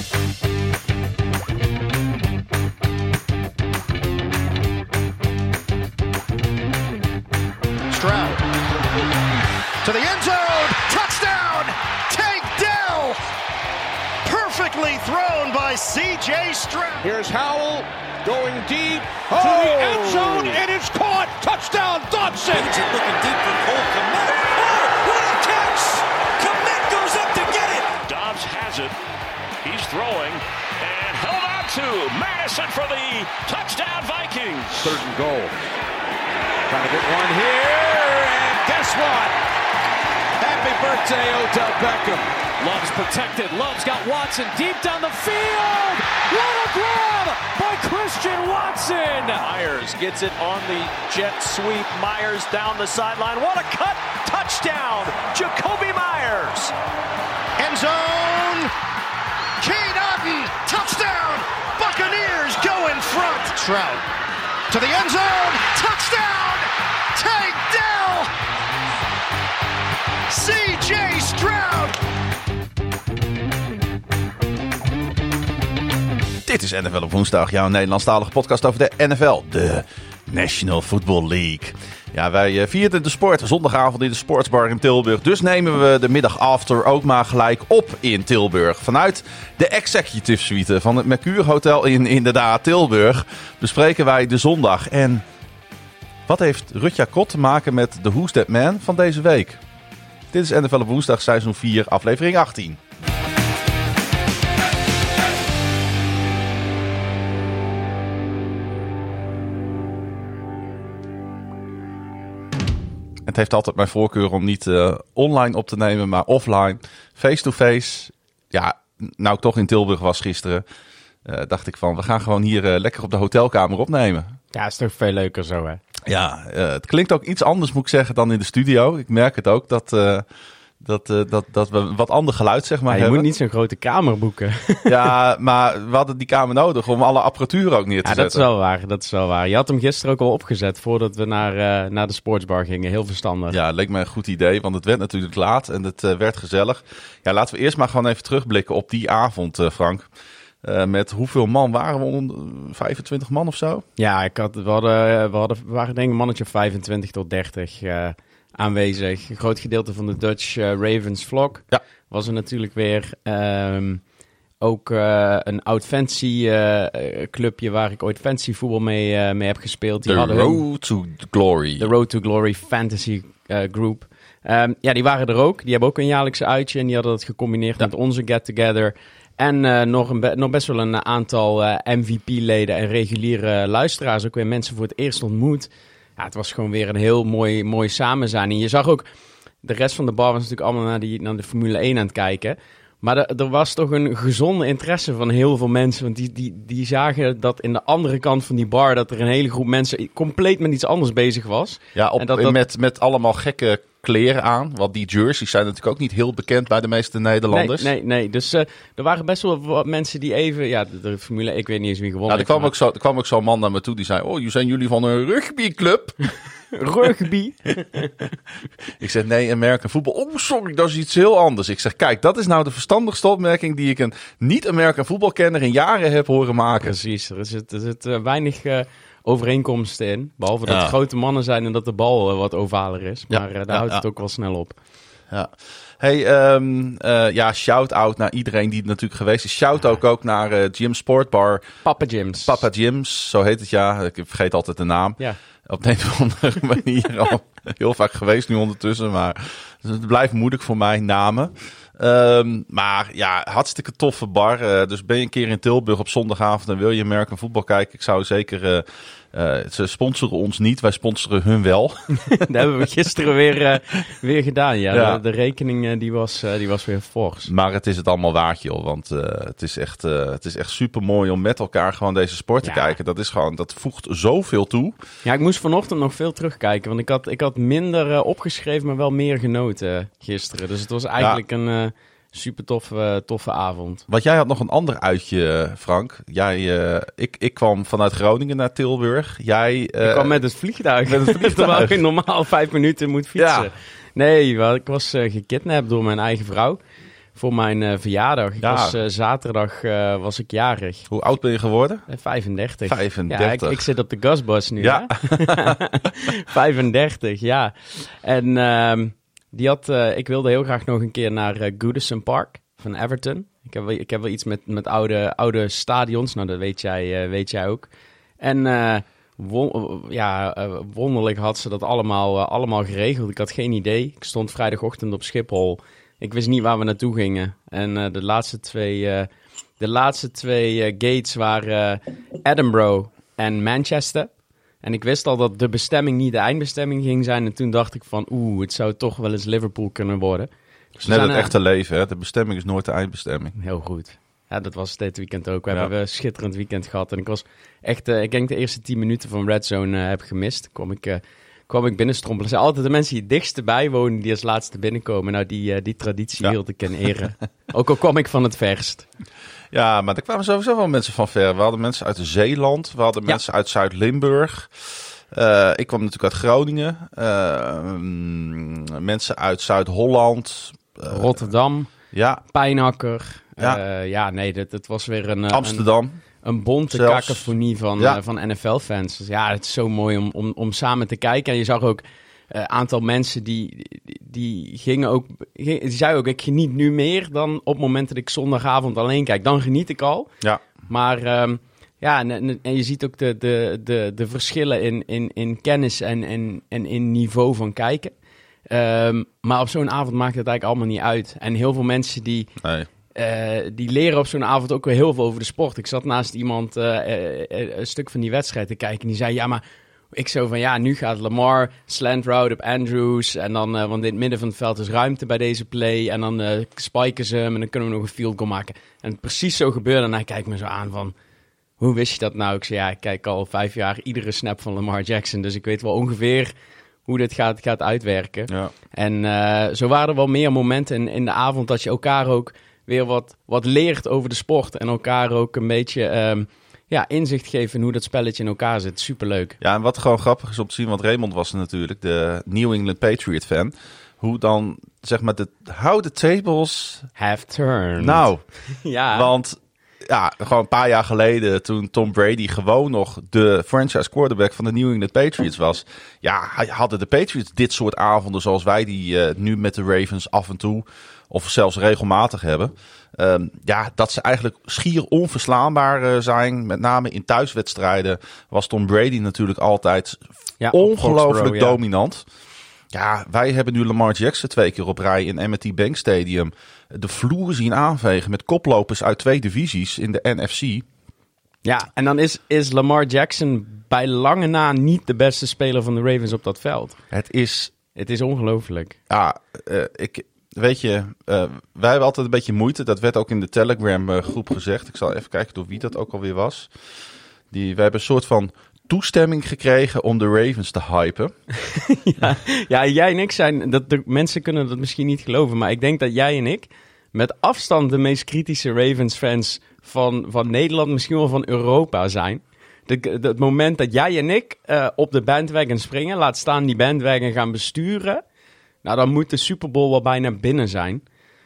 Stroud to the end zone. Touchdown! Tank Dell! Perfectly thrown by C.J. Stroud. Here's Howell going deep to the end zone, and it's caught. Touchdown, Dodson! Looking deep for Cole Kmet. Oh, what a catch! Kmet goes up to get it. Dobbs has it. He's throwing and held on to Madison for the touchdown Vikings. 3rd and goal. Trying to get one here, and guess what? Happy birthday, Odell Beckham. Love's protected. Love's got Watson deep down the field. What a grab by Christian Watson. Myers gets it on the jet sweep. Myers down the sideline. What a cut. Touchdown. Jacoby Myers. End zone. Cade Otton. Touchdown. Buccaneers go in front. Stroud to the end zone. Touchdown. Tank Dell. C.J. Stroud. Dit is NFL op woensdag, jouw Nederlandstalige podcast over de NFL, de National Football League. Ja, wij vierden de sport zondagavond in de Sportsbar in Tilburg. Dus nemen we de middag after ook maar gelijk op in Tilburg. Vanuit de Executive Suite van het Mercure Hotel in inderdaad Tilburg bespreken wij de zondag. En wat heeft Rutja Kot te maken met de Who's That Man van deze week? Dit is NFL op woensdag, seizoen 4, aflevering 18. Het heeft altijd mijn voorkeur om niet online op te nemen, maar offline, face-to-face. Ja, nou ik toch in Tilburg was gisteren, dacht ik van we gaan gewoon hier lekker op de hotelkamer opnemen. Ja, is toch veel leuker zo, hè? Ja, het klinkt ook iets anders, moet ik zeggen, dan in de studio. Ik merk het ook dat we een wat ander geluid, zeg maar, je hebben. moet niet zo'n grote kamer boeken. Ja, maar we hadden die kamer nodig om alle apparatuur ook neer te zetten. Dat is wel waar. Je had hem gisteren ook al opgezet voordat we naar de sportsbar gingen. Heel verstandig. Ja, leek me een goed idee, want het werd natuurlijk laat en het werd gezellig. Ja, laten we eerst maar gewoon even terugblikken op die avond, Frank. Met hoeveel man waren we? 25 man of zo? Ja, we waren denk ik een mannetje 25 tot 30 aanwezig. Een groot gedeelte van de Dutch Ravens vlog was er natuurlijk weer. Ook een oud fancy clubje waar ik ooit fancy voetbal mee heb gespeeld. The Road to Glory Fantasy Group. Ja, die waren er ook. Die hebben ook een jaarlijkse uitje en die hadden dat gecombineerd met onze get-together. En nog best wel een aantal MVP-leden en reguliere luisteraars. Ook weer mensen voor het eerst ontmoet. Ja, het was gewoon weer een heel mooi samen zijn. En je zag ook, de rest van de bar was natuurlijk allemaal naar de Formule 1 aan het kijken. Maar er was toch een gezonde interesse van heel veel mensen. Want die zagen dat in de andere kant van die bar dat er een hele groep mensen compleet met iets anders bezig was. Ja, met allemaal gekke kleren aan. Want die jerseys zijn natuurlijk ook niet heel bekend bij de meeste Nederlanders. Nee. Dus er waren best wel wat mensen die even... Ja, de Formule, ik weet niet eens wie gewonnen heeft. Er kwam ook zo'n man naar me toe die zei... Oh, zijn jullie van een rugbyclub? Rugby? Ik zeg, nee, American voetbal. Oh, sorry, dat is iets heel anders. Ik zeg, kijk, dat is nou de verstandigste opmerking die ik een niet-American voetbalkenner in jaren heb horen maken. Precies, er zit weinig overeenkomsten in. Behalve dat het grote mannen zijn en dat de bal wat ovaler is. Maar daar houdt het ook wel snel op. Ja. Hey, shout-out naar iedereen die natuurlijk geweest is. Shout-out ook naar Jim Sportbar. Papa Jim's, zo heet het, ja. Ik vergeet altijd de naam. Ja. Op de een of andere manier al heel vaak geweest nu ondertussen. Maar het blijft moeilijk voor mij, namen. Maar ja, hartstikke toffe bar. Dus ben je een keer in Tilburg op zondagavond en wil je American voetbal kijken? Ik zou zeker... ze sponsoren ons niet, wij sponsoren hun wel. Dat hebben we gisteren weer gedaan. Ja. De rekening die was weer fors. Maar het is het allemaal waard, joh. Want het is echt super mooi om met elkaar gewoon deze sport te kijken. Dat voegt zoveel toe. Ja, ik moest vanochtend nog veel terugkijken. Want ik had minder opgeschreven, maar wel meer genoten gisteren. Dus het was eigenlijk een super toffe avond. Want jij had nog een ander uitje, Frank. Ik kwam vanuit Groningen naar Tilburg. Ik kwam met het vliegtuig. Terwijl ik normaal 5 minuten moet fietsen. Ja. Nee, ik was gekidnapt door mijn eigen vrouw. voor mijn verjaardag. Ja. Ik was zaterdag was ik jarig. Hoe oud ben je geworden? 35. 35. Ja, ik zit op de gasbus nu. Ja. Hè? 35, ja. En ik wilde heel graag nog een keer naar Goodison Park van Everton. Ik heb wel iets met oude stadions. Nou, dat weet jij ook. En wonderlijk had ze dat allemaal geregeld. Ik had geen idee. Ik stond vrijdagochtend op Schiphol. Ik wist niet waar we naartoe gingen. En de laatste twee gates waren Edinburgh en Manchester. En ik wist al dat de bestemming niet de eindbestemming ging zijn. En toen dacht ik van, het zou toch wel eens Liverpool kunnen worden. Dus net het echte leven, hè? De bestemming is nooit de eindbestemming. Heel goed. Ja, dat was dit weekend ook. We hebben een schitterend weekend gehad. En ik was echt, ik denk de eerste 10 minuten van Red Zone heb gemist. Kwam ik binnenstrompelen. Er zijn altijd de mensen die het dichtst bij wonen die als laatste binnenkomen. Nou, die traditie hield ik in ere. Ook al kwam ik van het verst. Ja, maar er kwamen sowieso wel mensen van ver. We hadden mensen uit Zeeland. We hadden mensen uit Zuid-Limburg. Ik kwam natuurlijk uit Groningen. Mensen uit Zuid-Holland. Rotterdam. Ja. Pijnakker. Ja. Dat was weer Amsterdam. Een bonte kakofonie van NFL-fans. Dus ja, het is zo mooi om samen te kijken. En je zag ook een aantal mensen die zeiden ook, ik geniet nu meer dan op het moment dat ik zondagavond alleen kijk. Dan geniet ik al. Ja. Maar en je ziet ook de verschillen in kennis en in niveau van kijken. Maar op zo'n avond maakt het eigenlijk allemaal niet uit. En heel veel mensen die leren op zo'n avond ook weer heel veel over de sport. Ik zat naast iemand een stuk van die wedstrijd te kijken. En die zei, ik zo van, nu gaat Lamar slant route op Andrews. En dan, want in het midden van het veld is ruimte bij deze play. En dan spiken ze hem en dan kunnen we nog een field goal maken. En precies zo gebeurde. En hij kijkt me zo aan van, hoe wist je dat nou? Ik zei, ik kijk al 5 jaar iedere snap van Lamar Jackson. Dus ik weet wel ongeveer hoe dit gaat uitwerken. Ja. En zo waren er wel meer momenten in de avond dat je elkaar ook weer wat leert over de sport. En elkaar ook een beetje inzicht geven in hoe dat spelletje in elkaar zit. Superleuk. Ja, en wat gewoon grappig is om te zien, want Raymond was natuurlijk de New England Patriot fan. Hoe dan, zeg maar, how the tables have turned. Nou, ja. Want gewoon een paar jaar geleden, toen Tom Brady gewoon nog de franchise quarterback van de New England Patriots was. Ja, hadden de Patriots dit soort avonden zoals wij die nu met de Ravens af en toe of zelfs regelmatig hebben. Dat ze eigenlijk schier onverslaanbaar zijn. Met name in thuiswedstrijden was Tom Brady natuurlijk altijd ongelooflijk dominant. Ja, wij hebben nu Lamar Jackson 2 keer op rij in M&T Bank Stadium de vloer zien aanvegen met koplopers uit 2 divisies in de NFC. Ja, en dan is Lamar Jackson bij lange na niet de beste speler van de Ravens op dat veld. Het is ongelooflijk. Ja, weet je, wij hebben altijd een beetje moeite. Dat werd ook in de Telegram groep gezegd. Ik zal even kijken door wie dat ook alweer was. Wij hebben een soort van toestemming gekregen om de Ravens te hypen. Ja, jij en ik zijn... de mensen kunnen dat misschien niet geloven, maar ik denk dat jij en ik met afstand de meest kritische Ravens-fans van Nederland, misschien wel van Europa zijn. Het moment dat jij en ik op de bandwagon springen, laat staan die bandwagon gaan besturen, nou, dan moet de Super Bowl wel bijna binnen zijn.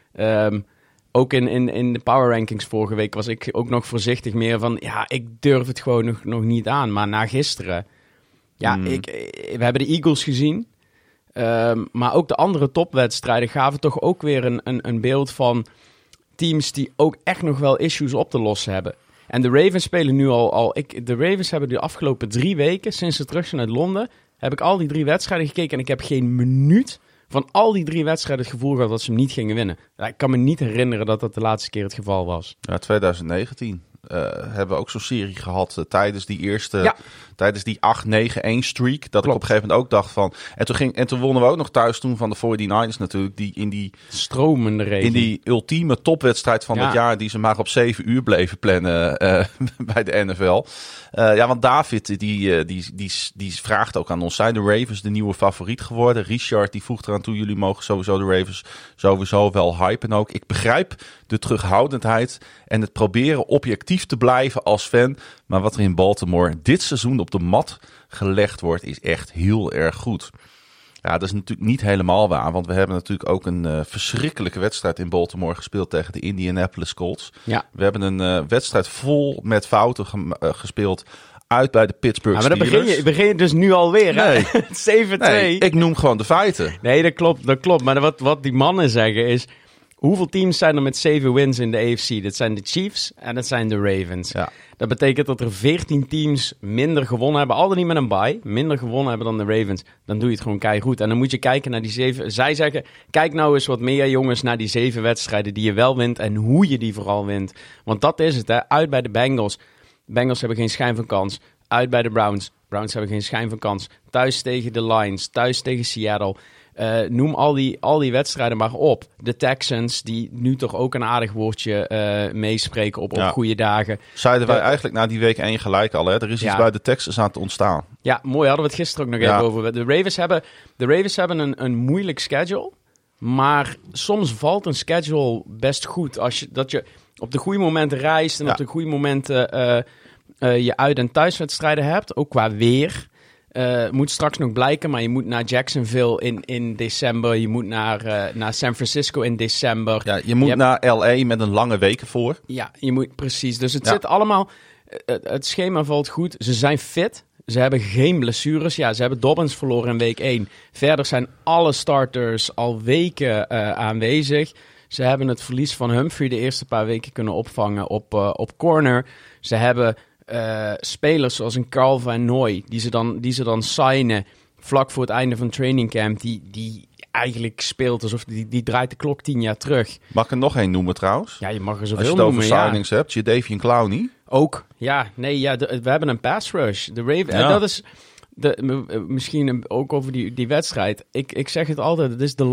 Ook in de power rankings vorige week was ik ook nog voorzichtig meer van, ik durf het gewoon nog niet aan. Maar na gisteren, we hebben de Eagles gezien. Maar ook de andere topwedstrijden gaven toch ook weer een beeld van teams die ook echt nog wel issues op te lossen hebben. En de Ravens spelen nu de Ravens hebben de afgelopen 3 weken, sinds ze terug zijn uit Londen, heb ik al die 3 wedstrijden gekeken en ik heb geen minuut van al die 3 wedstrijden het gevoel gehad dat ze hem niet gingen winnen. Ik kan me niet herinneren dat dat de laatste keer het geval was. Ja, 2019 hebben we ook zo'n serie gehad tijdens die 8-9-1 streak. Dat Klopt. Ik op een gegeven moment ook dacht van... En toen wonnen we ook nog thuis toen van de 49ers natuurlijk. Die in die stromende regen. In die ultieme topwedstrijd van het jaar die ze maar op 7 uur bleven plannen bij de NFL. Want David die vraagt ook aan ons. Zijn de Ravens de nieuwe favoriet geworden? Richard die voegt eraan toe. Jullie mogen sowieso de Ravens sowieso wel hypen ook. Ik begrijp de terughoudendheid en het proberen objectief te blijven als fan. Maar wat er in Baltimore dit seizoen op de mat gelegd wordt, is echt heel erg goed. Ja, dat is natuurlijk niet helemaal waar. Want we hebben natuurlijk ook een verschrikkelijke wedstrijd in Baltimore gespeeld tegen de Indianapolis Colts. Ja. We hebben een wedstrijd vol met fouten gespeeld uit bij de Pittsburgh Steelers. Maar dan begin je dus nu alweer, Nee. hè? 7-2. Nee, ik noem gewoon de feiten. Nee, dat klopt. Maar wat die mannen zeggen is... Hoeveel teams zijn er met 7 wins in de AFC? Dat zijn de Chiefs en dat zijn de Ravens. Ja. Dat betekent dat er 14 teams minder gewonnen hebben. Al dan niet met een bye. Minder gewonnen hebben dan de Ravens. Dan doe je het gewoon keigoed. En dan moet je kijken naar die 7. Zij zeggen, kijk nou eens wat meer jongens naar die 7 wedstrijden die je wel wint. En hoe je die vooral wint. Want dat is het, hè. Uit bij de Bengals. Bengals hebben geen schijn van kans. Uit bij de Browns. Browns hebben geen schijn van kans. Thuis tegen de Lions. Thuis tegen Seattle. Noem al die wedstrijden maar op. De Texans, die nu toch ook een aardig woordje meespreken op goede dagen. Zeiden wij eigenlijk na die week 1 gelijk al. Hè? Er is iets bij de Texans aan te ontstaan. Ja, mooi. Hadden we het gisteren ook nog even over. De Ravens hebben een moeilijk schedule. Maar soms valt een schedule best goed. Dat je op de goede momenten reist en op de goede momenten je uit- en thuiswedstrijden hebt. Ook qua weer. Moet straks nog blijken, maar je moet naar Jacksonville in december. Je moet naar San Francisco in december. Ja, je moet naar LA met een lange weken voor. Ja, je moet precies. Dus het zit allemaal... Het schema valt goed. Ze zijn fit. Ze hebben geen blessures. Ja, ze hebben Dobbins verloren in week 1. Verder zijn alle starters al weken aanwezig. Ze hebben het verlies van Humphrey de eerste paar weken kunnen opvangen op corner. Ze hebben... spelers zoals een Carl Van Noy, die ze dan signen vlak voor het einde van training camp, die eigenlijk speelt alsof die draait de klok 10 jaar terug. Mag ik er nog één noemen trouwens? Ja, je mag er zoveel zoveel noemen. Als je het over signings hebt, Jadeveon Clowney. Ook, ja. Nee, ja, we hebben een pass rush. De Ravens, dat is... misschien ook over die wedstrijd. Ik zeg het altijd, het is de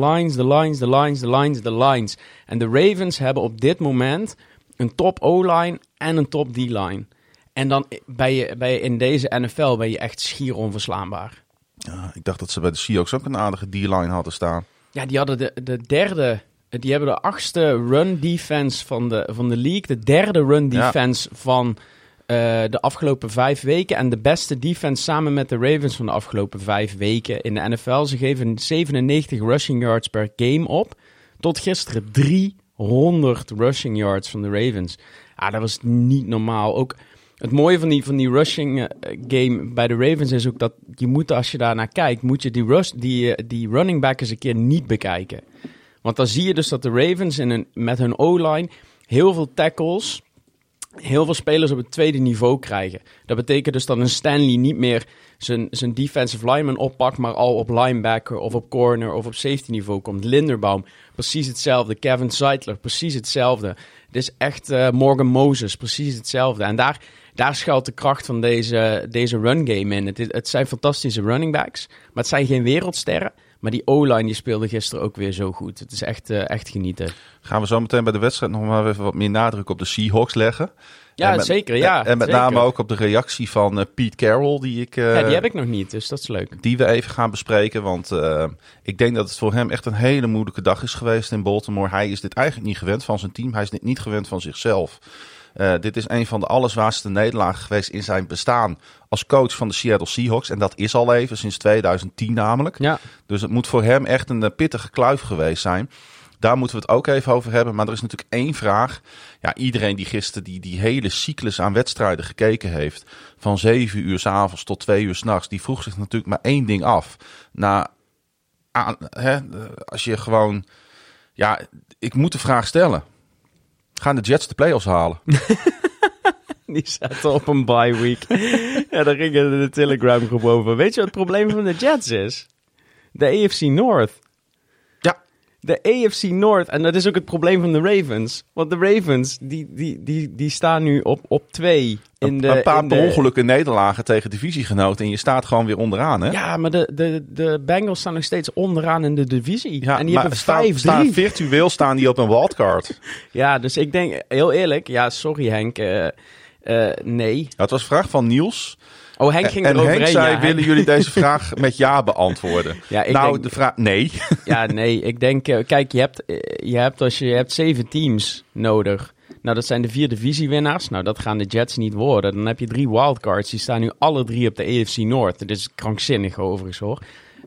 lines. En de Ravens hebben op dit moment een top O-line en een top D-line. En dan ben je in deze NFL ben je echt schier onverslaanbaar. Ja, ik dacht dat ze bij de Seahawks ook een aardige D-line hadden staan. Ja, die hadden de derde... Die hebben de 8e run defense van de league. De derde run defense van de afgelopen 5 weken. En de beste defense samen met de Ravens van de afgelopen 5 weken in de NFL. Ze geven 97 rushing yards per game op. Tot gisteren 300 rushing yards van de Ravens. Ah, dat was niet normaal. Ook... Het mooie van die rushing game bij de Ravens is ook dat je moet, als je daarnaar kijkt, moet je die running back eens een keer niet bekijken. Want dan zie je dus dat de Ravens met hun O-line heel veel tackles, heel veel spelers op het tweede niveau krijgen. Dat betekent dus dat een Stanley niet meer zijn defensive lineman oppakt, maar al op linebacker of op corner of op safety niveau komt. Linderbaum, precies hetzelfde. Kevin Zeitler, precies hetzelfde. Het is echt Morgan Moses, precies hetzelfde. En daar schuilt de kracht van deze run game in. Het zijn fantastische running backs, maar het zijn geen wereldsterren. Maar die O-line die speelde gisteren ook weer zo goed. Het is echt genieten. Gaan we zo meteen bij de wedstrijd nog maar even wat meer nadruk op de Seahawks leggen. Ja, zeker. Ja, en met name ook op de reactie van Pete Carroll. Die heb ik nog niet, dus dat is leuk. Die we even gaan bespreken. Want ik denk dat het voor hem echt een hele moeilijke dag is geweest in Baltimore. Hij is dit eigenlijk niet gewend van zijn team. Hij is dit niet gewend van zichzelf. Dit is een van de allerzwaarste nederlagen geweest in zijn bestaan als coach van de Seattle Seahawks. En dat is al even, sinds 2010 namelijk. Ja. Dus het moet voor hem echt een pittige kluif geweest zijn. Daar moeten we het ook even over hebben. Maar er is natuurlijk één vraag. Ja, iedereen die gisteren die hele cyclus aan wedstrijden gekeken heeft, van 7 uur 's avonds tot 2 uur 's nachts, die vroeg zich natuurlijk maar één ding af. Als je gewoon... Ja, ik moet de vraag stellen. Gaan de Jets de playoffs halen? Die zaten op een bye week. Ja, daar ging de Telegram groep over. Weet je wat het probleem van de Jets is? De AFC North. Ja. De AFC North. En dat is ook het probleem van de Ravens. Want de Ravens, die staan nu op 2. Een paar per ongelukken nederlagen tegen divisiegenoten. En je staat gewoon weer onderaan, hè? Ja, maar de Bengals staan nog steeds onderaan in de divisie. Ja, en die hebben 5-3. Virtueel staan die op een wildcard. Ja, dus ik denk, heel eerlijk... Ja, sorry Henk. Nee. Het was een vraag van Niels. Oh, Henk ging eroverheen. En Henk zei, willen jullie deze vraag met ja beantwoorden? Ja, de vraag, nee. Ja, nee. Ik denk, kijk, je hebt 7 teams nodig. Nou, dat zijn de 4 divisiewinnaars. Nou, dat gaan de Jets niet worden. Dan heb je 3 wildcards. Die staan nu alle 3 op de AFC North. Dit is krankzinnig overigens, hoor.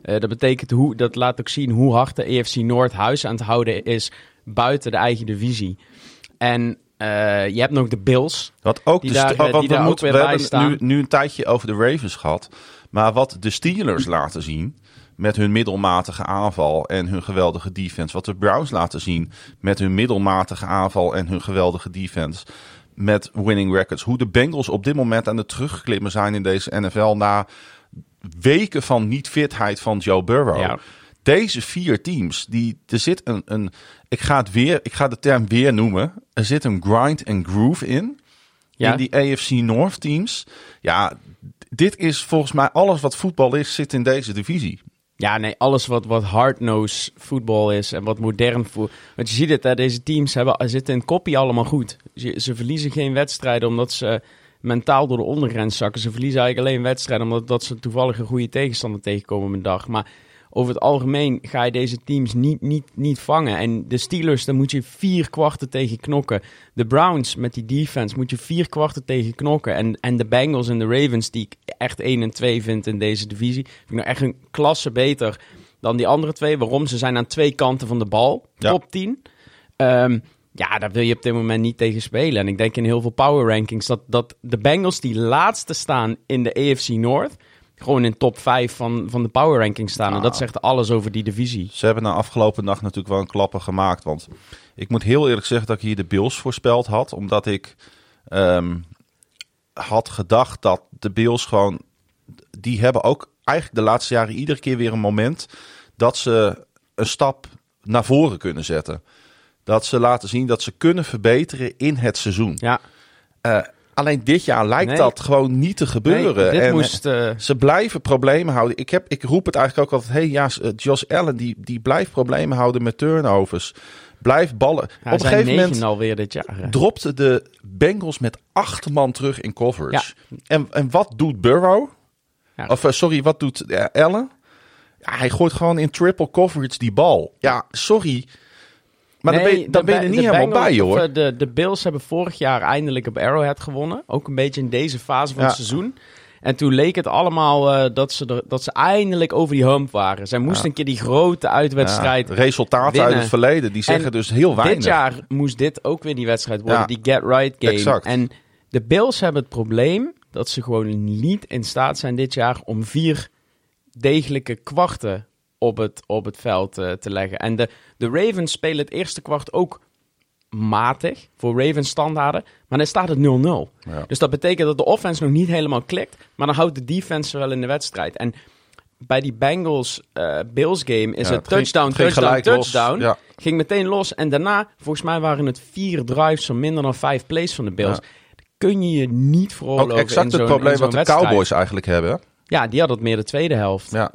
Dat betekent dat laat ook zien hoe hard de AFC North huis aan het houden is buiten de eigen divisie. En je hebt nog de Bills. Wat ook die daar ook weer bij staan. We hebben nu een tijdje over de Ravens gehad. Maar wat de Steelers laten zien met hun middelmatige aanval en hun geweldige defense. Wat de Browns laten zien met hun middelmatige aanval en hun geweldige defense. Met winning records. Hoe de Bengals op dit moment aan het terugklimmen zijn in deze NFL na weken van niet-fitheid van Joe Burrow. Ja. Deze 4 teams, er zit ik ga de term weer noemen. Er zit een grind en groove in die AFC North teams. Ja, dit is volgens mij alles wat voetbal is, zit in deze divisie. Ja, nee, alles wat hard-nose voetbal is en wat modern voetbal. Want je ziet het, hè, deze teams zitten in koppie allemaal goed. Ze verliezen geen wedstrijden omdat ze mentaal door de ondergrens zakken. Ze verliezen eigenlijk alleen wedstrijden omdat ze toevallig een goede tegenstander tegenkomen op een dag. Maar over het algemeen ga je deze teams niet vangen. En de Steelers, daar moet je 4 kwarten tegen knokken. De Browns met die defense moet je 4 kwarten tegen knokken. En de Bengals en de Ravens, die ik echt 1 en 2 vind in deze divisie, vind ik nou echt een klasse beter dan die andere 2. Waarom? Ze zijn aan 2 kanten van de bal. Ja. Top 10. Daar wil je op dit moment niet tegen spelen. En ik denk in heel veel power rankings dat de Bengals die laatste staan in de AFC North gewoon in top 5 van de power rankings staan. En dat zegt alles over die divisie. Ze hebben na afgelopen nacht natuurlijk wel een klapper gemaakt. Want ik moet heel eerlijk zeggen dat ik hier de Bills voorspeld had. Omdat ik had gedacht dat de Bills gewoon, die hebben ook eigenlijk de laatste jaren iedere keer weer een moment dat ze een stap naar voren kunnen zetten. Dat ze laten zien dat ze kunnen verbeteren in het seizoen. Ja. Alleen dit jaar lijkt dat gewoon niet te gebeuren. Nee, ze blijven problemen houden. Ik roep het eigenlijk ook altijd. Josh Allen die blijft problemen houden met turnovers. Blijft ballen. Ja, op een gegeven moment alweer dit jaar, dropte de Bengals met 8 man terug in coverage. Ja. En wat doet Burrow? Ja. Wat doet Allen? Ja, hij gooit gewoon in triple coverage die bal. Ja, sorry. Maar dan ben je er niet helemaal bij, hoor. De Bills hebben vorig jaar eindelijk op Arrowhead gewonnen. Ook een beetje in deze fase van het seizoen. En toen leek het allemaal dat ze eindelijk over die hump waren. Zij moesten een keer die grote uitwedstrijd resultaten winnen. uit het verleden, die zeggen dus heel weinig. Dit jaar moest dit ook weer die wedstrijd worden, die get-right game. Exact. En de Bills hebben het probleem dat ze gewoon niet in staat zijn dit jaar om 4 degelijke kwarten op het veld te leggen. En de Ravens spelen het eerste kwart ook matig voor Ravens standaarden, maar dan staat het 0-0. Ja. Dus dat betekent dat de offense nog niet helemaal klikt, maar dan houdt de defense wel in de wedstrijd. En bij die Bengals-Bills game is het touchdown. Ja. Ging meteen los. En daarna, volgens mij waren het 4 drives van minder dan 5 plays van de Bills. Ja. Kun je niet veroorloven. Ook exact het probleem wat de Cowboys eigenlijk hebben. Ja, die had het meer de tweede helft. Ja.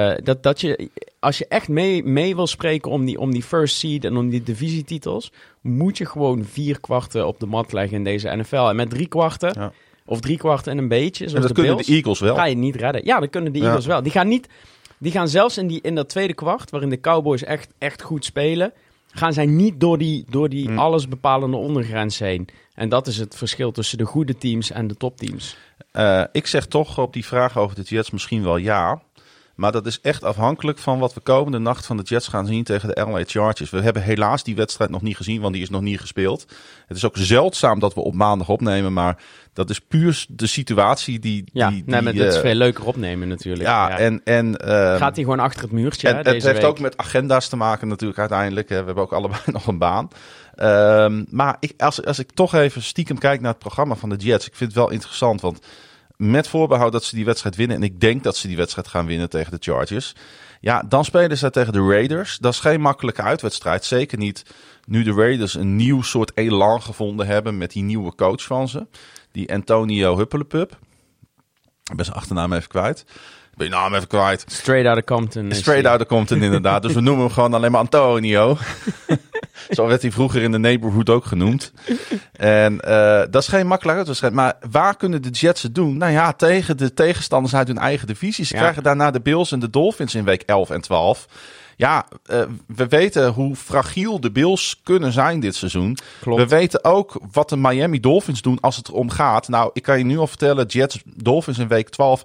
Als je echt mee wil spreken om die first seed en om die divisietitels, moet je gewoon 4 kwarten op de mat leggen in deze NFL. En met 3 kwarten, of 3 kwarten en een beetje, zoals en dat kunnen de Eagles wel. Ga je niet redden. Ja, dat kunnen de Eagles wel. Die gaan zelfs in dat tweede kwart, waarin de Cowboys echt goed spelen, gaan zij niet door die alles bepalende ondergrens heen. En dat is het verschil tussen de goede teams en de topteams. Ik zeg toch op die vraag over de Jets misschien wel ja. Maar dat is echt afhankelijk van wat we komende nacht van de Jets gaan zien tegen de LA Chargers. We hebben helaas die wedstrijd nog niet gezien, want die is nog niet gespeeld. Het is ook zeldzaam dat we op maandag opnemen, maar dat is puur de situatie maar dat is veel leuker opnemen natuurlijk. Gaat hij gewoon achter het muurtje en deze het heeft week. Ook met agenda's te maken natuurlijk uiteindelijk. We hebben ook allebei nog een baan. Maar als ik toch even stiekem kijk naar het programma van de Jets, ik vind het wel interessant, want met voorbehoud dat ze die wedstrijd winnen, en ik denk dat ze die wedstrijd gaan winnen tegen de Chargers, ja, dan spelen ze tegen de Raiders. Dat is geen makkelijke uitwedstrijd. Zeker niet nu de Raiders een nieuw soort elan gevonden hebben met die nieuwe coach van ze. Die Antonio Huppelepup. Ik ben zijn achternaam even kwijt. Ben je naam even kwijt. Straight Outta Compton. Straight Outta Compton, inderdaad. Dus we noemen hem gewoon alleen maar Antonio. Zo werd hij vroeger in de neighborhood ook genoemd. En dat is geen makkelijke uitwedstrijd. Maar waar kunnen de Jets het doen? Nou ja, tegen de tegenstanders uit hun eigen divisie. Ze krijgen daarna de Bills en de Dolphins in week 11 en 12. Ja, we weten hoe fragiel de Bills kunnen zijn dit seizoen. Klopt. We weten ook wat de Miami Dolphins doen als het erom gaat. Nou, ik kan je nu al vertellen, Jets Dolphins in week 12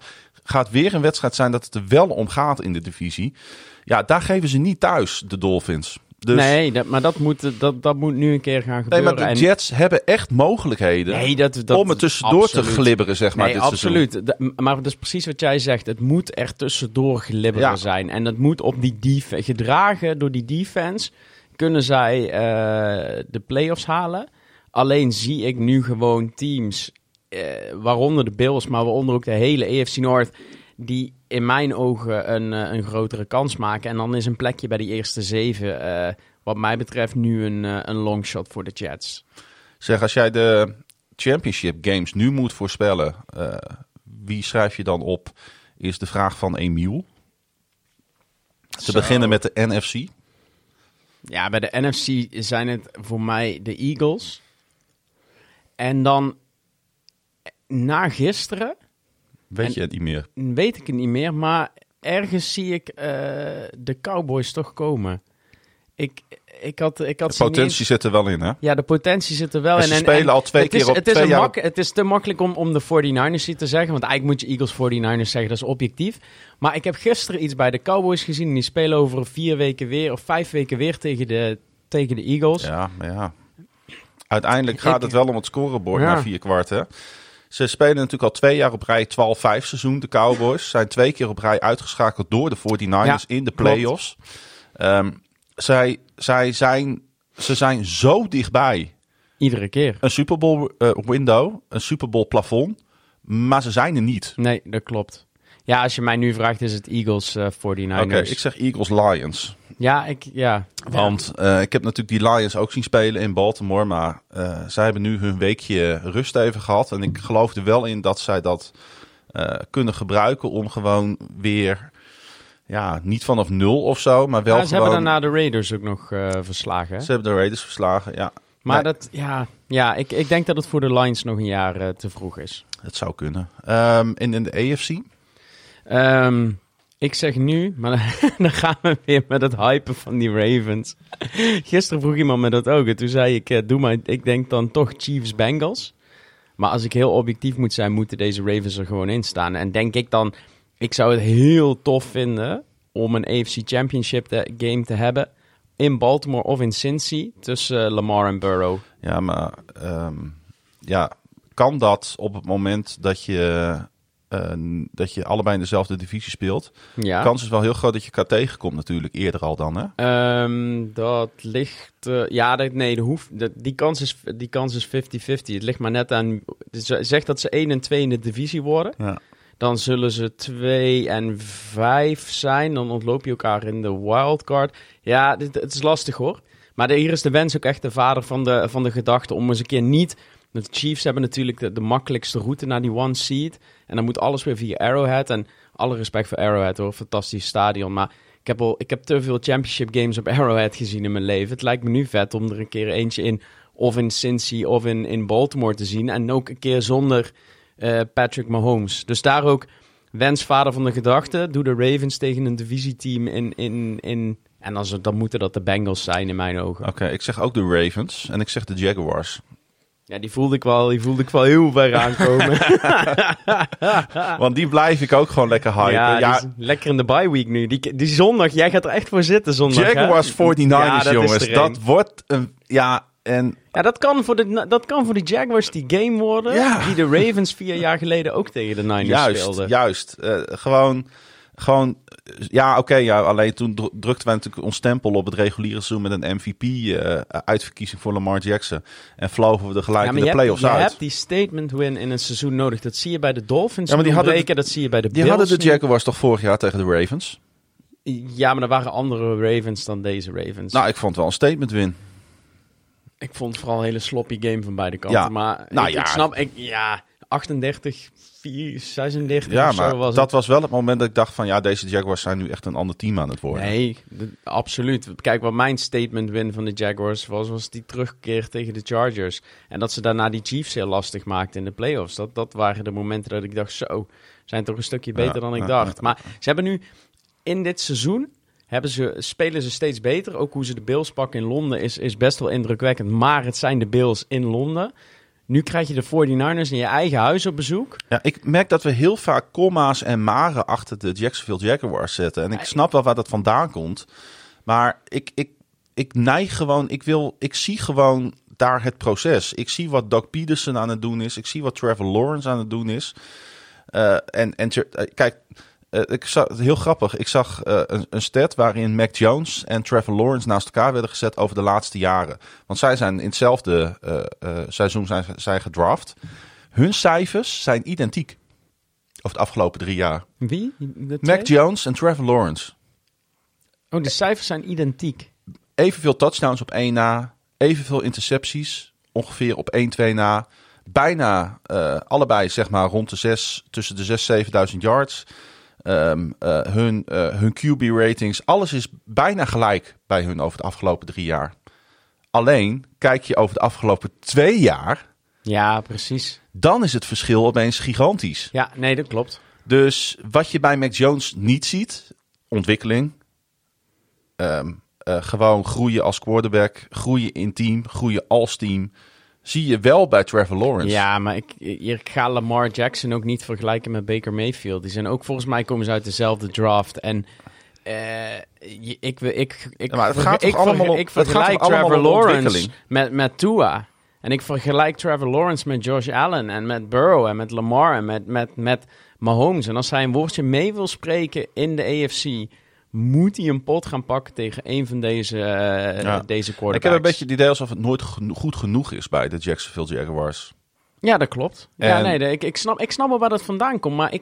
gaat weer een wedstrijd zijn dat het er wel om gaat in de divisie. Ja, daar geven ze niet thuis, de Dolphins. Dus... Nee, maar dat moet nu een keer gaan gebeuren. Nee, maar de Jets hebben echt mogelijkheden om er tussendoor absoluut. te glibberen, zeg maar, dit absoluut. seizoen. Maar dat is precies wat jij zegt. Het moet er tussendoor glibberen zijn. En dat moet op die defense. Gedragen door die defense kunnen zij de playoffs halen. Alleen zie ik nu gewoon teams, waaronder de Bills, maar waaronder ook de hele AFC North, die in mijn ogen een grotere kans maken. En dan is een plekje bij die eerste 7, wat mij betreft, nu een longshot voor de Jets. Zeg, als jij de championship games nu moet voorspellen, wie schrijf je dan op? Is de vraag van Emiel. Te beginnen met de NFC. Ja, bij de NFC zijn het voor mij de Eagles. En dan na gisteren... Weet je het niet meer? Weet ik het niet meer, maar ergens zie ik de Cowboys toch komen. Ik had de potentie zit er wel in, hè? Ja, de potentie zit er wel in. Ze spelen al 2 keer op 2 jaar. Het is te makkelijk om de 49ers te zeggen, want eigenlijk moet je Eagles 49ers zeggen, dat is objectief. Maar ik heb gisteren iets bij de Cowboys gezien en die spelen over 4 weken weer of 5 weken weer tegen de Eagles. Ja, maar ja. Uiteindelijk gaat het wel om het scorebord na 4 kwart, hè? Ze spelen natuurlijk al 2 jaar op rij 12-5 seizoen, de Cowboys. Zijn 2 keer op rij uitgeschakeld door de 49ers in de playoffs. Ze zijn zo dichtbij. Iedere keer. Een Super Bowl window, een Super Bowl plafond. Maar ze zijn er niet. Nee, dat klopt. Ja, als je mij nu vraagt, is het Eagles 49ers. Oké, ik zeg Eagles Lions. Ja. Want ik heb natuurlijk die Lions ook zien spelen in Baltimore. Maar zij hebben nu hun weekje rust even gehad. En ik geloof er wel in dat zij dat kunnen gebruiken om gewoon weer... Ja, niet vanaf 0 of zo, maar wel gewoon... Ze hebben daarna de Raiders ook nog verslagen. Hè? Ze hebben de Raiders verslagen, ja. Maar ik denk dat het voor de Lions nog een jaar te vroeg is. Het zou kunnen. In de AFC? Ik zeg nu, maar dan gaan we weer met het hypen van die Ravens. Gisteren vroeg iemand me dat ook. En toen zei ik, ik denk dan toch Chiefs-Bengals. Maar als ik heel objectief moet zijn, moeten deze Ravens er gewoon in staan. En denk ik dan, ik zou het heel tof vinden om een AFC Championship game te hebben in Baltimore of in Cincy tussen Lamar en Burrow. Ja, maar kan dat op het moment dat je allebei in dezelfde divisie speelt? Ja. De kans is wel heel groot dat je elkaar tegenkomt natuurlijk, eerder al dan, hè? Dat ligt... die kans is 50-50. Het ligt maar net aan... Zeg dat ze 1 en 2 in de divisie worden. Ja. Dan zullen ze 2 en 5 zijn. Dan ontloop je elkaar in de wildcard. Ja, het is lastig hoor. Maar hier is de wens ook echt de vader van de gedachte om eens een keer niet... De Chiefs hebben natuurlijk de makkelijkste route naar die one seed. En dan moet alles weer via Arrowhead. En alle respect voor Arrowhead hoor, fantastisch stadion. Maar ik heb te veel championship games op Arrowhead gezien in mijn leven. Het lijkt me nu vet om er een keer eentje in... of in Cincy of in Baltimore te zien. En ook een keer zonder Patrick Mahomes. Dus daar ook wens vader van de gedachte. Doe de Ravens tegen een divisieteam in en dan moeten dat de Bengals zijn in mijn ogen. Oké, ik zeg ook de Ravens en ik zeg de Jaguars. Ja, die voelde ik wel heel ver aankomen. Want die blijf ik ook gewoon lekker hypen. Ja, lekker in de bye week nu. Die zondag, jij gaat er echt voor zitten zondag. Jaguars 49ers, jongens. Dat wordt een... Ja, dat kan voor de Jaguars die game worden. Ja. Die de Ravens 4 jaar geleden ook tegen de Niners speelden. Juist. Gewoon... alleen toen drukten wij natuurlijk ons stempel op het reguliere seizoen met een MVP-uitverkiezing voor Lamar Jackson. En vlogen we er gelijk in de playoffs uit. Je hebt die statement win in een seizoen nodig. Dat zie je bij de Dolphins. Ja, maar dat zie je bij de Bills. Die hadden de Jaguars toch vorig jaar tegen de Ravens? Ja, maar er waren andere Ravens dan deze Ravens. Nou, ik vond het wel een statement win. Ik vond het vooral een hele sloppy game van beide kanten. Ja. Maar ik snap... 38... 36 ja, of zo maar was dat was wel het moment dat ik dacht van... ja, deze Jaguars zijn nu echt een ander team aan het worden. Nee, absoluut. Kijk, wat mijn statement win van de Jaguars was die terugkeer tegen de Chargers. En dat ze daarna die Chiefs heel lastig maakten in de playoffs. Dat waren de momenten dat ik dacht, zo, zijn toch een stukje beter dan ik dacht. Maar ze hebben nu in dit seizoen... spelen ze steeds beter. Ook hoe ze de Bills pakken in Londen is best wel indrukwekkend. Maar het zijn de Bills in Londen. Nu krijg je de 49ers in je eigen huis op bezoek. Ja, ik merk dat we heel vaak komma's en maren achter de Jacksonville Jaguars zetten. En ik snap wel waar dat vandaan komt. Maar ik neig gewoon, ik zie gewoon daar het proces. Ik zie wat Doug Peterson aan het doen is. Ik zie wat Trevor Lawrence aan het doen is. Kijk, heel grappig. Ik zag een stat waarin Mac Jones en Trevor Lawrence naast elkaar werden gezet over de laatste jaren. Want zij zijn in hetzelfde seizoen zijn gedraft. Hun cijfers zijn identiek over de afgelopen 3 jaar. Wie? Mac Jones en Trevor Lawrence. Oh, de cijfers zijn identiek. Evenveel touchdowns op 1 na. Evenveel intercepties. Ongeveer op 1-2 na. Bijna allebei zeg maar rond de tussen de 6.000-7.000 yards. Hun QB ratings. Alles is bijna gelijk bij hun over de afgelopen 3 jaar. Alleen, kijk je over de afgelopen 2 jaar... Ja, precies. Dan is het verschil opeens gigantisch. Ja, nee, dat klopt. Dus wat je bij Mac Jones niet ziet... Ontwikkeling... gewoon groeien als quarterback, groeien in team, groeien als team. Zie je wel bij Trevor Lawrence. Ja, maar ik ga Lamar Jackson ook niet vergelijken met Baker Mayfield. Die zijn ook, volgens mij komen ze uit dezelfde draft. En ik vergelijk Trevor Lawrence met Tua. En ik vergelijk Trevor Lawrence met Josh Allen en met Burrow en met Lamar en met Mahomes. En als hij een woordje mee wil spreken in de AFC... moet hij een pot gaan pakken tegen een van deze quarterbacks. Ik heb een beetje het idee alsof het nooit goed genoeg is bij de Jacksonville Jaguars. Ja, dat klopt. Ik snap wel waar dat vandaan komt, maar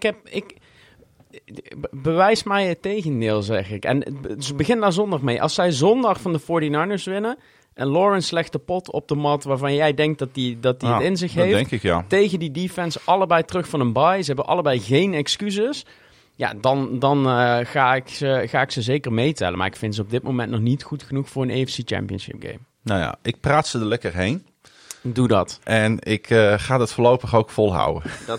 bewijs mij het tegendeel, zeg ik. En begin daar zondag mee. Als zij zondag van de 49ers winnen en Lawrence legt de pot op de mat waarvan jij denkt dat hij het in zich heeft. Denk ik, ja. Tegen die defense, allebei terug van een bye. Ze hebben allebei geen excuses. Ja, dan ga ik ze zeker meetellen. Maar ik vind ze op dit moment nog niet goed genoeg voor een AFC Championship game. Nou ja, ik praat ze er lekker heen. Doe dat. En ik ga dat voorlopig ook volhouden.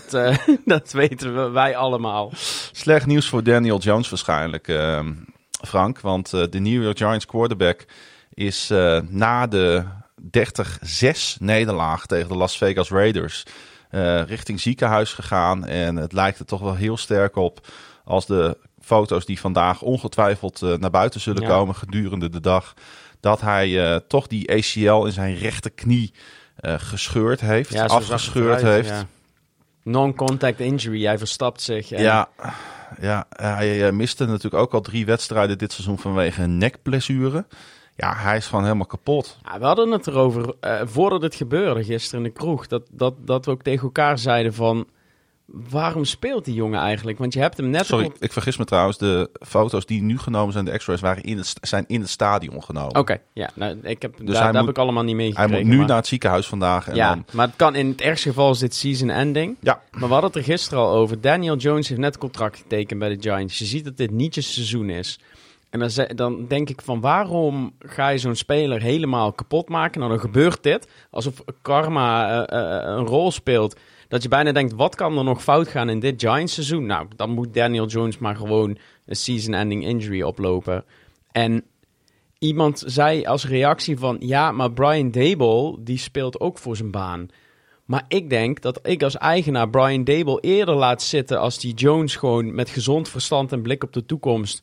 Dat weten wij allemaal. Slecht nieuws voor Daniel Jones waarschijnlijk, Frank. Want de New York Giants quarterback is na de 30-6 nederlaag tegen de Las Vegas Raiders... richting ziekenhuis gegaan. En het lijkt er toch wel heel sterk op als de foto's die vandaag ongetwijfeld naar buiten zullen komen gedurende de dag, dat hij toch die ACL in zijn rechterknie gescheurd heeft, afgescheurd heeft. Ja. Non-contact injury, hij verstapt zich. En... Ja, hij miste natuurlijk ook al 3 wedstrijden dit seizoen vanwege een nekblessure. Ja, hij is gewoon helemaal kapot. Ja, we hadden het erover voordat het gebeurde gisteren in de kroeg. Dat we ook tegen elkaar zeiden van... Waarom speelt die jongen eigenlijk? Want je hebt hem net... Sorry, ik vergis me trouwens. De foto's die nu genomen zijn, de x-rays, zijn in het stadion genomen. Oké, ja. Nou, daar heb ik allemaal niet meegekregen. Hij moet nu naar het ziekenhuis vandaag. En maar het kan in het ergste geval is dit season ending. Ja. Maar we hadden het er gisteren al over. Daniel Jones heeft net contract getekend bij de Giants. Je ziet dat dit niet je seizoen is. En dan denk ik van, waarom ga je zo'n speler helemaal kapot maken? Nou, dan gebeurt dit. Alsof karma een rol speelt. Dat je bijna denkt, wat kan er nog fout gaan in dit Giants seizoen? Nou, dan moet Daniel Jones maar gewoon een season-ending injury oplopen. En iemand zei als reactie van, ja, maar Brian Daboll, die speelt ook voor zijn baan. Maar ik denk dat ik als eigenaar Brian Daboll eerder laat zitten als die Jones gewoon met gezond verstand en blik op de toekomst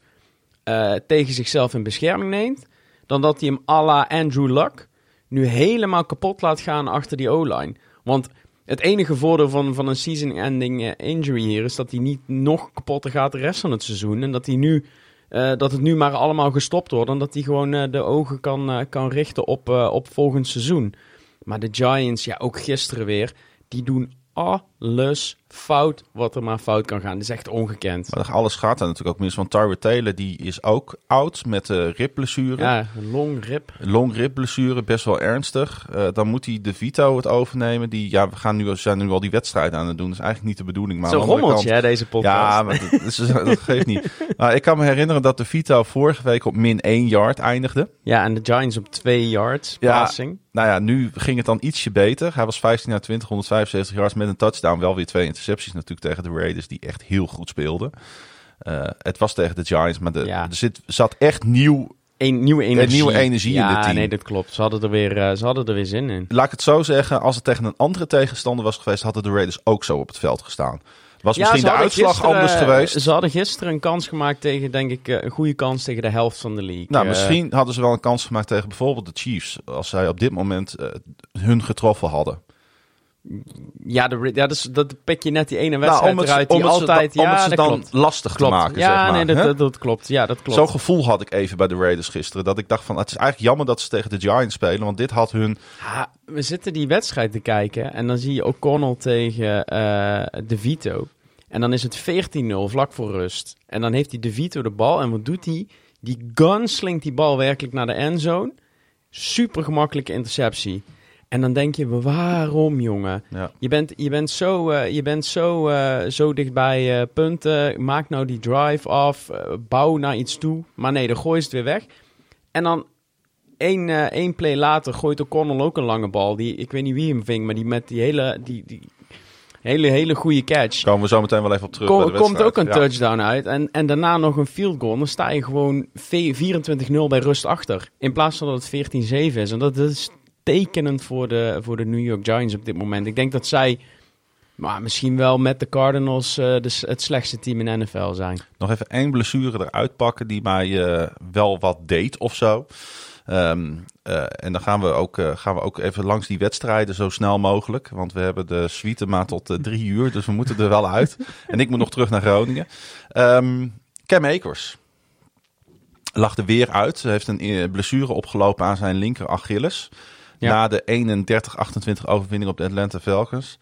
tegen zichzelf in bescherming neemt, dan dat hij hem à la Andrew Luck nu helemaal kapot laat gaan achter die O-line. Want het enige voordeel van een season-ending injury hier is dat hij niet nog kapotter gaat de rest van het seizoen. En dat hij nu, dat het nu maar allemaal gestopt wordt en dat hij gewoon de ogen kan richten op volgend seizoen. Maar de Giants, ja, ook gisteren weer, die doen alles fout wat er maar fout kan gaan. Dat is echt ongekend. Maar alles gaat daar natuurlijk ook mis. Want Tyrod Taylor die is ook oud met ribblessure. Ja, long rib blessure, best wel ernstig. Dan moet hij De Vito het overnemen. We zijn nu al die wedstrijden aan het doen. Dat is eigenlijk niet de bedoeling. Maar zo'n rommeltje, hè, deze podcast. Ja, maar dat geeft niet. Maar ik kan me herinneren dat De Vito vorige week op -1 yard eindigde. Ja, en de Giants op 2 yards passing. Nou ja, nu ging het dan ietsje beter. Hij was 15 uit 20, 175 yards met een touchdown. Wel weer 2 intercepties natuurlijk tegen de Raiders, die echt heel goed speelden. Het was tegen de Giants, maar er zat echt nieuw nieuwe energie. Nieuwe energie in dit team. Ja, nee, dat klopt. Ze hadden er weer zin in. Laat ik het zo zeggen, als het tegen een andere tegenstander was geweest, hadden de Raiders ook zo op het veld gestaan. Was misschien de uitslag anders geweest. Ze hadden gisteren een kans gemaakt tegen, denk ik, een goede kans tegen de helft van de league. Nou, misschien hadden ze wel een kans gemaakt tegen bijvoorbeeld de Chiefs, als zij op dit moment hun getroffen hadden. Ja, dat pik je net die ene wedstrijd eruit die altijd... Om het ze dan klopt. lastig klopt. te maken, ja, zeg maar. Nee, dat klopt. Ja, dat klopt. Zo'n gevoel had ik even bij de Raiders gisteren. Dat ik dacht van, het is eigenlijk jammer dat ze tegen de Giants spelen. Want dit had hun... Ja, we zitten die wedstrijd te kijken. En dan zie je O'Connell tegen DeVito. En dan is het 14-0 vlak voor rust. En dan heeft hij DeVito de bal. En wat doet hij? Die gunslingt die bal werkelijk naar de endzone. Super gemakkelijke interceptie. En dan denk je, waarom, jongen? Ja. Je bent zo dichtbij punten. Maak nou die drive af. Bouw naar iets toe. Maar nee, dan gooi je het weer weg. En dan één play later gooit O'Connell ook een lange bal. Ik weet niet wie hem ving, maar die met die hele goede catch. Komen we zo meteen wel even op terug bij de wedstrijd. Komt ook een touchdown uit. En daarna nog een field goal. Dan sta je gewoon 24-0 bij rust achter. In plaats van dat het 14-7 is. En dat is tekenend voor de New York Giants op dit moment. Ik denk dat zij misschien wel met de Cardinals het slechtste team in de NFL zijn. Nog even 1 blessure eruit pakken die mij wel wat deed of zo. En dan gaan we ook even langs die wedstrijden zo snel mogelijk. Want we hebben de suite maar tot 3 uur, dus we moeten er wel uit. En ik moet nog terug naar Groningen. Cam Akers lag er weer uit. Hij heeft een blessure opgelopen aan zijn linker Achilles. Ja. Na de 31-28 overwinning op de Atlanta Falcons.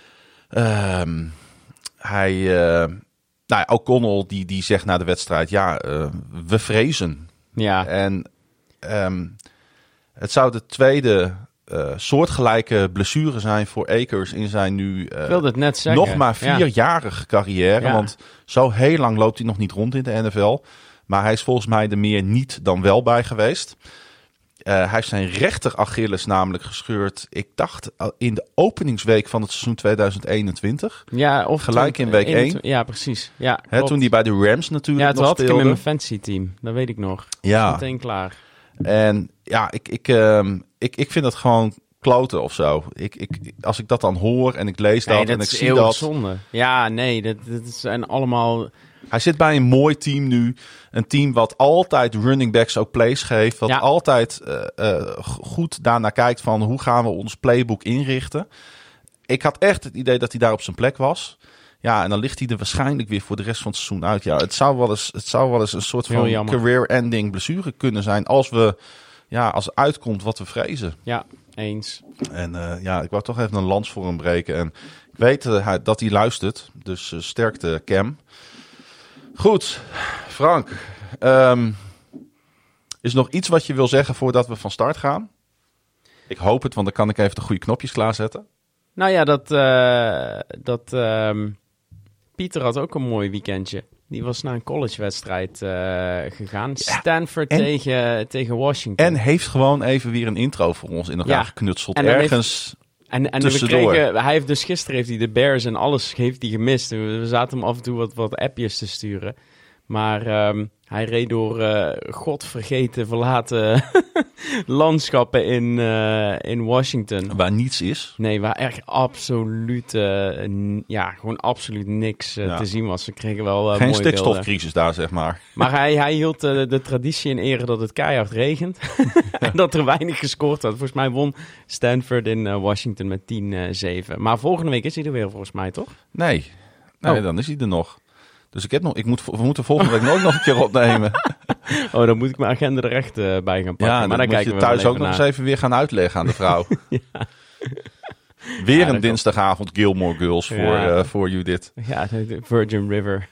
O'Connell die zegt na de wedstrijd, we vrezen. Ja. En het zou de tweede soortgelijke blessure zijn voor Akers in zijn nu ik wilde het net zeggen. nog maar 4-jarige carrière. Ja. Want zo heel lang loopt hij nog niet rond in de NFL. Maar hij is volgens mij er meer niet dan wel bij geweest. Hij heeft zijn rechter Achilles namelijk gescheurd, ik dacht, in de openingsweek van het seizoen 2021. Ja, of gelijk in week 1. Ja, precies. Ja, toen hij bij de Rams natuurlijk nog speelde. Ja, toen had ik hem in mijn fantasy team. Dat weet ik nog. Ja. Meteen klaar. En ja, ik vind het gewoon kloten of zo. Als ik dat dan hoor en ik lees dat en ik zie dat. Zonde. Ja, nee, dat zijn allemaal... Hij zit bij een mooi team nu. Een team wat altijd running backs ook plays geeft. Wat altijd goed daarnaar kijkt van hoe gaan we ons playbook inrichten. Ik had echt het idee dat hij daar op zijn plek was. Ja, en dan ligt hij er waarschijnlijk weer voor de rest van het seizoen uit. Ja, het zou wel eens een soort van career-ending blessure kunnen zijn. Als het uitkomt wat we vrezen. Ja, eens. En ik wou toch even een lans voor hem breken. En ik weet dat hij luistert. Dus sterkte Cam. Goed, Frank. Is er nog iets wat je wil zeggen voordat we van start gaan? Ik hoop het, want dan kan ik even de goede knopjes klaarzetten. Nou ja, Pieter had ook een mooi weekendje. Die was naar een collegewedstrijd gegaan. Ja, Stanford tegen Washington. En heeft gewoon even weer een intro voor ons in elkaar geknutseld. En ergens tussendoor. Hij heeft dus gisteren de Bears en alles heeft hij gemist. We zaten hem af en toe wat appjes te sturen. Maar hij reed door godvergeten verlaten landschappen in Washington. Waar niets is. Nee, waar echt absoluut, gewoon absoluut niks te zien was. Ze kregen wel mooie geen stikstofcrisis daar, zeg maar. Maar hij hield de traditie in ere dat het keihard regent. En dat er weinig gescoord werd. Volgens mij won Stanford in Washington met 10-7. Maar volgende week is hij er weer, volgens mij, toch? Nee, dan is hij er nog. Dus we moeten volgende week ook nog een keer opnemen. Oh, dan moet ik mijn agenda er echt bij gaan pakken. Ja, maar dan moet je thuis ook nog eens even weer gaan uitleggen aan de vrouw. Weer een dinsdagavond Gilmore Girls voor Judith. Ja, de Virgin River.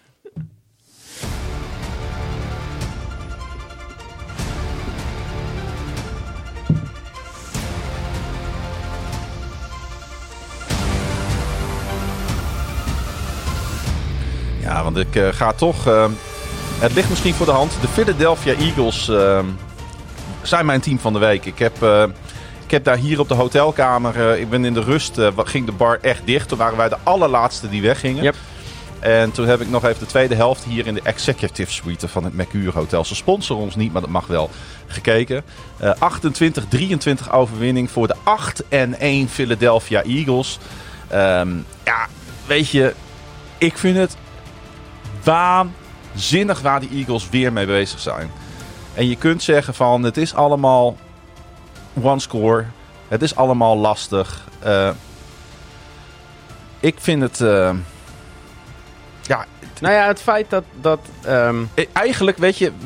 Ja, want ik ga toch... het ligt misschien voor de hand. De Philadelphia Eagles zijn mijn team van de week. Ik heb daar hier op de hotelkamer... ik ben in de rust... ging de bar echt dicht. Toen waren wij de allerlaatste die weggingen. Yep. En toen heb ik nog even de tweede helft hier in de Executive Suite van het Mercure Hotel. Ze sponsoren ons niet, maar dat mag wel, gekeken. 28-23 overwinning voor de 8-1 Philadelphia Eagles. Weet je, ik vind het waanzinnig waar die Eagles weer mee bezig zijn. En je kunt zeggen van, het is allemaal one score. Het is allemaal lastig. Ik vind het... het feit dat eigenlijk, weet je,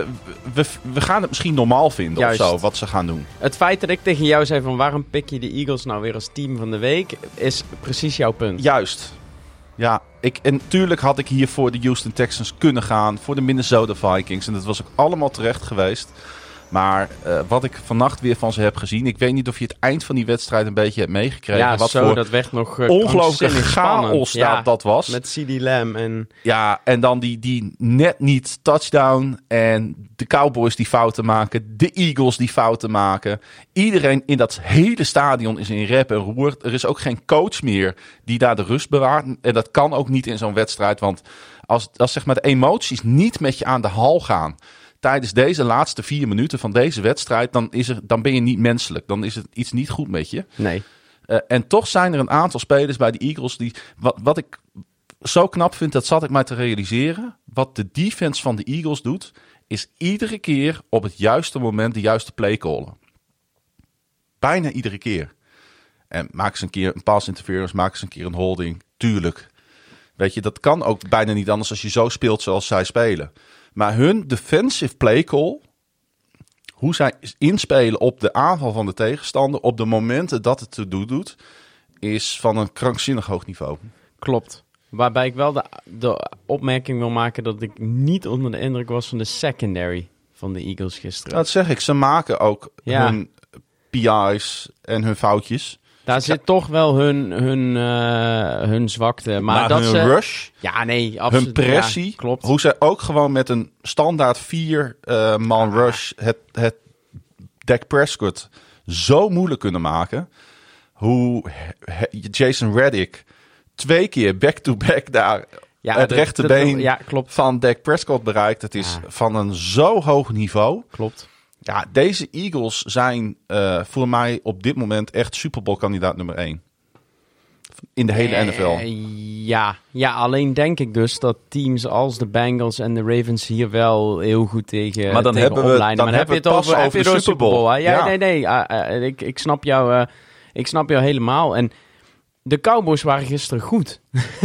we gaan het misschien normaal vinden Juist. of zo, wat ze gaan doen. Het feit dat ik tegen jou zei van waarom pik je de Eagles nou weer als team van de week, is precies jouw punt. Juist. Ja, en natuurlijk had ik hier voor de Houston Texans kunnen gaan, voor de Minnesota Vikings. En dat was ook allemaal terecht geweest. Maar wat ik vannacht weer van ze heb gezien, ik weet niet of je het eind van die wedstrijd een beetje hebt meegekregen. Ja, wat zo, voor dat werd nog ongelooflijke chaos dat was. Met CeeDee Lamb en... Ja, en dan die net niet touchdown en de Cowboys die fouten maken, de Eagles die fouten maken. Iedereen in dat hele stadion is in rep en roer. Er is ook geen coach meer die daar de rust bewaart. En dat kan ook niet in zo'n wedstrijd, want als zeg maar de emoties niet met je aan de hal gaan tijdens deze laatste 4 minuten van deze wedstrijd, dan ben je niet menselijk. Dan is het iets niet goed met je. Nee. En toch zijn er een aantal spelers bij de Eagles die... Wat ik zo knap vind, dat zat ik mij te realiseren. Wat de defense van de Eagles doet, is iedere keer op het juiste moment de juiste play callen. Bijna iedere keer. En maak eens een keer een pass interference, maak eens een keer een holding. Tuurlijk. Weet je, dat kan ook bijna niet anders als je zo speelt zoals zij spelen. Maar hun defensive play call, hoe zij inspelen op de aanval van de tegenstander, op de momenten dat het te doen doet, is van een krankzinnig hoog niveau. Klopt. Waarbij ik wel de opmerking wil maken dat ik niet onder de indruk was van de secondary van de Eagles gisteren. Dat zeg ik. Ze maken ook hun PI's en hun foutjes. Daar zit toch wel hun zwakte. Maar dat hun rush, ja, nee, absoluut. hun pressie, ja, klopt. hoe zij ook gewoon met een standaard 4-man rush het Dak Prescott zo moeilijk kunnen maken. Hoe Jason Reddick 2 keer back-to-back daar het rechterbeen van Dak Prescott bereikt. Het is van een zo hoog niveau. Klopt. Ja, deze Eagles zijn voor mij op dit moment echt Super Bowl kandidaat nummer 1. In de hele NFL. Ja, alleen denk ik dus dat teams als de Bengals en de Ravens hier wel heel goed tegen maar dan tegen hebben we, oplijnen. dan Maar hebben we het pas over de Super Bowl. Nee. Ik snap jou helemaal. En de Cowboys waren gisteren goed.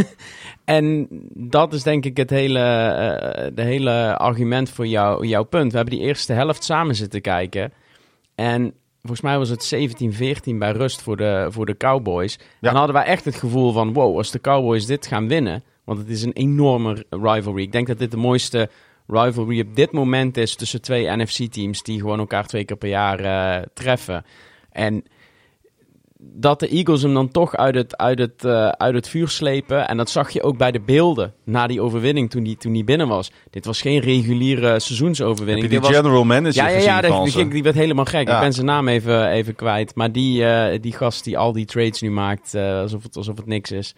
En dat is denk ik de hele argument voor jouw punt. We hebben die eerste helft samen zitten kijken. En volgens mij was het 17-14 bij rust voor de Cowboys. Ja. Dan hadden wij echt het gevoel van, wow, als de Cowboys dit gaan winnen, want het is een enorme rivalry. Ik denk dat dit de mooiste rivalry op dit moment is tussen 2 NFC-teams die gewoon elkaar 2 keer per jaar treffen. En dat de Eagles hem dan toch uit het vuur slepen. En dat zag je ook bij de beelden na die overwinning toen die binnen was. Dit was geen reguliere seizoensoverwinning. Heb je die general manager gezien? Die werd helemaal gek. Ja. Ik ben zijn naam even kwijt. Maar die gast die al die trades nu maakt, alsof het niks is.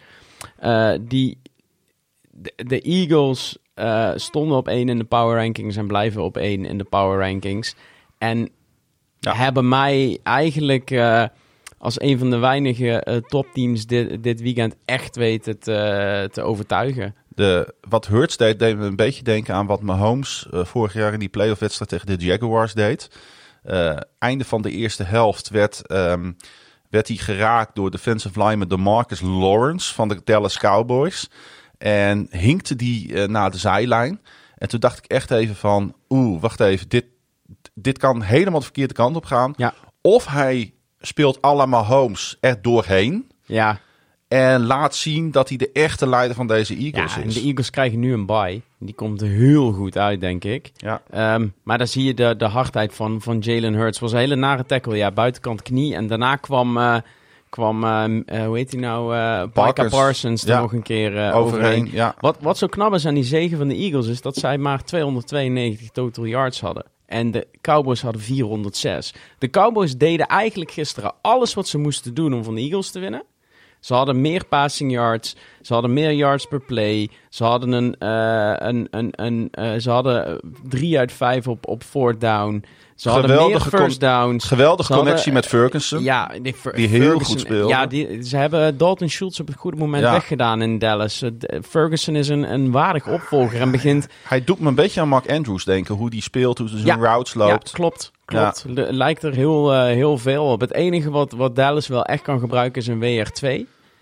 De Eagles stonden op 1 in de power rankings en blijven op 1 in de power rankings. En hebben mij eigenlijk als een van de weinige topteams dit weekend echt weten te overtuigen. Wat Hurts deed me een beetje denken aan wat Mahomes vorig jaar in die playoff wedstrijd tegen de Jaguars deed. Einde van de eerste helft werd hij geraakt door defensive lineman DeMarcus Lawrence van de Dallas Cowboys. En hinkte die naar de zijlijn. En toen dacht ik echt even van, wacht even, dit kan helemaal de verkeerde kant op gaan. Ja. Of hij speelt à la Mahomes er doorheen. Ja. En laat zien dat hij de echte leider van deze Eagles is. En de Eagles krijgen nu een bye. Die komt er heel goed uit, denk ik. Ja. Maar dan zie je de hardheid van Jalen Hurts. Was een hele nare tackle. Ja, buitenkant knie. En daarna kwam hoe heet hij nou? Micah Parsons er nog een keer overheen. Ja. Wat zo knap is aan die zege van de Eagles is dat zij maar 292 total yards hadden. En de Cowboys hadden 406. De Cowboys deden eigenlijk gisteren alles wat ze moesten doen om van de Eagles te winnen. Ze hadden meer passing yards. Ze hadden meer yards per play. Ze hadden ze hadden 3 uit 5 op 4th down. Ze hadden meer first downs. Geweldige connectie met Ferguson. Ja, die heel goed speelde. Ja, ze hebben Dalton Schultz op het goede moment weggedaan in Dallas. Ferguson is een waardig opvolger en begint... Hij doet me een beetje aan Mark Andrews denken. Hoe die speelt, hoe ze zijn routes loopt. Ja, klopt. Lijkt er heel veel op. Het enige wat Dallas wel echt kan gebruiken is een WR2.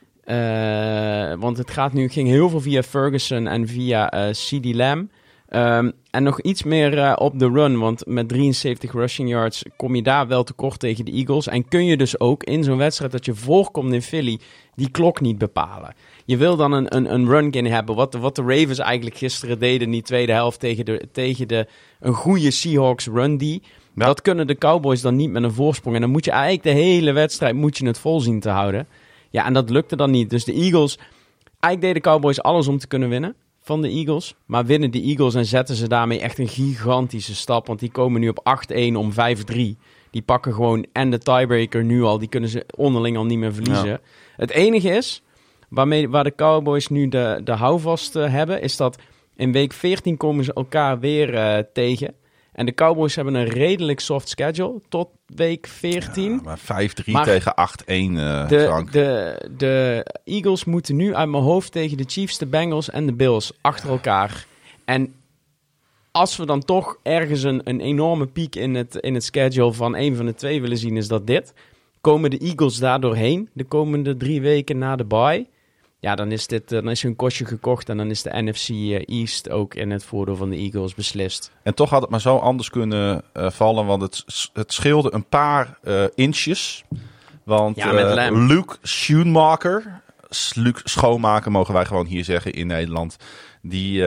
Want het ging heel veel via Ferguson en via CeeDee Lamb. En nog iets meer op de run, want met 73 rushing yards kom je daar wel tekort tegen de Eagles. En kun je dus ook in zo'n wedstrijd dat je voorkomt in Philly die klok niet bepalen. Je wil dan een run game hebben, wat de Ravens eigenlijk gisteren deden in die tweede helft tegen een goede Seahawks run die. Ja. Dat kunnen de Cowboys dan niet met een voorsprong. En dan moet je eigenlijk de hele wedstrijd het vol zien te houden. Ja, en dat lukte dan niet. Dus de Eagles, eigenlijk deden de Cowboys alles om te kunnen winnen van de Eagles. Maar winnen de Eagles en zetten ze daarmee echt een gigantische stap. Want die komen nu op 8-1 om 5-3. Die pakken gewoon en de tiebreaker nu al. Die kunnen ze onderling al niet meer verliezen. Ja. Het enige is, waar de Cowboys nu de houvast hebben, is dat in week 14 komen ze elkaar weer tegen. En de Cowboys hebben een redelijk soft schedule tot week 14. Ja, maar 5-3 tegen 8-1, Frank. De Eagles moeten nu uit mijn hoofd tegen de Chiefs, de Bengals en de Bills achter elkaar. En als we dan toch ergens een enorme piek in het schedule van een van de twee willen zien, is dat dit. Komen de Eagles daar doorheen de komende 3 weken na de bye? Ja, dan is hun kostje gekocht en dan is de NFC East ook in het voordeel van de Eagles beslist. En toch had het maar zo anders kunnen vallen, want het scheelde een paar inches. Want Luke Schoonmaker, Schoonmaker mogen wij gewoon hier zeggen in Nederland, die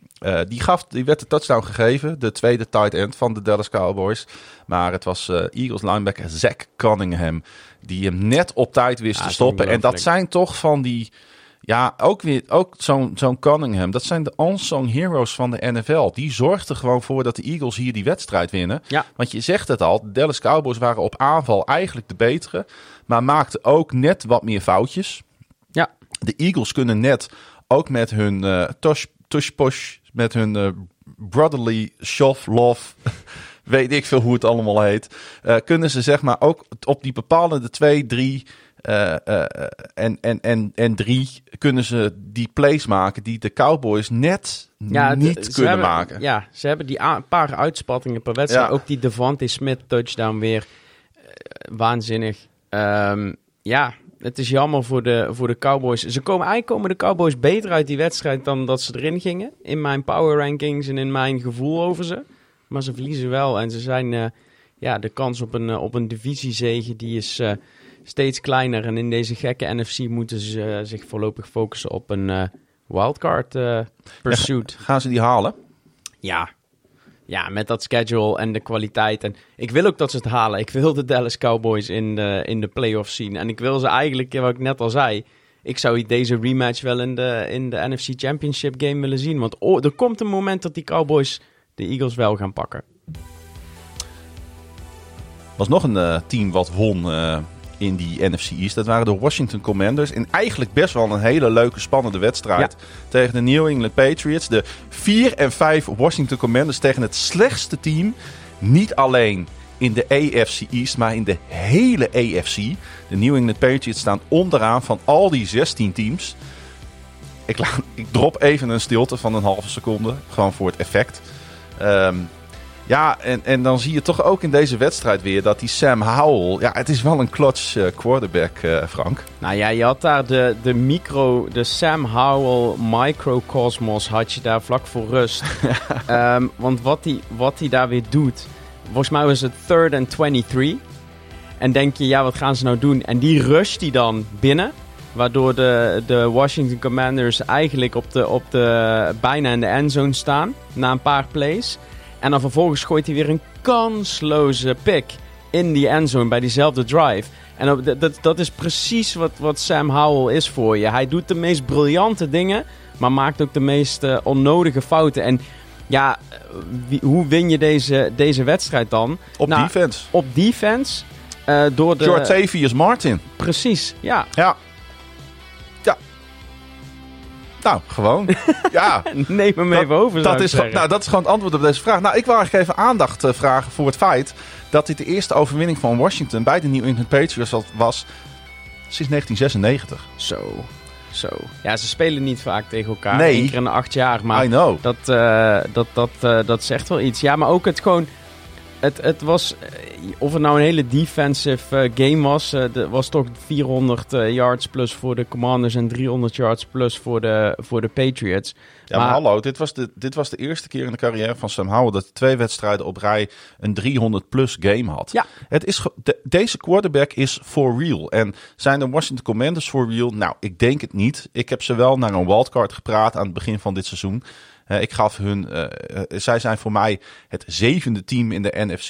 werd de touchdown gegeven, de tweede tight end van de Dallas Cowboys. Maar het was Eagles linebacker Zach Cunningham die hem net op tijd wist te stoppen. En dat zijn toch van die... Ja, ook zo'n Cunningham. Dat zijn de unsung heroes van de NFL. Die zorgden gewoon voor dat de Eagles hier die wedstrijd winnen. Ja. Want je zegt het al, de Dallas Cowboys waren op aanval eigenlijk de betere. Maar maakten ook net wat meer foutjes. Ja. De Eagles kunnen net ook met hun tush-push, met hun brotherly shove-love... weet ik veel hoe het allemaal heet. Kunnen ze zeg maar ook op die bepalende 2, 3... en 3 kunnen ze die plays maken die de Cowboys net niet kunnen maken. Ja, ze hebben die paar uitspattingen per wedstrijd. Ja. Ook die Devontae Smith touchdown weer. Waanzinnig. Het is jammer voor de Cowboys. Komen de Cowboys beter uit die wedstrijd dan dat ze erin gingen. In mijn power rankings en in mijn gevoel over ze. Maar ze verliezen wel. En ze zijn de kans op een divisiezege die is... steeds kleiner. En in deze gekke NFC moeten ze zich voorlopig focussen op een wildcard pursuit. Ja, gaan ze die halen? Ja, met dat schedule en de kwaliteit. En ik wil ook dat ze het halen. Ik wil de Dallas Cowboys in de playoffs zien. En ik wil ze eigenlijk, wat ik net al zei... Ik zou deze rematch wel in de NFC Championship game willen zien. Want er komt een moment dat die Cowboys de Eagles wel gaan pakken. Was nog een team wat won... in die NFC East. Dat waren de Washington Commanders. En eigenlijk best wel een hele leuke, spannende wedstrijd. Ja. Tegen de New England Patriots. De 4-5 Washington Commanders tegen het slechtste team. Niet alleen in de AFC East, maar in de hele AFC. De New England Patriots staan onderaan van al die 16 teams. Ik drop even een stilte van een halve seconde. Gewoon voor het effect. Ja, en dan zie je toch ook in deze wedstrijd weer dat die Sam Howell... Ja, het is wel een clutch quarterback, Frank. Nou ja, je had daar de Sam Howell microcosmos had je daar vlak voor rust. Want wat hij daar weer doet... Volgens mij was het 3rd and 23. En denk je, ja, wat gaan ze nou doen? En die rusht hij dan binnen... Waardoor de Washington Commanders eigenlijk op de bijna in de endzone staan... Na een paar plays... En dan vervolgens gooit hij weer een kansloze pick in die endzone bij diezelfde drive. En dat is precies wat Sam Howell is voor je. Hij doet de meest briljante dingen, maar maakt ook de meest onnodige fouten. En ja, hoe win je deze wedstrijd dan? Op defense. Op defense. Door de... Jortavius Martin. Precies, ja. Nou, gewoon. Ja. Neem hem even over, dat is gewoon het antwoord op deze vraag. Nou, ik wil eigenlijk even aandacht vragen voor het feit dat dit de eerste overwinning van Washington bij de New England Patriots was sinds 1996. Zo. Ja, ze spelen niet vaak tegen elkaar. Nee. 1 keer in de 8 jaar. Maar I know. Dat zegt wel iets. Ja, maar ook het gewoon... Het was... Of het nou een hele defensive game was... was toch 400 yards plus voor de Commanders... en 300 yards plus voor de Patriots. Ja, maar hallo. Dit was de eerste keer in de carrière van Sam Howell... dat hij 2 wedstrijden op rij een 300-plus game had. Ja. Deze quarterback is for real. En zijn de Washington Commanders for real? Nou, ik denk het niet. Ik heb ze wel naar een wildcard gepraat aan het begin van dit seizoen. Ik gaf hun... zij zijn voor mij het 7e team in de NFC.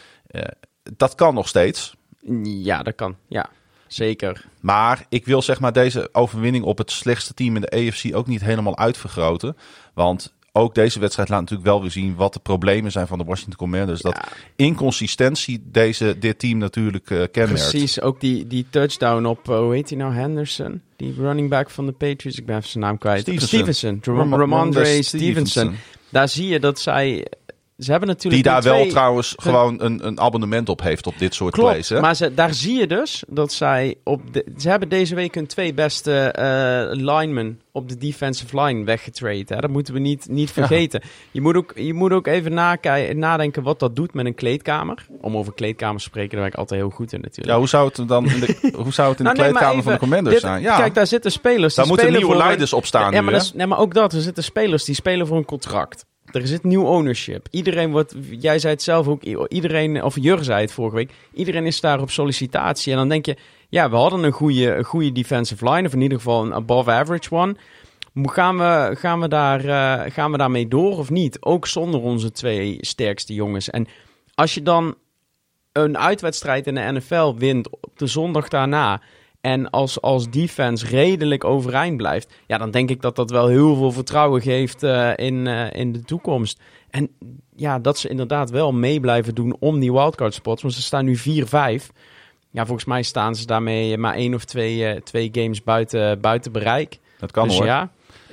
Dat kan nog steeds. Ja, dat kan. Ja, zeker. Maar ik wil zeg maar deze overwinning op het slechtste team in de AFC ook niet helemaal uitvergroten. Want ook deze wedstrijd laat natuurlijk wel weer zien wat de problemen zijn van de Washington Commanders. Dat inconsistentie dit team natuurlijk kenmerkt. Precies, ook die touchdown op, hoe heet hij nou, Henderson? Die running back van de Patriots, ik ben even zijn naam kwijt. Stevenson. Ramondre Stevenson. Daar zie je dat zij... Ze hebben natuurlijk die daar wel trouwens gewoon een abonnement op heeft op dit soort plays. Hè? Maar daar zie je dus dat zij ze hebben deze week hun 2 beste linemen op de defensive line weggetrade. Hè? Dat moeten we niet vergeten. Ja. Je moet ook even nadenken wat dat doet met een kleedkamer. Om over kleedkamers te spreken, daar ben ik altijd heel goed in natuurlijk. Ja, hoe zou het dan in de kleedkamer van de Commanders zijn? Ja. Kijk, daar zitten spelers. Daar moeten nieuwe leiders op staan nu. Maar ook dat. Er zitten spelers die spelen voor een contract. Er zit nieuw ownership. Jij zei het zelf ook, of Jur zei het vorige week, iedereen is daar op sollicitatie. En dan denk je, ja, we hadden een goede defensive line, of in ieder geval een above average one. Gaan we daarmee door of niet? Ook zonder onze 2 sterkste jongens. En als je dan een uitwedstrijd in de NFL wint op de zondag daarna... en als defense redelijk overeind blijft... ja, dan denk ik dat dat wel heel veel vertrouwen geeft in de toekomst. En ja, dat ze inderdaad wel mee blijven doen om die wildcard spots. Want ze staan nu 4-5. Ja, volgens mij staan ze daarmee maar 1 of 2 games buiten bereik. Dat kan dus hoor. Ja,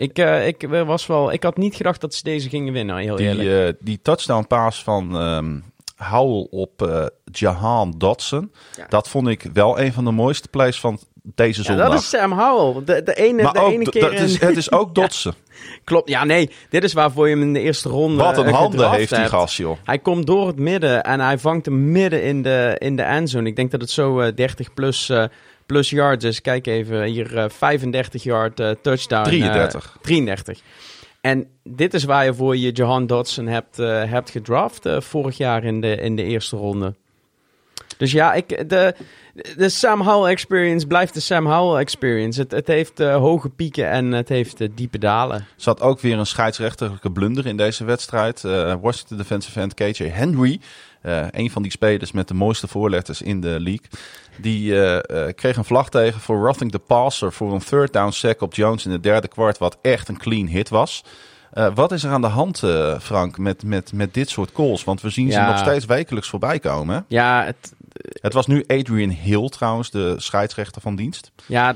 ik had niet gedacht dat ze deze gingen winnen, heel eerlijk. Die touchdown pass van... Howell op Jahan Dotson. Ja. Dat vond ik wel een van de mooiste plays van deze zondag. Dat is Sam Howell. De ene keer... Het is ook Dotson. Ja, klopt. Ja, nee. Dit is waarvoor je hem in de eerste ronde Wat een handen heeft die gast, joh. Hij komt door het midden en hij vangt hem midden in de endzone. Ik denk dat het zo 30 plus yards is. Kijk even, hier 35 yard touchdown. 33. En dit is waar je voor je Jahan Dotson hebt gedraft vorig jaar in de eerste ronde. Dus ja, de Sam Howell experience blijft de Sam Howell experience. Het heeft hoge pieken en het heeft diepe dalen. Er zat ook weer een scheidsrechterlijke blunder in deze wedstrijd. Washington defensive end KJ Henry, een van die spelers met de mooiste voorletters in de league... Die kreeg een vlag tegen voor roughing the passer voor een third down sack op Jones in het derde kwart, wat echt een clean hit was. Wat is er aan de hand, Frank, met dit soort calls? Want we zien ze nog steeds wekelijks voorbij komen. Hè? Ja, het was nu Adrian Hill trouwens, de scheidsrechter van dienst. Ja,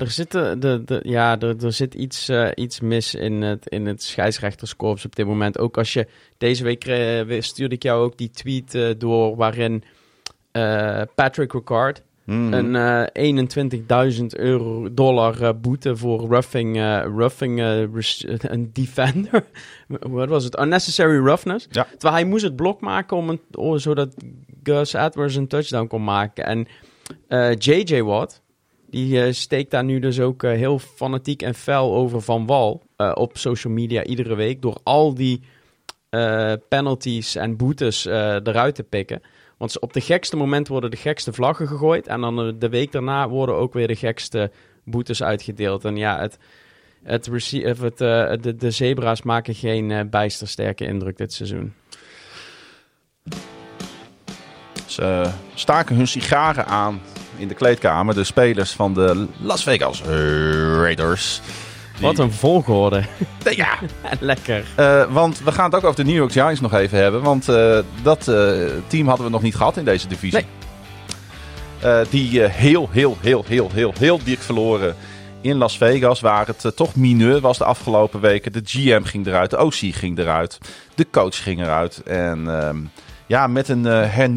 er zit iets mis in het scheidsrechterskorps op dit moment. Ook als je deze week stuurde ik jou ook die tweet door waarin Patrick Ricard een $21.000 boete voor roughing een defender. Wat was het? Unnecessary roughness. Ja. Terwijl hij moest het blok maken zodat Gus Edwards een touchdown kon maken. En J.J. Watt, die steekt daar nu dus ook heel fanatiek en fel over van wal op social media iedere week. Door al die penalties en boetes eruit te pikken. Want op de gekste moment worden de gekste vlaggen gegooid. En dan de week daarna worden ook weer de gekste boetes uitgedeeld. En ja, de zebra's maken geen bijster sterke indruk dit seizoen. Ze staken hun sigaren aan in de kleedkamer. De spelers van de Las Vegas Raiders. Wat een volgorde. Ja. Lekker. Want we gaan het ook over de New York Giants nog even hebben. Want dat team hadden we nog niet gehad in deze divisie. Nee. Die heel dik verloren in Las Vegas, waar het toch mineur was de afgelopen weken. De GM ging eruit, de OC ging eruit, de coach ging eruit. En met een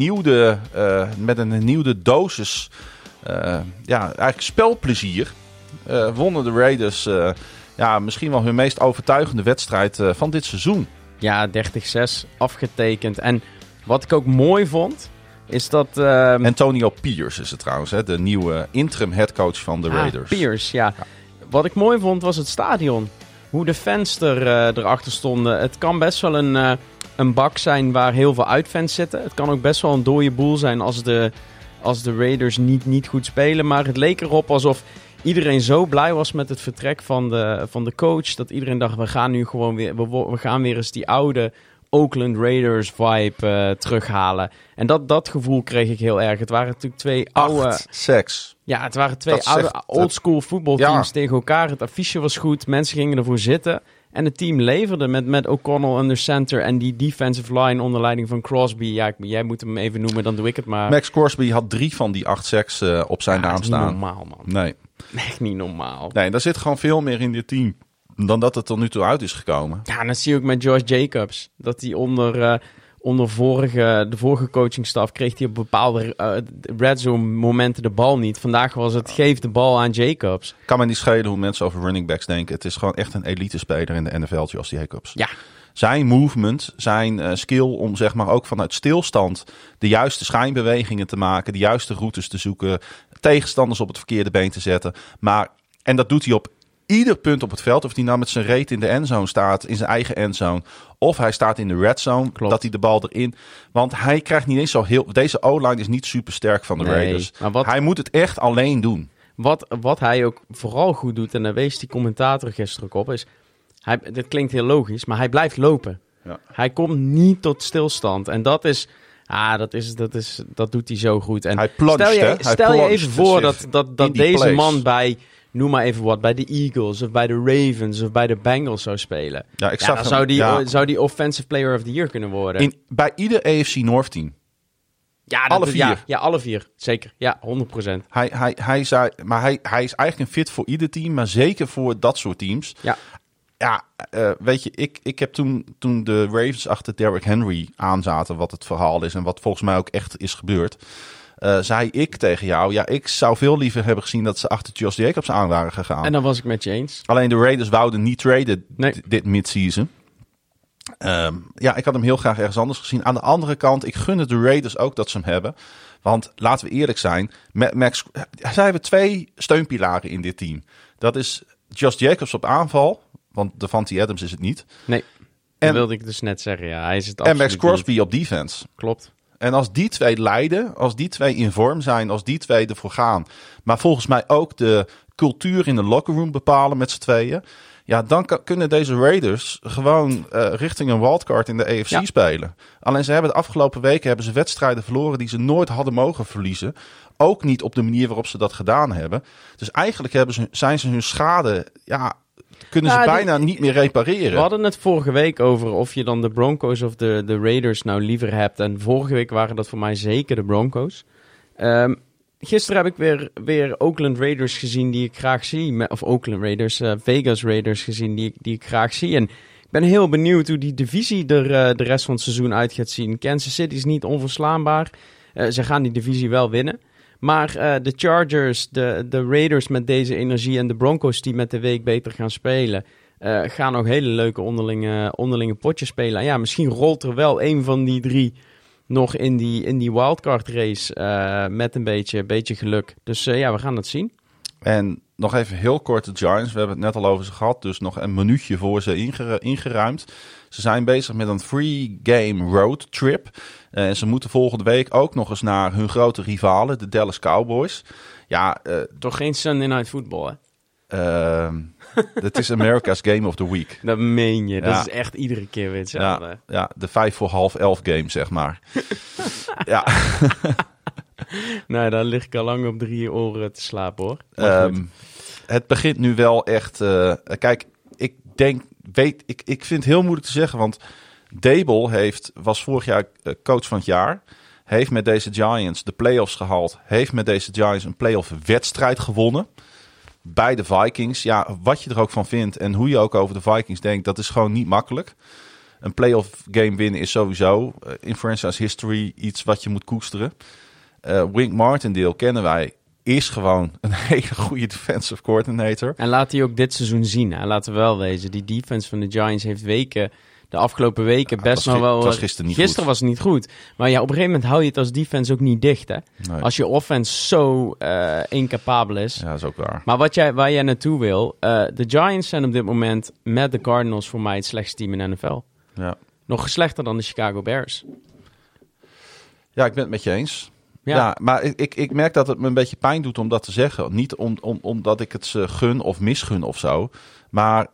hernieuwde dosis eigenlijk spelplezier wonnen de Raiders misschien wel hun meest overtuigende wedstrijd van dit seizoen. Ja, 30-6 afgetekend. En wat ik ook mooi vond, is dat... Antonio Pierce is het trouwens, hè, de nieuwe interim headcoach van de Raiders. Pierce, ja. Wat ik mooi vond was het stadion. Hoe de fans erachter stonden. Het kan best wel een bak zijn waar heel veel uitfans zitten. Het kan ook best wel een dode boel zijn als de Raiders niet goed spelen. Maar het leek erop alsof iedereen zo blij was met het vertrek van de coach. Dat iedereen dacht, we gaan nu gewoon weer... We gaan weer eens die oude Oakland Raiders vibe terughalen. En dat gevoel kreeg ik heel erg. Het waren natuurlijk twee oude... seks. Ja, het waren twee oude oldschool voetbalteams tegen elkaar. Het affiche was goed, mensen gingen ervoor zitten. En het team leverde met O'Connell under center en die defensive line onder leiding van Crosby. Ja, jij moet hem even noemen, dan doe ik het maar. Max Crosby had 3 van die 8 sacks op zijn naam staan. Dat is niet normaal, man. Nee. Echt niet normaal. Nee, daar zit gewoon veel meer in dit team dan dat het tot nu toe uit is gekomen. Ja, en dat zie je ook met Josh Jacobs. Dat hij onder de vorige coachingstaf kreeg hij op bepaalde red zone momenten de bal niet. Vandaag was het geef de bal aan Jacobs. Kan me niet schelen hoe mensen over running backs denken. Het is gewoon echt een elite speler in de NFL, Josh Jacobs. Ja. Zijn movement, zijn skill om zeg maar ook vanuit stilstand de juiste schijnbewegingen te maken, de juiste routes te zoeken, tegenstanders op het verkeerde been te zetten. En dat doet hij op ieder punt op het veld. Of hij nou met zijn reet in de endzone staat, in zijn eigen endzone, of hij staat in de red zone, Klopt. dat hij de bal erin... Want hij krijgt niet eens zo heel... Deze O-line is niet super sterk van de Raiders. Hij moet het echt alleen doen. Wat hij ook vooral goed doet, en daar wees die commentator gisteren ook op, is... Dit klinkt heel logisch, maar hij blijft lopen. Ja. Hij komt niet tot stilstand. En dat doet hij zo goed. En hij plungt, stel je even voor dat deze man bij... Noem maar even wat, bij de Eagles of bij de Ravens of bij de Bengals zou spelen. Ja, dan zou die Offensive Player of the Year kunnen worden. Bij ieder AFC North team. Ja, alle 4. Ja, alle 4. Zeker. Ja, 100%. Hij is eigenlijk een fit voor ieder team, maar zeker voor dat soort teams. Ja. Ja, weet je, ik heb toen de Ravens achter Derrick Henry aanzaten, wat het verhaal is en wat volgens mij ook echt is gebeurd, zei ik tegen jou, ja, ik zou veel liever hebben gezien dat ze achter Josh Jacobs aan waren gegaan. En dan was ik met je eens. Alleen de Raiders wouden niet traden dit mid-season. Ik had hem heel graag ergens anders gezien. Aan de andere kant, ik gun het de Raiders ook dat ze hem hebben. Want laten we eerlijk zijn, zij hebben 2 steunpilaren in dit team. Dat is Josh Jacobs op aanval, want Davante Adams is het niet. Nee, dat wilde ik dus net zeggen. Ja, hij is het absoluut en Max Crosby niet op defense. Klopt. En als die 2 leiden, als die 2 in vorm zijn, als die 2 ervoor gaan, maar volgens mij ook de cultuur in de lockerroom bepalen met z'n tweeën, ja, dan kunnen deze Raiders gewoon richting een wildcard in de AFC spelen. Alleen ze hebben de afgelopen weken wedstrijden verloren die ze nooit hadden mogen verliezen. Ook niet op de manier waarop ze dat gedaan hebben. Dus eigenlijk zijn ze hun schade, kunnen ze bijna niet meer repareren. We hadden het vorige week over of je dan de Broncos of de Raiders nou liever hebt. En vorige week waren dat voor mij zeker de Broncos. Gisteren heb ik weer Oakland Raiders gezien die ik graag zie. Of Oakland Raiders, Vegas Raiders gezien die ik graag zie. En ik ben heel benieuwd hoe die divisie er de rest van het seizoen uit gaat zien. Kansas City is niet onverslaanbaar. Ze gaan die divisie wel winnen. Maar de Chargers, de Raiders met deze energie en de Broncos die met de week beter gaan spelen, gaan ook hele leuke onderlinge potjes spelen. En ja, misschien rolt er wel een van die 3 nog in die wildcard race met een beetje geluk. Dus we gaan het zien. En nog even heel kort de Giants. We hebben het net al over ze gehad, dus nog een minuutje voor ze ingeruimd. Ze zijn bezig met een 3-game road trip. En ze moeten volgende week ook nog eens naar hun grote rivalen, de Dallas Cowboys. Ja, toch geen Sunday Night Football, hè? Het is America's Game of the Week. Dat meen je. Dat is echt iedere keer weer hetzelfde. Ja, de 11:55 game, zeg maar. Ja. Nou, daar lig ik al lang op 3 oren te slapen, hoor. Het begint nu wel echt... kijk, ik vind het heel moeilijk te zeggen, want Dable was vorig jaar coach van het jaar. Heeft met deze Giants de playoffs gehaald. Heeft met deze Giants een playoff wedstrijd gewonnen. bij de Vikings. Ja, wat je er ook van vindt en hoe je ook over de Vikings denkt, dat is gewoon niet makkelijk. Een playoff game winnen is sowieso in franchise history iets wat je moet koesteren. Wink Martindale kennen wij, is gewoon een hele goede defensive coordinator. En laat hij ook dit seizoen zien. Hè? Laten we wel wezen, die defense van de Giants heeft de afgelopen weken best nog wel... Het was gisteren niet Gisteren was het niet goed. Maar ja, op een gegeven moment hou je het als defense ook niet dicht. Hè? Nee. Als je offense zo incapabel is. Ja, dat is ook waar. Maar waar jij naartoe wil... de Giants zijn op dit moment met de Cardinals voor mij het slechtste team in de NFL. Ja. Nog slechter dan de Chicago Bears. Ja, ik ben het met je eens. Ja. Ja, maar ik merk dat het me een beetje pijn doet om dat te zeggen. Niet omdat ik het ze gun of misgun of zo. Maar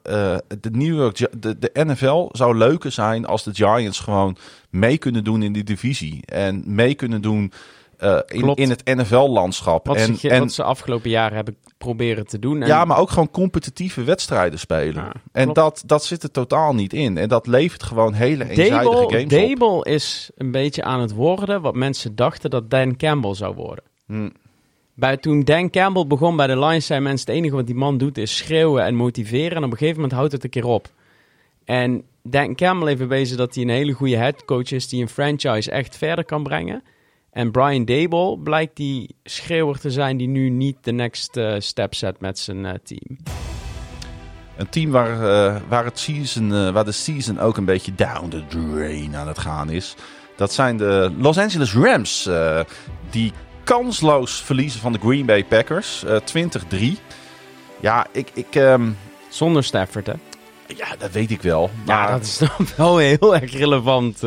de NFL zou leuker zijn als de Giants gewoon mee kunnen doen in die divisie. En mee kunnen doen in het NFL-landschap. Wat ze afgelopen jaren hebben proberen te doen. Ja, maar ook gewoon competitieve wedstrijden spelen. Ja, en dat zit er totaal niet in. En dat levert gewoon hele eenzijdige games op. Dable is een beetje aan het worden wat mensen dachten dat Dan Campbell zou worden. Toen Dan Campbell begon bij de Lions, zei mensen, het enige wat die man doet is schreeuwen en motiveren. En op een gegeven moment houdt het een keer op. En Dan Campbell heeft bewezen dat hij een hele goede headcoach is die een franchise echt verder kan brengen. En Brian Daboll blijkt die schreeuwer te zijn die nu niet de next step zet met zijn team. Een team waar de season ook een beetje down the drain aan het gaan is. Dat zijn de Los Angeles Rams. Die kansloos verliezen van de Green Bay Packers. 20-3. Ja, Zonder Stafford, hè? Ja, dat weet ik wel. Maar... Ja, dat is dan wel heel erg relevant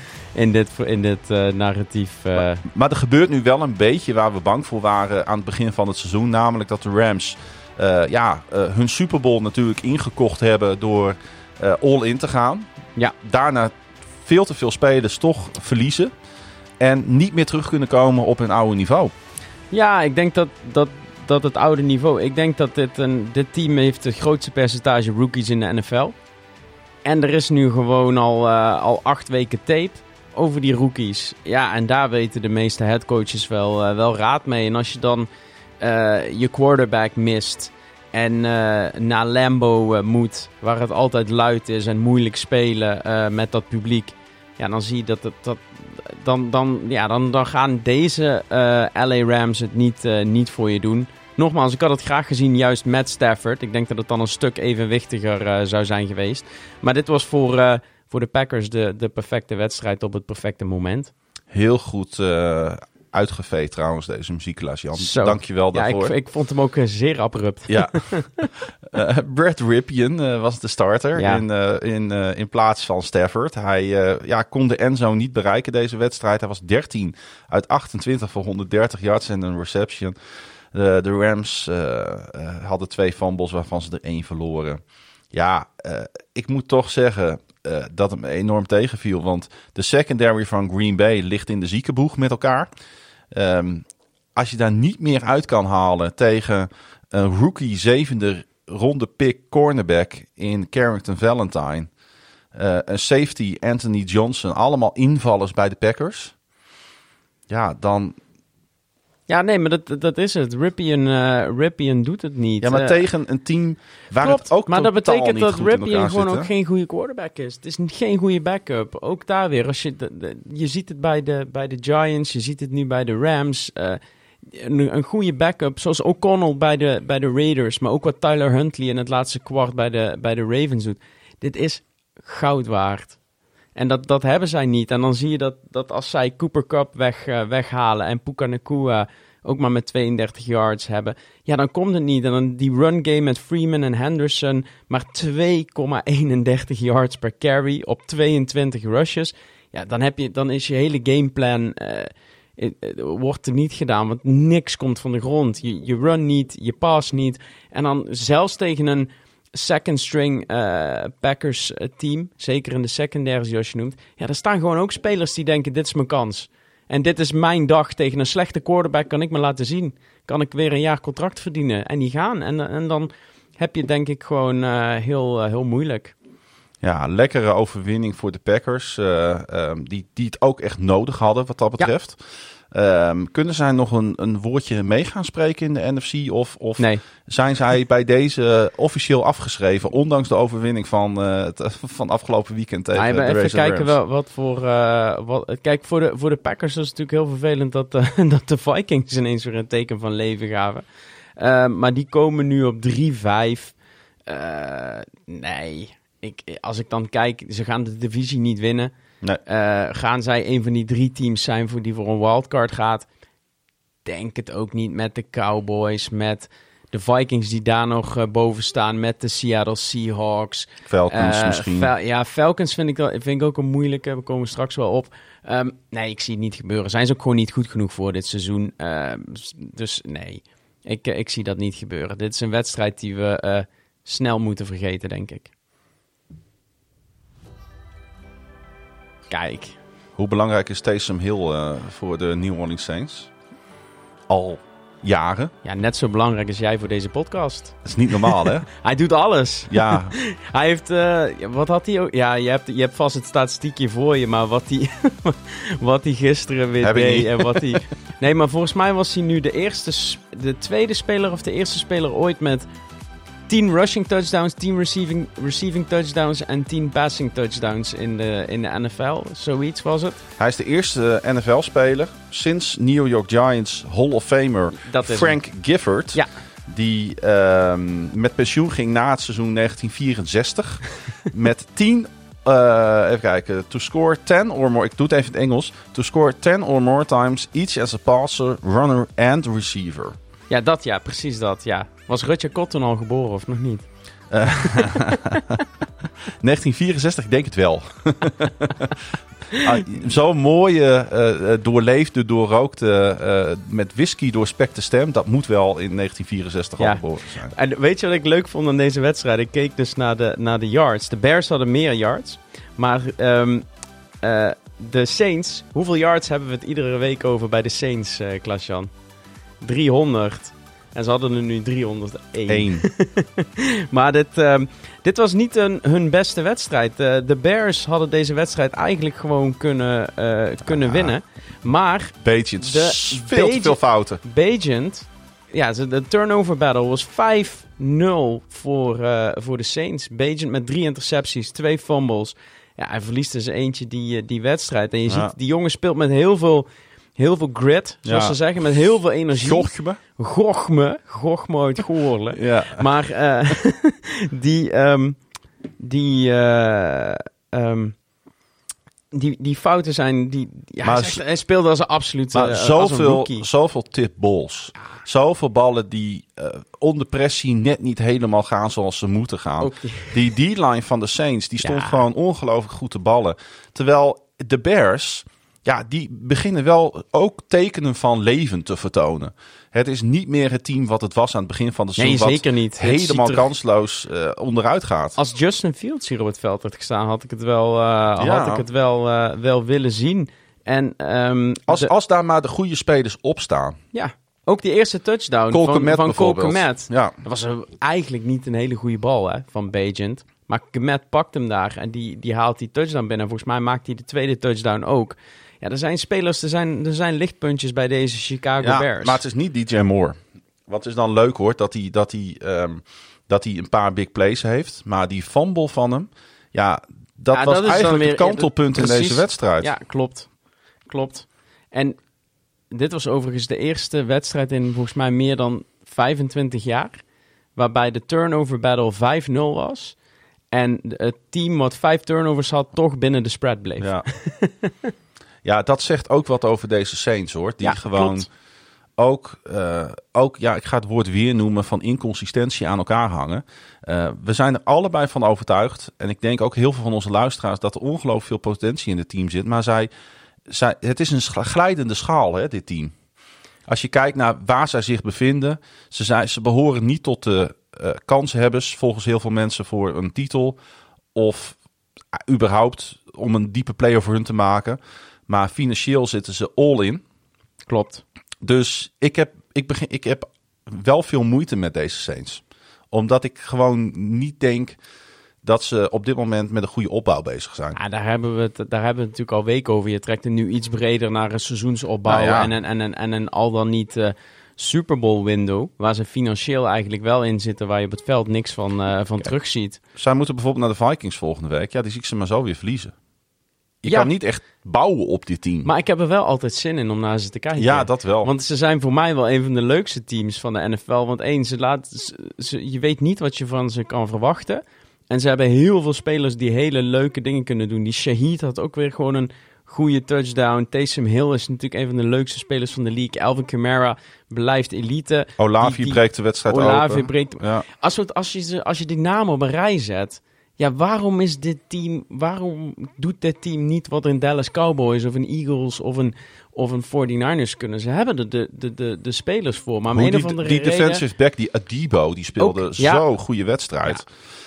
in dit narratief. Maar er gebeurt nu wel een beetje waar we bang voor waren aan het begin van het seizoen. Namelijk dat de Rams hun Super Bowl natuurlijk ingekocht hebben door all-in te gaan. Ja. Daarna veel te veel spelers toch verliezen. En niet meer terug kunnen komen op hun oude niveau. Ja, ik denk dat het oude niveau... Ik denk dat dit team heeft het grootste percentage rookies in de NFL. En er is nu gewoon al 8 weken tape over die rookies. Ja, en daar weten de meeste headcoaches wel raad mee. En als je dan je quarterback mist en naar Lambeau moet, waar het altijd luid is en moeilijk spelen met dat publiek, ja, dan zie je dan gaan deze LA Rams het niet voor je doen. Nogmaals, ik had het graag gezien juist met Stafford. Ik denk dat het dan een stuk evenwichtiger zou zijn geweest. Maar dit was voor de Packers de perfecte wedstrijd op het perfecte moment. Heel goed uitgeveegd trouwens, deze muziekklas, Jan. Dank je wel daarvoor. Ja, ik vond hem ook zeer abrupt. Ja. Brad Ripien was de starter in plaats van Stafford. Hij kon de endzone niet bereiken deze wedstrijd. Hij was 13 uit 28 voor 130 yards en een reception. De Rams hadden 2 fumbles waarvan ze er 1 verloren. Ja, ik moet toch zeggen dat het me enorm tegenviel. Want de secondary van Green Bay ligt in de ziekenboeg met elkaar. Als je daar niet meer uit kan halen tegen een rookie 7e ronde pick cornerback in Carrington Valentine. Een safety Anthony Johnson. Allemaal invallers bij de Packers. Ja, dan... Ja, nee, maar dat is het. Ripien doet het niet. Ja, maar tegen een team waar klopt, het ook maar dat betekent dat Ripien gewoon zit, ook geen goede quarterback is. Het is geen goede backup. Ook daar weer. Als je ziet het bij de Giants, je ziet het nu bij de Rams. Een goede backup, zoals O'Connell bij de Raiders, maar ook wat Tyler Huntley in het laatste kwart bij de Ravens doet. Dit is goud waard. En dat hebben zij niet. En dan zie je dat als zij Cooper Kupp weghalen en Puka Nacua ook maar met 32 yards hebben, ja, dan komt het niet. En dan die run game met Freeman en Henderson, maar 2,31 yards per carry op 22 rushes. Ja, dan is je hele gameplan wordt er niet gedaan, want niks komt van de grond. Je run niet, je pass niet. En dan zelfs tegen een second string Packers team, zeker in de secondary zoals je noemt, ja, daar staan gewoon ook spelers die denken, dit is mijn kans. En dit is mijn dag, tegen een slechte quarterback kan ik me laten zien. Kan ik weer een jaar contract verdienen. En die gaan. En dan heb je denk ik gewoon heel moeilijk. Ja, lekkere overwinning voor de Packers. Die het ook echt nodig hadden wat dat betreft. Kunnen zij nog een woordje mee gaan spreken in de NFC? Of Nee. zijn zij bij deze officieel afgeschreven, ondanks de overwinning van afgelopen weekend tegen de Raiders? Even kijken wat voor... kijk, voor de Packers is het natuurlijk heel vervelend dat de Vikings ineens weer een teken van leven gaven. Maar die komen nu op 3-5. Nee. Als ik dan kijk, ze gaan de divisie niet winnen. Nee. Gaan zij een van die 3 teams zijn die voor een wildcard gaat? Denk het ook niet met de Cowboys, met de Vikings die daar nog boven staan, met de Seattle Seahawks. Falcons misschien. Falcons vind ik ook een moeilijke. We komen straks wel op. Nee, ik zie het niet gebeuren. Zijn ze ook gewoon niet goed genoeg voor dit seizoen? Dus nee, ik zie dat niet gebeuren. Dit is een wedstrijd die we snel moeten vergeten, denk ik. Kijk. Hoe belangrijk is Taysom Hill voor de New Orleans Saints? Al jaren. Ja, net zo belangrijk als jij voor deze podcast. Dat is niet normaal, hè? Hij doet alles. Ja. Hij heeft... wat had hij ook? Ja, je hebt vast het statistiekje voor je, maar wat hij gisteren weer deed en wat hij... Nee, maar volgens mij was hij nu de tweede speler of de eerste speler ooit met 10 rushing touchdowns, 10 receiving touchdowns en 10 passing touchdowns in de NFL. Zoiets was het. Hij is de eerste NFL-speler sinds New York Giants Hall of Famer Frank Gifford. Ja. Die met pensioen ging na het seizoen 1964. Met 10... even kijken. To score 10 or more... Ik doe het even in het Engels. To score 10 or more times each as a passer, runner and receiver. Ja, precies dat, ja. Was Rutger Cotton al geboren of nog niet? 1964, ik denk het wel. Zo'n mooie, doorleefde, doorrookte, met whisky doorspekte stem. Dat moet wel in 1964 al geboren zijn. En weet je wat ik leuk vond aan deze wedstrijd? Ik keek dus naar de yards. De Bears hadden meer yards. Maar de Saints... Hoeveel yards hebben we het iedere week over bij de Saints, Klaas-Jan? 300. En ze hadden er nu 301. Maar dit was niet hun beste wedstrijd. De Bears hadden deze wedstrijd eigenlijk gewoon kunnen winnen. Maar... Bagent, veel te veel fouten. Bagent, ja, de turnover battle was 5-0 voor de Saints. Bagent met 3 intercepties, 2 fumbles. Ja, hij verliest dus eentje die wedstrijd. En je ziet, die jongen speelt met heel veel grit, zoals ze zeggen, met heel veel energie. Gochme uit Goorlen. Ja. Maar die fouten zijn... hij speelde als een absoluut zoveel tip balls. Ja. Zoveel ballen die onder pressie net niet helemaal gaan zoals ze moeten gaan. Okay. Die D-line van de Saints, die stond gewoon ongelooflijk goed te ballen. Terwijl de Bears... Ja, die beginnen wel ook tekenen van leven te vertonen. Het is niet meer het team wat het was aan het begin van de seizoen. Nee, zeker niet. Helemaal kansloos onderuit gaat. Als Justin Fields hier op het veld had gestaan, had ik het wel willen zien. En, als daar maar de goede spelers op staan. Ja, ook die eerste touchdown van Cole Kmet. Ja. Dat was eigenlijk niet een hele goede bal van Bagent. Maar Kmet pakt hem daar en die haalt die touchdown binnen. Volgens mij maakt hij de tweede touchdown ook. Ja, er zijn spelers, er zijn lichtpuntjes bij deze Chicago Bears. Maar het is niet DJ Moore. Wat is dan leuk hoor, dat hij een paar big plays heeft. Maar die fumble van hem, dat was eigenlijk het kantelpunt in deze wedstrijd. Ja, klopt. En dit was overigens de eerste wedstrijd in volgens mij meer dan 25 jaar. Waarbij de turnover battle 5-0 was. En het team wat 5 turnovers had, toch binnen de spread bleef. Ja. Ja, dat zegt ook wat over deze Saints, hoor. Die gewoon ook, ik ga het woord weer noemen, van inconsistentie aan elkaar hangen. We zijn er allebei van overtuigd. En ik denk ook heel veel van onze luisteraars dat er ongelooflijk veel potentie in het team zit. Maar het is een glijdende schaal, hè, dit team. Als je kijkt naar waar zij zich bevinden. Ze behoren niet tot de kanshebbers, volgens heel veel mensen, voor een titel. Of überhaupt om een diepe play voor hun te maken. Maar financieel zitten ze all in. Klopt. Dus ik heb wel veel moeite met deze Saints. Omdat ik gewoon niet denk dat ze op dit moment met een goede opbouw bezig zijn. Ja, daar hebben we het natuurlijk al weken over. Je trekt het nu iets breder naar een seizoensopbouw en een al dan niet Super Bowl window, waar ze financieel eigenlijk wel in zitten, waar je op het veld niks van terugziet. Zij moeten bijvoorbeeld naar de Vikings volgende week. Ja, die zie ik ze maar zo weer verliezen. Je kan niet echt bouwen op dit team. Maar ik heb er wel altijd zin in om naar ze te kijken. Ja, dat wel. Want ze zijn voor mij wel een van de leukste teams van de NFL. Want je weet niet wat je van ze kan verwachten. En ze hebben heel veel spelers die hele leuke dingen kunnen doen. Die Shaheed had ook weer gewoon een goede touchdown. Taysom Hill is natuurlijk een van de leukste spelers van de league. Alvin Kamara blijft elite. Olavi breekt de wedstrijd open. Ja. Als je die namen op een rij zet... Ja, waarom doet dit team niet wat een Dallas Cowboys of een Eagles of een 49ers kunnen? Ze hebben de spelers voor, maar om een of andere reden... Die defensive back, die Adebo, die speelde zo'n goede wedstrijd.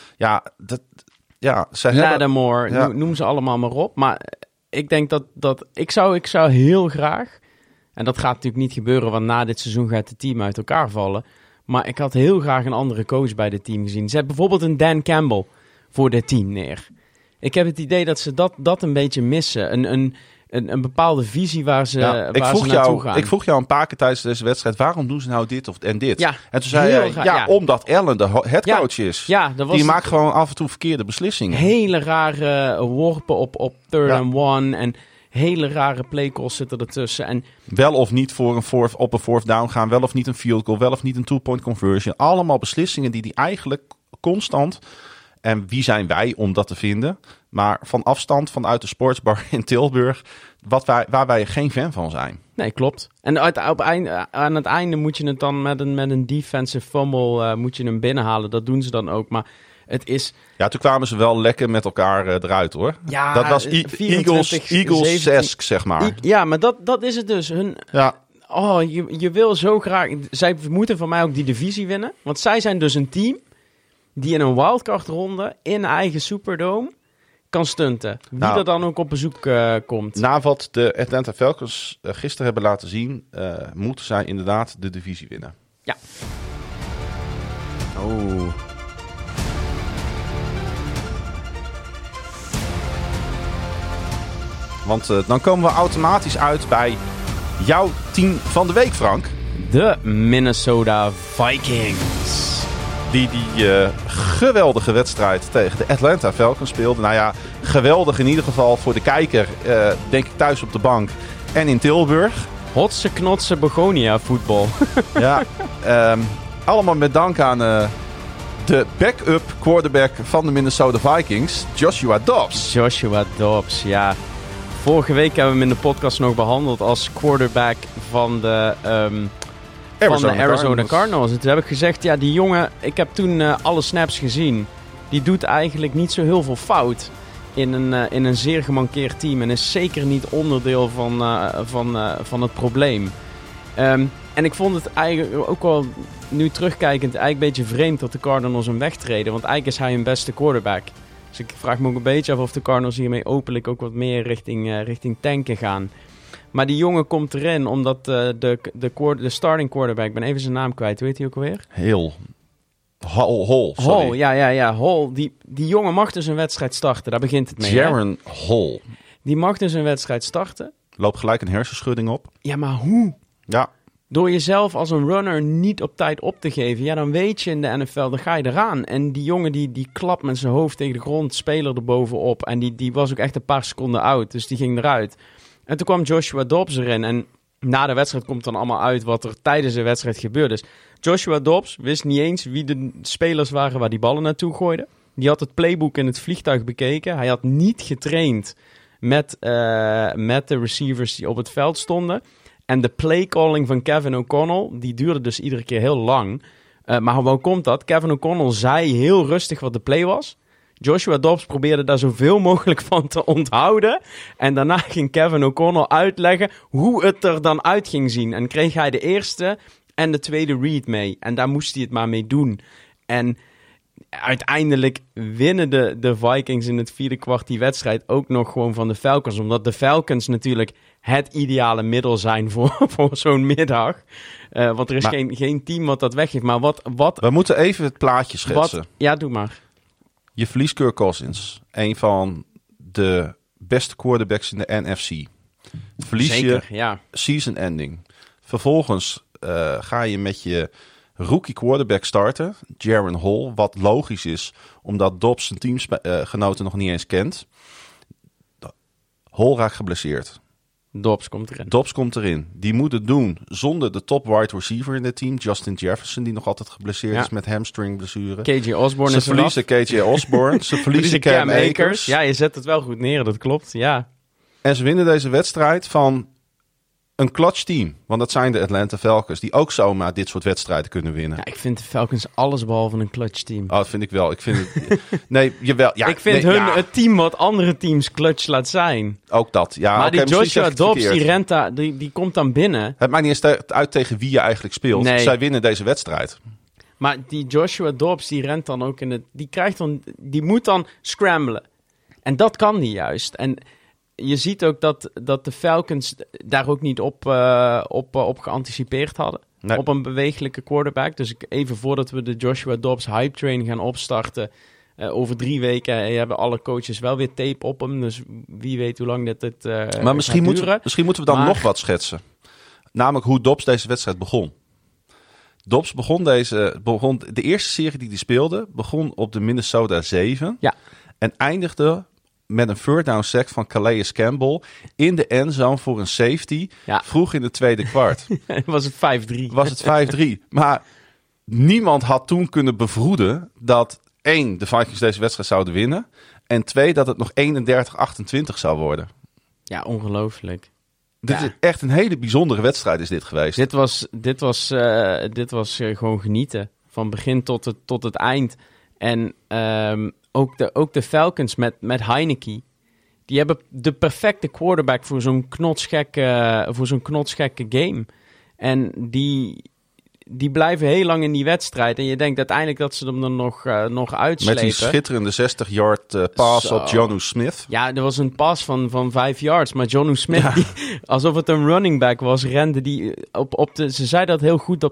Lattimore, noem ze allemaal maar op. Maar ik denk dat ik zou heel graag, en dat gaat natuurlijk niet gebeuren, want na dit seizoen gaat het team uit elkaar vallen. Maar ik had heel graag een andere coach bij dit team gezien. Zet bijvoorbeeld een Dan Campbell voor dit team neer. Ik heb het idee dat ze dat een beetje missen. Een bepaalde visie waar ze naartoe gaan. Ik vroeg jou een paar keer tijdens deze wedstrijd, waarom doen ze nou dit en dit? Ja, en toen zei je, omdat Allen de headcoach is. Ja, die maakt gewoon af en toe verkeerde beslissingen. Hele rare worpen op third and one en hele rare playcalls zitten ertussen. En wel of niet op een fourth down gaan, wel of niet een field goal, wel of niet een 2-point conversion. Allemaal beslissingen die eigenlijk constant... En wie zijn wij om dat te vinden? Maar van afstand, vanuit de sportsbar in Tilburg, waar wij geen fan van zijn. Nee, klopt. En aan het einde moet je het dan met een defensive fumble moet je hem binnenhalen. Dat doen ze dan ook. Maar het is... Ja, toen kwamen ze wel lekker met elkaar eruit, hoor. Ja, dat was Eagles-esque, zeg maar. Ja, maar dat is het dus. Je wil zo graag... Zij moeten van mij ook die divisie winnen. Want zij zijn dus een team die in een wildcard-ronde in eigen Superdome kan stunten. Wie er dan ook op bezoek komt. Na wat de Atlanta Falcons gisteren hebben laten zien, moeten zij inderdaad de divisie winnen. Ja. Oh. Want dan komen we automatisch uit bij jouw team van de week, Frank. De Minnesota Vikings. Die geweldige wedstrijd tegen de Atlanta Falcons speelde. Nou ja, geweldig in ieder geval voor de kijker. Denk ik thuis op de bank en in Tilburg. Hotse knotse begonia voetbal. Ja, allemaal met dank aan de backup quarterback van de Minnesota Vikings, Joshua Dobbs. Joshua Dobbs, ja. Vorige week hebben we hem in de podcast nog behandeld als quarterback van de Arizona Cardinals. En toen heb ik gezegd, ja, die jongen, ik heb toen alle snaps gezien. Die doet eigenlijk niet zo heel veel fout in een zeer gemankeerd team. En is zeker niet onderdeel van het probleem. En ik vond het eigenlijk ook wel, nu terugkijkend, eigenlijk een beetje vreemd dat de Cardinals hem wegtreden. Want eigenlijk is hij hun beste quarterback. Dus ik vraag me ook een beetje af of de Cardinals hiermee openlijk ook wat meer richting tanken gaan. Maar die jongen komt erin omdat de starting quarterback, ik ben even zijn naam kwijt, hoe heet hij ook alweer? Hall, ja. Hall. Die jongen mag dus een wedstrijd starten, daar begint het mee. Jaron Hall. Die mag dus een wedstrijd starten. Loopt gelijk een hersenschudding op. Ja, maar hoe? Ja. Door jezelf als een runner niet op tijd op te geven, ja, dan weet je in de NFL, dan ga je eraan. En die jongen die klapt met zijn hoofd tegen de grond, speler erbovenop. En die was ook echt een paar seconden oud, dus die ging eruit. En toen kwam Joshua Dobbs erin. En na de wedstrijd komt dan allemaal uit wat er tijdens de wedstrijd gebeurde. Dus Joshua Dobbs wist niet eens wie de spelers waren waar die ballen naartoe gooiden. Die had het playbook in het vliegtuig bekeken. Hij had niet getraind met de receivers die op het veld stonden. En de playcalling van Kevin O'Connell, die duurde dus iedere keer heel lang. Maar hoe komt dat? Kevin O'Connell zei heel rustig wat de play was. Joshua Dobbs probeerde daar zoveel mogelijk van te onthouden. En daarna ging Kevin O'Connell uitleggen hoe het er dan uit ging zien. En kreeg hij de eerste en de tweede read mee. En daar moest hij het maar mee doen. En uiteindelijk winnen de Vikings in het vierde kwart die wedstrijd ook nog gewoon van de Falcons. Omdat de Falcons natuurlijk het ideale middel zijn voor zo'n middag. Want er is geen team wat dat weggeeft. Maar wat we moeten even het plaatje schetsen. Ja, doe maar. Je verliest Kirk Cousins. Een van de beste quarterbacks in de NFC. Verlies Zeker, je ja. season ending. Vervolgens ga je met je rookie quarterback starten. Jaren Hall. Wat logisch is, omdat Dobbs zijn teamgenoten nog niet eens kent. Hall raakt geblesseerd. Dobbs komt erin. Die moet het doen zonder de top wide receiver in het team. Justin Jefferson, die nog altijd geblesseerd is met hamstring blessure. KJ Osborne is Ze verliezen KJ Osborne. Ze verliezen Cam Akers. Ja, je zet het wel goed neer, dat klopt. Ja. En ze winnen deze wedstrijd van een clutch team. Want dat zijn de Atlanta Falcons, die ook zomaar dit soort wedstrijden kunnen winnen. Ja, ik vind de Falcons alles behalve een clutch team. Oh, dat vind ik wel. Ik vind het... Nee, jawel. Ja, ik vind het team wat andere teams clutch laat zijn. Ook dat. Ja, maar die Joshua Dobbs, die rent daar, die komt dan binnen. Het maakt niet eens uit tegen wie je eigenlijk speelt. Nee. Zij winnen deze wedstrijd. Maar die Joshua Dobbs, die rent dan ook in het... Die moet dan scramblen. En dat kan die juist. En je ziet ook dat de Falcons daar ook niet op geanticipeerd hadden. Nee. Op een bewegelijke quarterback. Dus even voordat we de Joshua Dobbs hype train gaan opstarten... over 3 weken hebben alle coaches wel weer tape op hem. Dus wie weet hoe lang dit maar misschien moeten we dan nog wat schetsen. Namelijk hoe Dobbs deze wedstrijd begon. Dobbs begon de eerste serie die hij speelde... begon op de Minnesota 7. Ja. En eindigde met een third down sack van Calais Campbell... in de endzone voor een safety. Ja. Vroeg in het tweede kwart. Was het 5-3. Maar niemand had toen kunnen bevroeden... dat 1, de Vikings deze wedstrijd zouden winnen... en 2, dat het nog 31-28 zou worden. Ja, ongelooflijk. Dit is echt een hele bijzondere wedstrijd is dit geweest. Dit was gewoon genieten. Van begin tot het eind. En ook de Falcons met Heineke. Die hebben de perfecte quarterback voor zo'n knotsgekke game. En die blijven heel lang in die wedstrijd. En je denkt uiteindelijk dat ze hem dan nog uitslepen. Met die schitterende 60-yard pass op Jonnu Smith. Ja, er was een pass van 5 yards. Maar Jonnu Smith, die, alsof het een running back was, rende die ze zei dat heel goed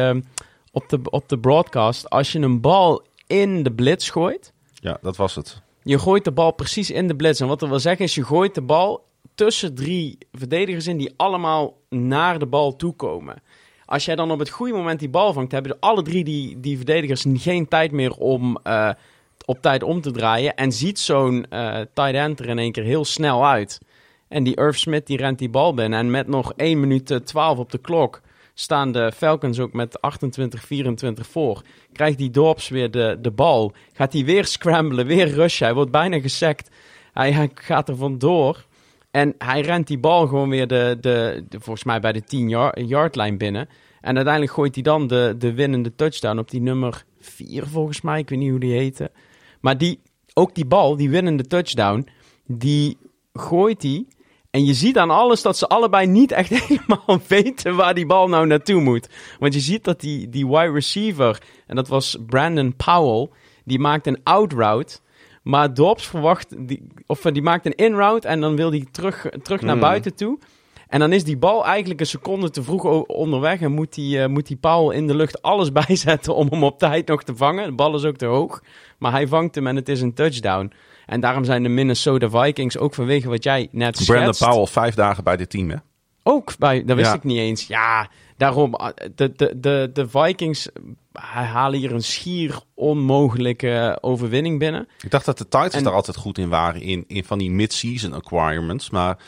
op de broadcast. Als je een bal in de blitz gooit... Ja, dat was het. Je gooit de bal precies in de blitz. En wat dat wil zeggen is, je gooit de bal tussen 3 verdedigers in... die allemaal naar de bal toe komen. Als jij dan op het goede moment die bal vangt... hebben alle 3 die verdedigers geen tijd meer om op tijd om te draaien... en ziet zo'n tight end er in één keer heel snel uit. En die Irv Smith die rent die bal binnen... en met nog 1 minuut 12 op de klok... staan de Falcons ook met 28-24 voor. Krijgt die Dobbs weer de bal. Gaat hij weer scramblen, weer rushen. Hij wordt bijna gesackt. Hij gaat er vandoor. En hij rent die bal gewoon weer volgens mij bij de 10-yard-lijn binnen. En uiteindelijk gooit hij dan de winnende touchdown op die nummer 4 volgens mij. Ik weet niet hoe die heette. Maar ook die bal, die winnende touchdown, die gooit hij... En je ziet aan alles dat ze allebei niet echt helemaal weten waar die bal nou naartoe moet. Want je ziet dat die wide receiver, en dat was Brandon Powell, die maakt een out route. Maar Dobbs die maakt een in route en dan wil hij terug naar buiten toe. En dan is die bal eigenlijk een seconde te vroeg onderweg en moet die Powell in de lucht alles bijzetten om hem op tijd nog te vangen. De bal is ook te hoog, maar hij vangt hem en het is een touchdown. En daarom zijn de Minnesota Vikings ook vanwege wat jij net schetst. Brandon Powell 5 dagen bij dit team, hè? Ook bij, dat wist ik niet eens. Ja, daarom, de Vikings halen hier een schier onmogelijke overwinning binnen. Ik dacht dat de Titans daar altijd goed in waren, in van die mid-season acquirements. Maar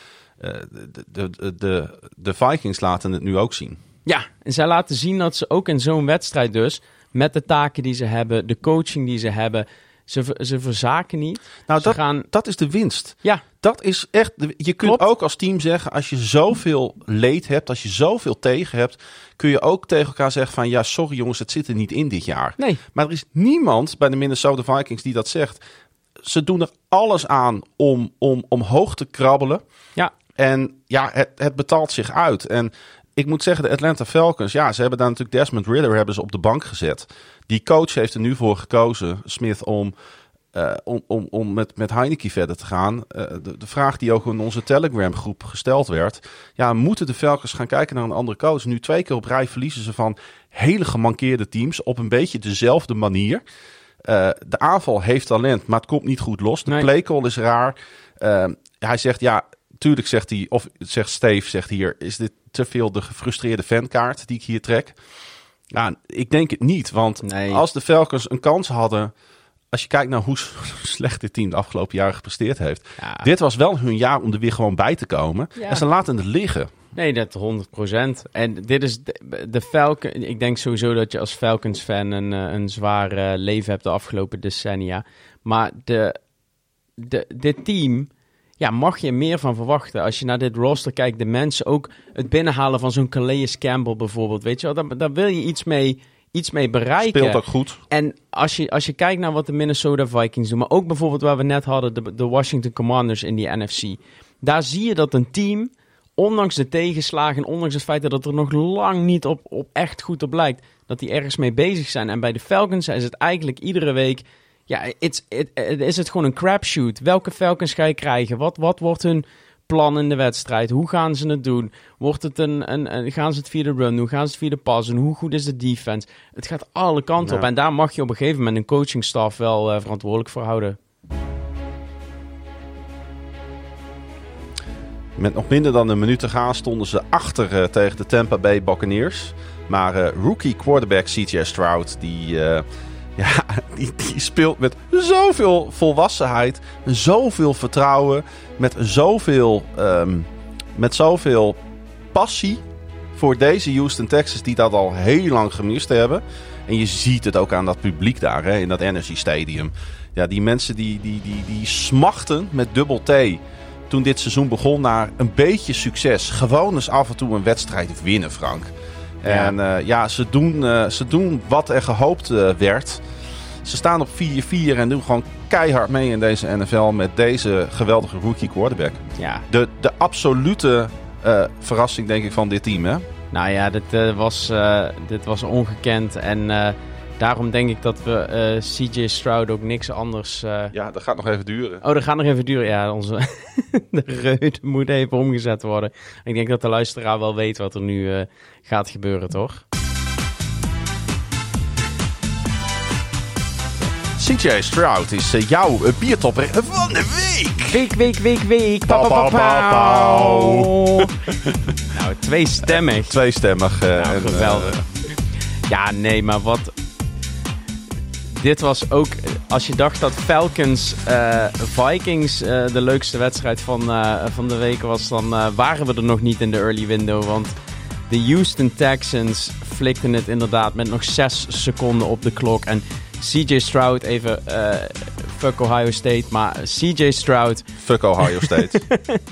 de Vikings laten het nu ook zien. Ja, en zij laten zien dat ze ook in zo'n wedstrijd dus, met de taken die ze hebben, de coaching die ze hebben... Ze verzaken niet. Nou, dat is de winst. Ja. Dat is echt... Je kunt ook als team zeggen, als je zoveel leed hebt, als je zoveel tegen hebt, kun je ook tegen elkaar zeggen van, ja, sorry jongens, het zit er niet in dit jaar. Nee. Maar er is niemand bij de Minnesota Vikings die dat zegt. Ze doen er alles aan om omhoog te krabbelen. Ja. En ja, het betaalt zich uit. En ik moet zeggen, de Atlanta Falcons, ja, ze hebben daar natuurlijk Desmond Ridder op de bank gezet. Die coach heeft er nu voor gekozen, Smith, om met Heineke verder te gaan. De vraag die ook in onze Telegram-groep gesteld werd. Ja, moeten de Falcons gaan kijken naar een andere coach? Nu 2 keer op rij verliezen ze van hele gemankeerde teams op een beetje dezelfde manier. De aanval heeft talent, maar het komt niet goed los. De playcall is raar. Hij zegt, tuurlijk zegt hij, of zegt Steve, zegt hier, is dit te veel de gefrustreerde fankaart die ik hier trek? Ja, ik denk het niet, want als de Falcons een kans hadden, als je kijkt naar hoe slecht dit team de afgelopen jaren gepresteerd heeft, dit was wel hun jaar om er weer gewoon bij te komen. Ja. En ze laten het liggen. Nee, dat 100%. En dit is de Falcons. Ik denk sowieso dat je als Falcons-fan een zwaar leven hebt de afgelopen decennia. Maar dit team, mag je meer van verwachten. Als je naar dit roster kijkt, de mensen ook het binnenhalen van zo'n Calais Campbell bijvoorbeeld. Weet je wel, daar wil je iets mee bereiken. Speelt ook goed. En als je kijkt naar wat de Minnesota Vikings doen, maar ook bijvoorbeeld waar we net hadden, de Washington Commanders in die NFC. Daar zie je dat een team, ondanks de tegenslagen, ondanks het feit dat het er nog lang niet op echt goed op lijkt, dat die ergens mee bezig zijn. En bij de Falcons is het eigenlijk iedere week, is het gewoon een crapshoot. Welke Falcons ga je krijgen? Wat wordt hun plan in de wedstrijd? Hoe gaan ze het doen? Wordt het gaan ze het via de run doen? Gaan ze het via de pass doen? Hoe goed is de defense? Het gaat alle kanten op. En daar mag je op een gegeven moment een coachingstaf wel verantwoordelijk voor houden. Met nog minder dan een minuut te gaan stonden ze achter tegen de Tampa Bay Buccaneers. Maar rookie quarterback CJ Stroud, die speelt met zoveel volwassenheid, zoveel vertrouwen, met zoveel passie voor deze Houston Texans die dat al heel lang gemist hebben. En je ziet het ook aan dat publiek daar, in dat Energy Stadium. Ja, die mensen die smachten met dubbel T toen dit seizoen begon naar een beetje succes. Gewoon eens af en toe een wedstrijd winnen, Frank. En ze doen wat er gehoopt werd. Ze staan op 4-4 en doen gewoon keihard mee in deze NFL met deze geweldige rookie quarterback. Ja. De absolute verrassing, denk ik, van dit team, hè? Nou ja, dit was ongekend. En daarom denk ik dat we CJ Stroud ook niks anders... Ja, dat gaat nog even duren. Oh, dat gaat nog even duren. Ja, de reut moet even omgezet worden. Ik denk dat de luisteraar wel weet wat er nu gaat gebeuren, toch? CJ Stroud is jouw biertopper van de week. Week. Nou, tweestemmig. Geweldig. Ja, nee, maar wat... Dit was ook... Als je dacht dat Falcons Vikings de leukste wedstrijd van de week was, dan waren we er nog niet in de early window. Want de Houston Texans flikten het inderdaad met nog 6 seconden op de klok. En CJ Stroud, even fuck Ohio State, maar CJ Stroud... Fuck Ohio State.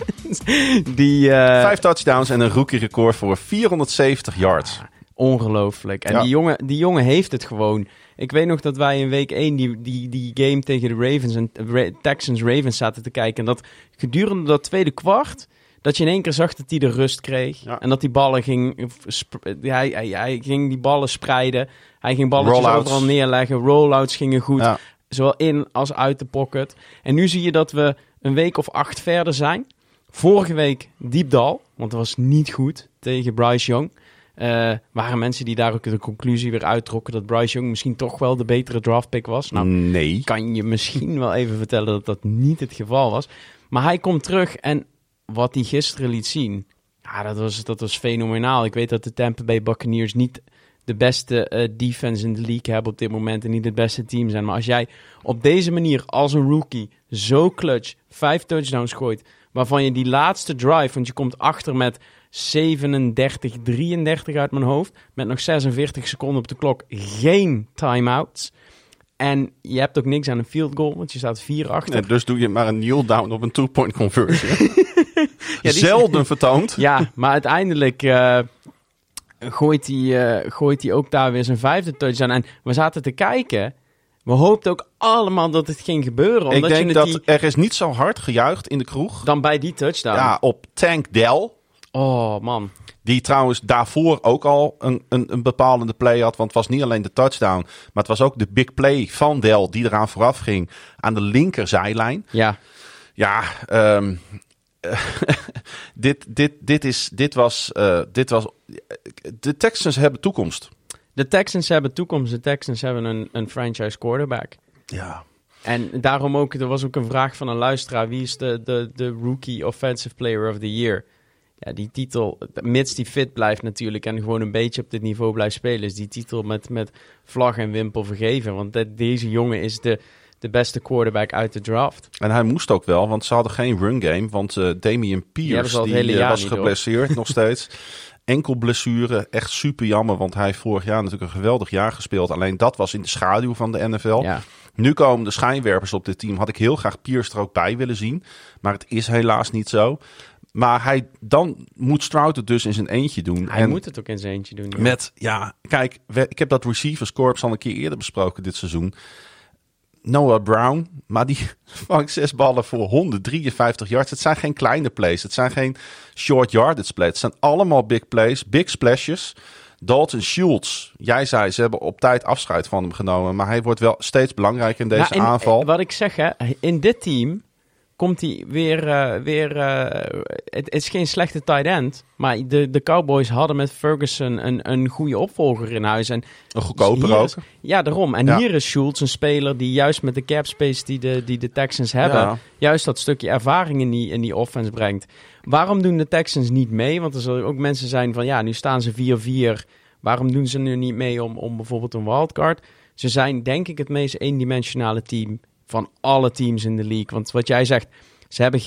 5 touchdowns en een rookie record voor 470 yards. Ongelooflijk. En die jongen heeft het gewoon. Ik weet nog dat wij in week 1 die game tegen de Ravens en Texans-Ravens zaten te kijken. En dat gedurende dat tweede kwart, dat je in één keer zag dat hij de rust kreeg. Ja. En dat die ballen hij ging die ballen spreiden. Hij ging balletjes overal neerleggen. Rollouts gingen goed. Ja. Zowel in als uit de pocket. En nu zie je dat we een week of 8 verder zijn. Vorige week diep dal, want dat was niet goed tegen Bryce Young. Waren mensen die daar ook de conclusie weer uittrokken dat Bryce Young misschien toch wel de betere draftpick was? Nou, nee. Kan je misschien wel even vertellen dat dat niet het geval was. Maar hij komt terug en wat hij gisteren liet zien, ja, dat was fenomenaal. Ik weet dat de Tampa Bay Buccaneers niet de beste defense in de league hebben op dit moment en niet het beste team zijn. Maar als jij op deze manier als een rookie zo clutch 5 touchdowns gooit, waarvan je die laatste drive, want je komt achter met 37-33 uit mijn hoofd, met nog 46 seconden op de klok, geen timeouts. En je hebt ook niks aan een field goal, want je staat 4 achter. Nee, dus doe je maar een kneel down op een 2-point conversion. Zelden vertoond. Ja, maar uiteindelijk gooit hij ook daar weer zijn 5e touchdown. En we zaten te kijken. We hoopten ook allemaal dat het ging gebeuren. Omdat ik denk er is niet zo hard gejuicht in de kroeg dan bij die touchdown. Ja, op Tank Dell. Oh, man. Die trouwens daarvoor ook al een bepalende play had. Want het was niet alleen de touchdown, maar het was ook de big play van Dell die eraan vooraf ging aan de linkerzijlijn. Ja. Ja, dit was... De Texans hebben toekomst. De Texans hebben toekomst. De Texans hebben een franchise quarterback. Ja. En daarom ook, er was ook een vraag van een luisteraar. Wie is de Rookie Offensive Player of the Year? Ja, die titel, mits die fit blijft natuurlijk en gewoon een beetje op dit niveau blijft spelen, is die titel met vlag en wimpel vergeven. Want deze jongen is de beste quarterback uit de draft. En hij moest ook wel, want ze hadden geen run game. Want Damian Pierce die was geblesseerd nog steeds. Enkel blessure, echt super jammer. Want hij heeft vorig jaar natuurlijk een geweldig jaar gespeeld. Alleen dat was in de schaduw van de NFL. Ja. Nu komen de schijnwerpers op dit team. Had ik heel graag Pierce er ook bij willen zien. Maar het is helaas niet zo. Maar dan moet Stroud het dus in zijn eentje doen. Hij moet het ook in zijn eentje doen. Ja. Kijk, ik heb dat receivers corps al een keer eerder besproken dit seizoen. Noah Brown, maar die vangt 6 ballen voor 153 yards. Het zijn geen kleine plays. Het zijn geen short yardage plays. Het zijn allemaal big plays, big splashes. Dalton Schultz, jij zei ze hebben op tijd afscheid van hem genomen. Maar hij wordt wel steeds belangrijker in deze aanval. Wat ik zeg, in dit team komt hij weer het is geen slechte tight end. Maar de Cowboys hadden met Ferguson een goede opvolger in huis. En een goedkoper ook. Ja, daarom. En hier is Schultz een speler die juist met de cap space die de Texans hebben, juist dat stukje ervaring in die offense brengt. Waarom doen de Texans niet mee? Want er zullen ook mensen zijn van, nu staan ze 4-4. Waarom doen ze nu niet mee om bijvoorbeeld een wildcard? Ze zijn denk ik het meest eendimensionale team van alle teams in de league. Want wat jij zegt, ze hebben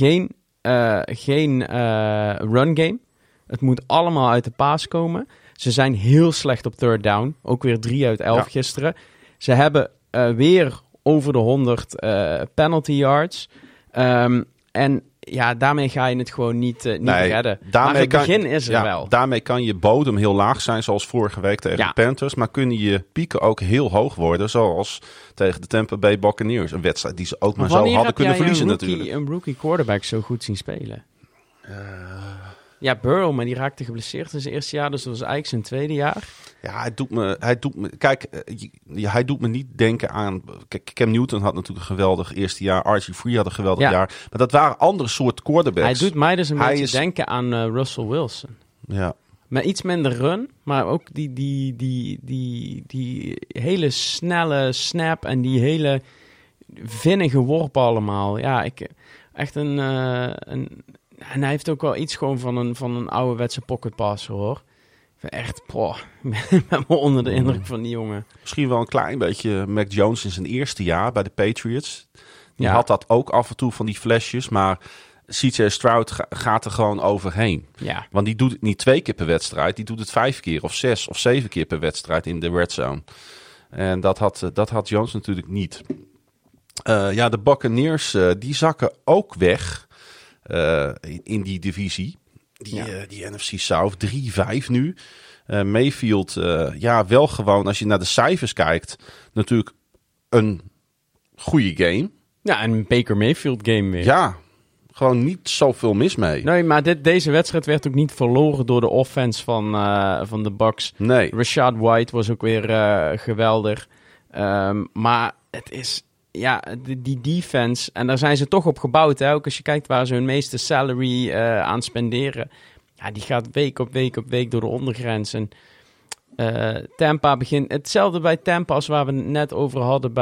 geen run game. Het moet allemaal uit de paas komen. Ze zijn heel slecht op third down. Ook weer 3 uit 11 gisteren. Ze hebben weer over de 100 penalty yards. En ja, daarmee ga je het gewoon niet redden. Maar het begin is er wel. Daarmee kan je bodem heel laag zijn, zoals vorige week tegen de Panthers. Maar kunnen je pieken ook heel hoog worden, zoals tegen de Tampa Bay Buccaneers. Een wedstrijd die ze ook maar zo hadden kunnen verliezen natuurlijk. Een rookie quarterback zo goed zien spelen? Ja, Burrow, maar die raakte geblesseerd in zijn eerste jaar. Dus dat was eigenlijk zijn tweede jaar. Ja, hij doet me niet denken aan... Kijk, Cam Newton had natuurlijk een geweldig eerste jaar. RG3 had een geweldig jaar. Maar dat waren andere soort quarterbacks. Hij doet mij dus een beetje denken aan Russell Wilson. Ja. Met iets minder run, maar ook die hele snelle snap en die hele vinnige worp allemaal. Ja, en hij heeft ook wel iets gewoon van een ouderwetse pocket passer, hoor. Echt, ik ben wel onder de indruk van die jongen. Misschien wel een klein beetje Mac Jones in zijn eerste jaar bij de Patriots. Die had dat ook af en toe van die flesjes, maar CJ Stroud gaat er gewoon overheen. Ja. Want die doet het niet 2 keer per wedstrijd, die doet het 5 keer of 6 of 7 keer per wedstrijd in de red zone. En dat had Jones natuurlijk niet. De Buccaneers, die zakken ook weg in die divisie. Die NFC South, 3-5 nu. Mayfield, wel gewoon, als je naar de cijfers kijkt, natuurlijk een goede game. Ja, een Baker Mayfield game weer. Ja, gewoon niet zoveel mis mee. Nee, maar deze wedstrijd werd ook niet verloren door de offense van de Bucs. Nee. Rashad White was ook weer geweldig. Maar het is... Ja, die defense, en daar zijn ze toch op gebouwd. Hè? Ook als je kijkt waar ze hun meeste salary aan spenderen. Ja, die gaat week op week door de ondergrens. En Tampa begint... Hetzelfde bij Tampa als waar we het net over hadden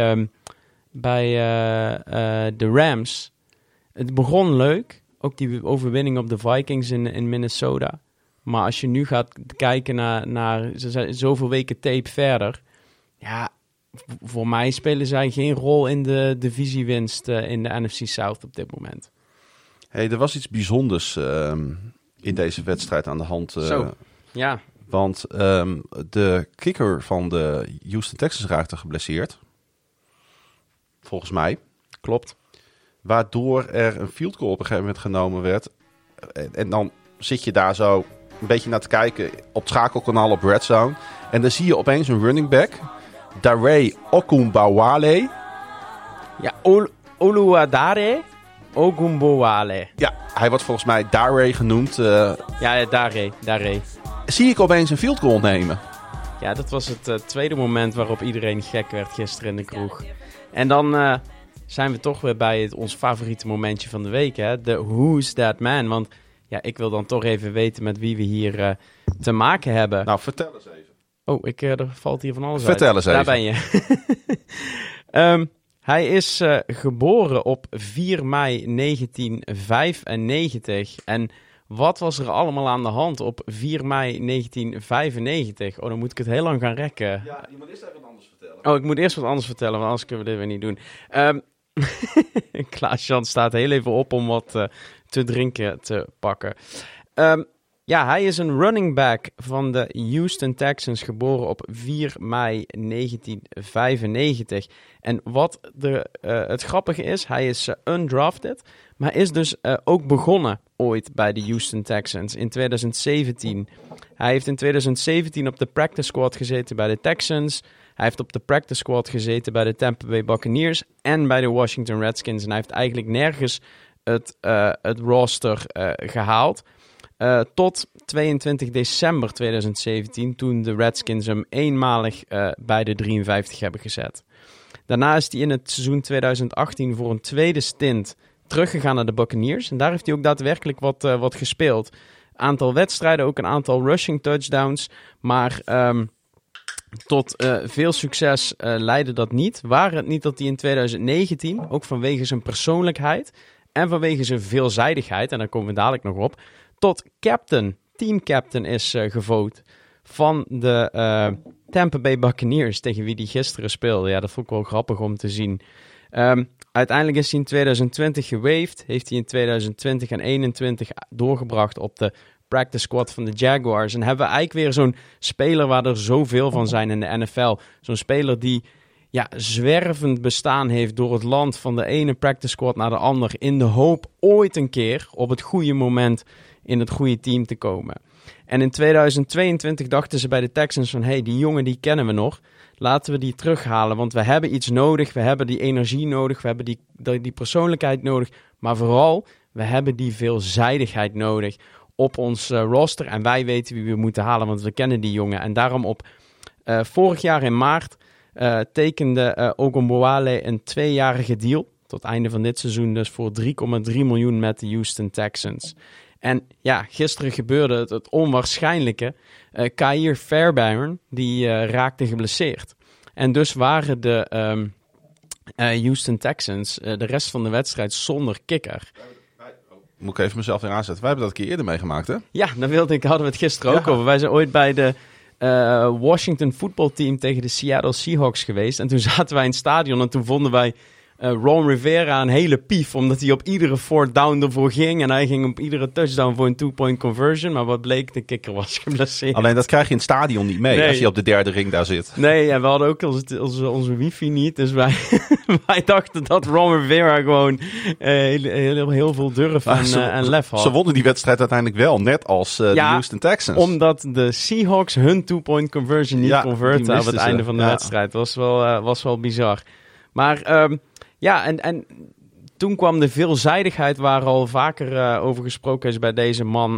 bij de Rams. Het begon leuk. Ook die overwinning op de Vikings in Minnesota. Maar als je nu gaat kijken naar ze zijn zoveel weken tape verder. Ja... Voor mij spelen zij geen rol in de divisiewinst in de NFC South op dit moment. Hey, er was iets bijzonders in deze wedstrijd aan de hand. Ja. Want de kicker van de Houston Texans raakte geblesseerd. Volgens mij. Klopt. Waardoor er een field goal op een gegeven moment genomen werd. En dan zit je daar zo een beetje naar te kijken op het schakelkanaal op Red Zone. En dan zie je opeens een running back... Dare Ogunbowale. Ja, Oluwadare Ogunbowale. Ja, hij wordt volgens mij Dare genoemd. Ja, Dare. Zie ik opeens een field goal nemen. Ja, dat was het tweede moment waarop iedereen gek werd gisteren in de kroeg. En dan zijn we toch weer bij ons favoriete momentje van de week. Hè? De Who's That Man? Want ja, ik wil dan toch even weten met wie we hier te maken hebben. Nou, vertel eens even. Er valt hier van alles Vertel uit. eens even. Daar ben je. Hij is geboren op 4 mei 1995. En wat was er allemaal aan de hand op 4 mei 1995? Dan moet ik het heel lang gaan rekken. Ja, je moet eerst even wat anders vertellen. Ik moet eerst wat anders vertellen, want anders kunnen we dit weer niet doen. Klaas-Jan staat heel even op om wat te drinken te pakken. Hij is een running back van de Houston Texans, geboren op 4 mei 1995. En wat het grappige is, hij is undrafted, maar is dus ook begonnen ooit bij de Houston Texans in 2017. Hij heeft in 2017 op de practice squad gezeten bij de Texans. Hij heeft op de practice squad gezeten bij de Tampa Bay Buccaneers en bij de Washington Redskins. En hij heeft eigenlijk nergens het roster gehaald. Tot 22 december 2017, toen de Redskins hem eenmalig bij de 53 hebben gezet. Daarna is hij in het seizoen 2018 voor een tweede stint teruggegaan naar de Buccaneers. En daar heeft hij ook daadwerkelijk wat gespeeld. Aantal wedstrijden, ook een aantal rushing touchdowns. Maar tot veel succes leidde dat niet. Waren het niet dat hij in 2019, ook vanwege zijn persoonlijkheid en vanwege zijn veelzijdigheid, en daar komen we dadelijk nog op, tot teamcaptain is gevoot van de Tampa Bay Buccaneers, tegen wie hij gisteren speelde. Ja, dat vond ik wel grappig om te zien. Uiteindelijk is hij in 2020 gewaved. Heeft hij in 2020 en 2021 doorgebracht op de practice squad van de Jaguars. En hebben we eigenlijk weer zo'n speler waar er zoveel van zijn in de NFL. Zo'n speler die zwervend bestaan heeft door het land, van de ene practice squad naar de ander, in de hoop ooit een keer op het goede moment in het goede team te komen. En in 2022 dachten ze bij de Texans van, die jongen die kennen we nog. Laten we die terughalen, want we hebben iets nodig. We hebben die energie nodig. We hebben die persoonlijkheid nodig. Maar vooral, we hebben die veelzijdigheid nodig op ons roster. En wij weten wie we moeten halen, want we kennen die jongen. En daarom vorig jaar in maart tekende Ogunbowale een 2-jarige deal. Tot het einde van dit seizoen dus voor $3,3 miljoen met de Houston Texans. En gisteren gebeurde het onwaarschijnlijke. Ka'ir Fairbairn, die raakte geblesseerd. En dus waren de Houston Texans de rest van de wedstrijd zonder kikker. Moet ik even mezelf weer aanzetten. Wij hebben dat een keer eerder meegemaakt, hè? Ja, daar hadden we het gisteren ook over. Wij zijn ooit bij de Washington voetbalteam tegen de Seattle Seahawks geweest. En toen zaten wij in het stadion en toen vonden wij Ron Rivera een hele pief, omdat hij op iedere fourth down ervoor ging. En hij ging op iedere touchdown voor een 2-point conversion. Maar wat bleek, de kikker was geblesseerd. Alleen dat krijg je in het stadion niet mee, als je op de derde ring daar zit. Nee, en we hadden ook onze wifi niet. Dus wij dachten dat Ron Rivera gewoon heel veel durf en lef had. Ze wonnen die wedstrijd uiteindelijk wel, net als de Houston Texans. Omdat de Seahawks hun 2-point conversion niet converten op het einde van de wedstrijd. Dat was wel bizar. Maar en toen kwam de veelzijdigheid, waar al vaker over gesproken is bij deze man,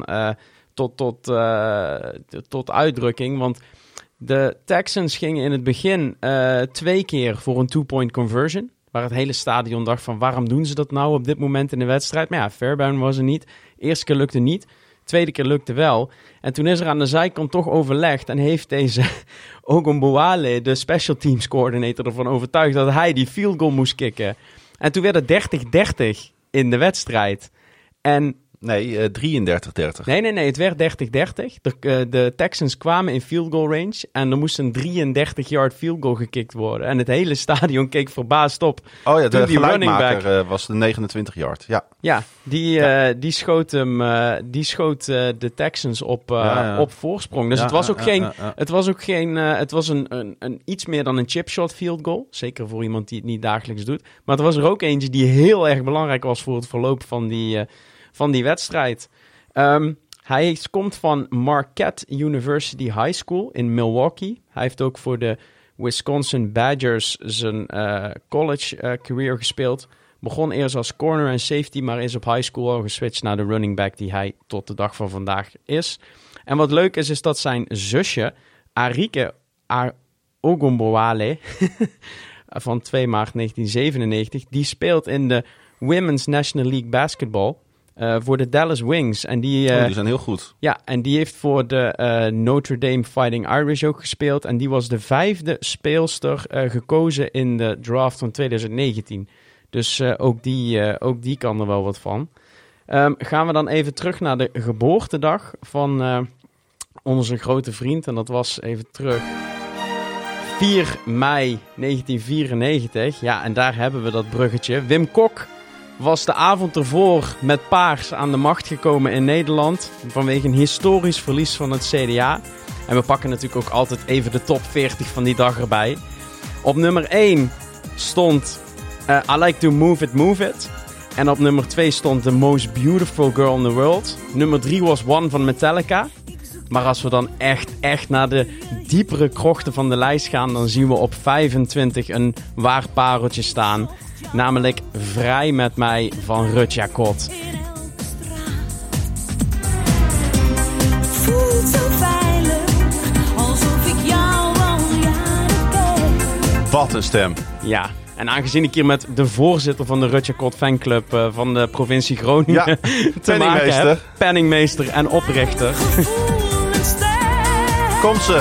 tot uitdrukking. Want de Texans gingen in het begin 2 keer voor een 2-point conversion. Waar het hele stadion dacht van, waarom doen ze dat nou op dit moment in de wedstrijd? Maar Fairbairn was er niet. Eerste keer lukte niet. Tweede keer lukte wel. En toen is er aan de zijkant toch overlegd en heeft deze Ogunbowale, de special teams coordinator, ervan overtuigd dat hij die field goal moest kicken. En toen werd het 30-30 in de wedstrijd. Nee, 33-30. Nee, het werd 30-30. De Texans kwamen in field goal range en er moest een 33-yard field goal gekikt worden. En het hele stadion keek verbaasd op. Oh ja, de gelijkmaker was de 29 yard. Ja, die schoot de Texans op voorsprong. Dus het was een iets meer dan een chipshot field goal. Zeker voor iemand die het niet dagelijks doet. Maar er was er ook eentje die heel erg belangrijk was voor het verloop van die wedstrijd. Hij komt van Marquette University High School in Milwaukee. Hij heeft ook voor de Wisconsin Badgers zijn college career gespeeld. Begon eerst als corner en safety, maar is op high school al geswitcht naar de running back die hij tot de dag van vandaag is. En wat leuk is dat zijn zusje, Arike Ogunbowale, van 2 maart 1997, die speelt in de Women's National League Basketball. voor de Dallas Wings. En die zijn heel goed. Ja, en die heeft voor de Notre Dame Fighting Irish ook gespeeld. En die was de 5e speelster gekozen in de draft van 2019. Dus ook die kan er wel wat van. Gaan we dan even terug naar de geboortedag van onze grote vriend. En dat was even terug 4 mei 1994. Ja, en daar hebben we dat bruggetje. Wim Kok was de avond ervoor met paars aan de macht gekomen in Nederland. Vanwege een historisch verlies van het CDA. En we pakken natuurlijk ook altijd even de top 40 van die dag erbij. Op nummer 1 stond I Like to Move It. En op nummer 2 stond The Most Beautiful Girl in the World. Nummer 3 was One van Metallica. Maar als we dan echt naar de diepere krochten van de lijst gaan, dan zien we op 25 een waar pareltje staan. Namelijk Vrij met mij van Rut Jacot. Voelt zo veilig, alsof ik jou al jaren ken. Wat een stem. Ja, en aangezien ik hier met de voorzitter van de Rut Jacot fanclub van de provincie Groningen te maken heb, penningmeester en oprichter. Komt ze.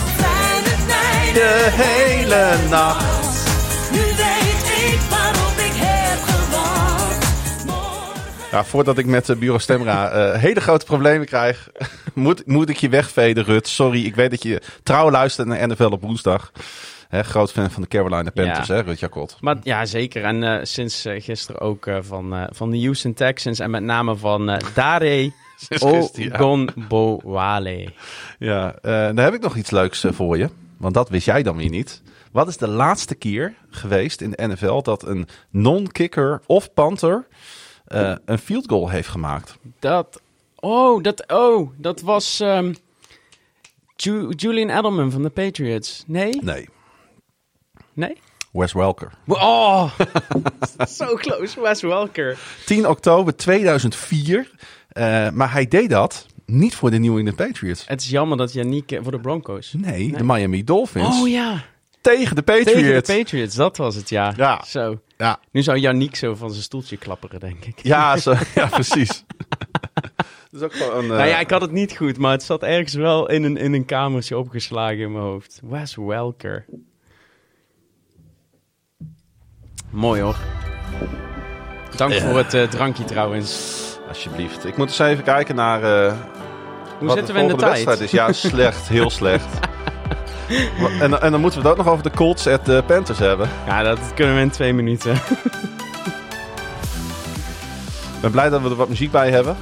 De hele nacht. Nu weet ik waarop ik heb gewacht. Ja, voordat ik met Bureau Stemra hele grote problemen krijg, moet ik je wegveden, Rut. Sorry, ik weet dat je trouw luistert naar NFL op woensdag. Groot fan van de Carolina Panthers, Rut Jacot. Maar ja, zeker. En sinds gisteren ook van de Houston Texans en met name van Dare Ogunbowale. Ja, dan heb ik nog iets leuks voor je. Want dat wist jij dan weer niet. Wat is de laatste keer geweest in de NFL dat een non-kicker of punter een field goal heeft gemaakt? Dat was Julian Edelman van de Patriots. Nee? Nee? Wes Welker. Oh, so close. Wes Welker. 10 oktober 2004. Maar hij deed dat niet voor de New England Patriots. Het is jammer dat Yannick voor de Broncos. Nee, de Miami Dolphins. Oh ja. Tegen de Patriots. Tegen de Patriots, dat was het, ja. Ja. Zo. Ja. Nu zou Yannick zo van zijn stoeltje klapperen, denk ik. Ja, ja precies. Dat is ook gewoon Nou ja, ik had het niet goed, maar het zat ergens wel in een kamertje opgeslagen in mijn hoofd. Wes Welker. Mooi hoor. Dank voor het drankje trouwens. Alsjeblieft. Ik moet eens even kijken naar hoe zitten we in de tijd? Is. Ja, slecht. Heel slecht. En dan moeten we het ook nog over de Colts at de Panthers hebben. Ja, dat kunnen we in 2 minuten. Ik ben blij dat we er wat muziek bij hebben.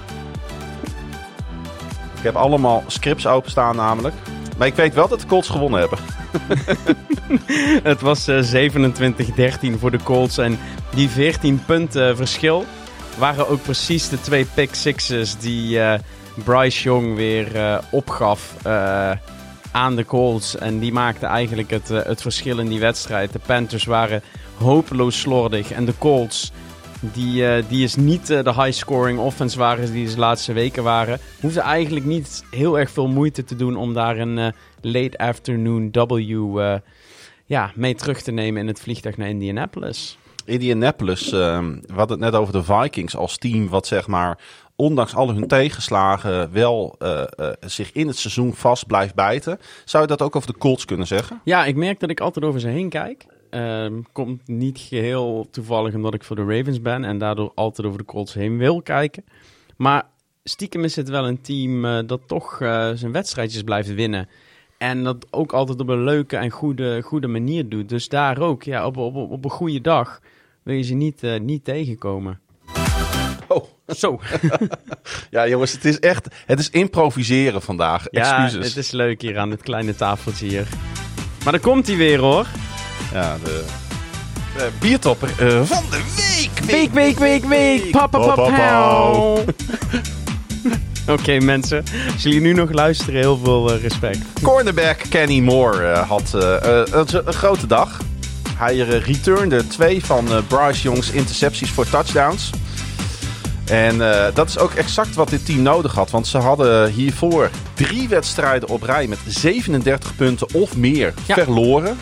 Ik heb allemaal scripts openstaan namelijk. Maar ik weet wel dat de Colts gewonnen hebben. Het was 27-13 voor de Colts. En die 14 punten verschil waren ook precies de 2 pick-sixes die Bryce Young weer opgaf aan de Colts. En die maakten eigenlijk het verschil in die wedstrijd. De Panthers waren hopeloos slordig. En de Colts, die is niet de high-scoring offense waren die de laatste weken waren. Hoefden eigenlijk niet heel erg veel moeite te doen om daar een late afternoon W mee terug te nemen in het vliegtuig naar Indianapolis. Indianapolis, we hadden het net over de Vikings als team wat zeg maar ondanks al hun tegenslagen wel zich in het seizoen vast blijft bijten. Zou je dat ook over de Colts kunnen zeggen? Ja, ik merk dat ik altijd over ze heen kijk. Komt niet geheel toevallig omdat ik voor de Ravens ben en daardoor altijd over de Colts heen wil kijken. Maar stiekem is het wel een team dat toch zijn wedstrijdjes blijft winnen. En dat ook altijd op een leuke en goede manier doet. Dus daar ook, ja, op een goede dag wil je ze niet tegenkomen. Oh. Zo. Ja, jongens, het is improviseren vandaag. Ja, excuses. het is leuk hier aan dit kleine tafeltje hier. Maar dan komt hij weer, hoor. Ja, de biertopper van de week. Week. Papa. Oké, mensen. Als jullie nu nog luisteren, heel veel respect. Cornerback Kenny Moore had een grote dag. Hij returnde 2 van Bryce Young's intercepties voor touchdowns. En dat is ook exact wat dit team nodig had. Want ze hadden hiervoor 3 wedstrijden op rij met 37 punten of meer verloren.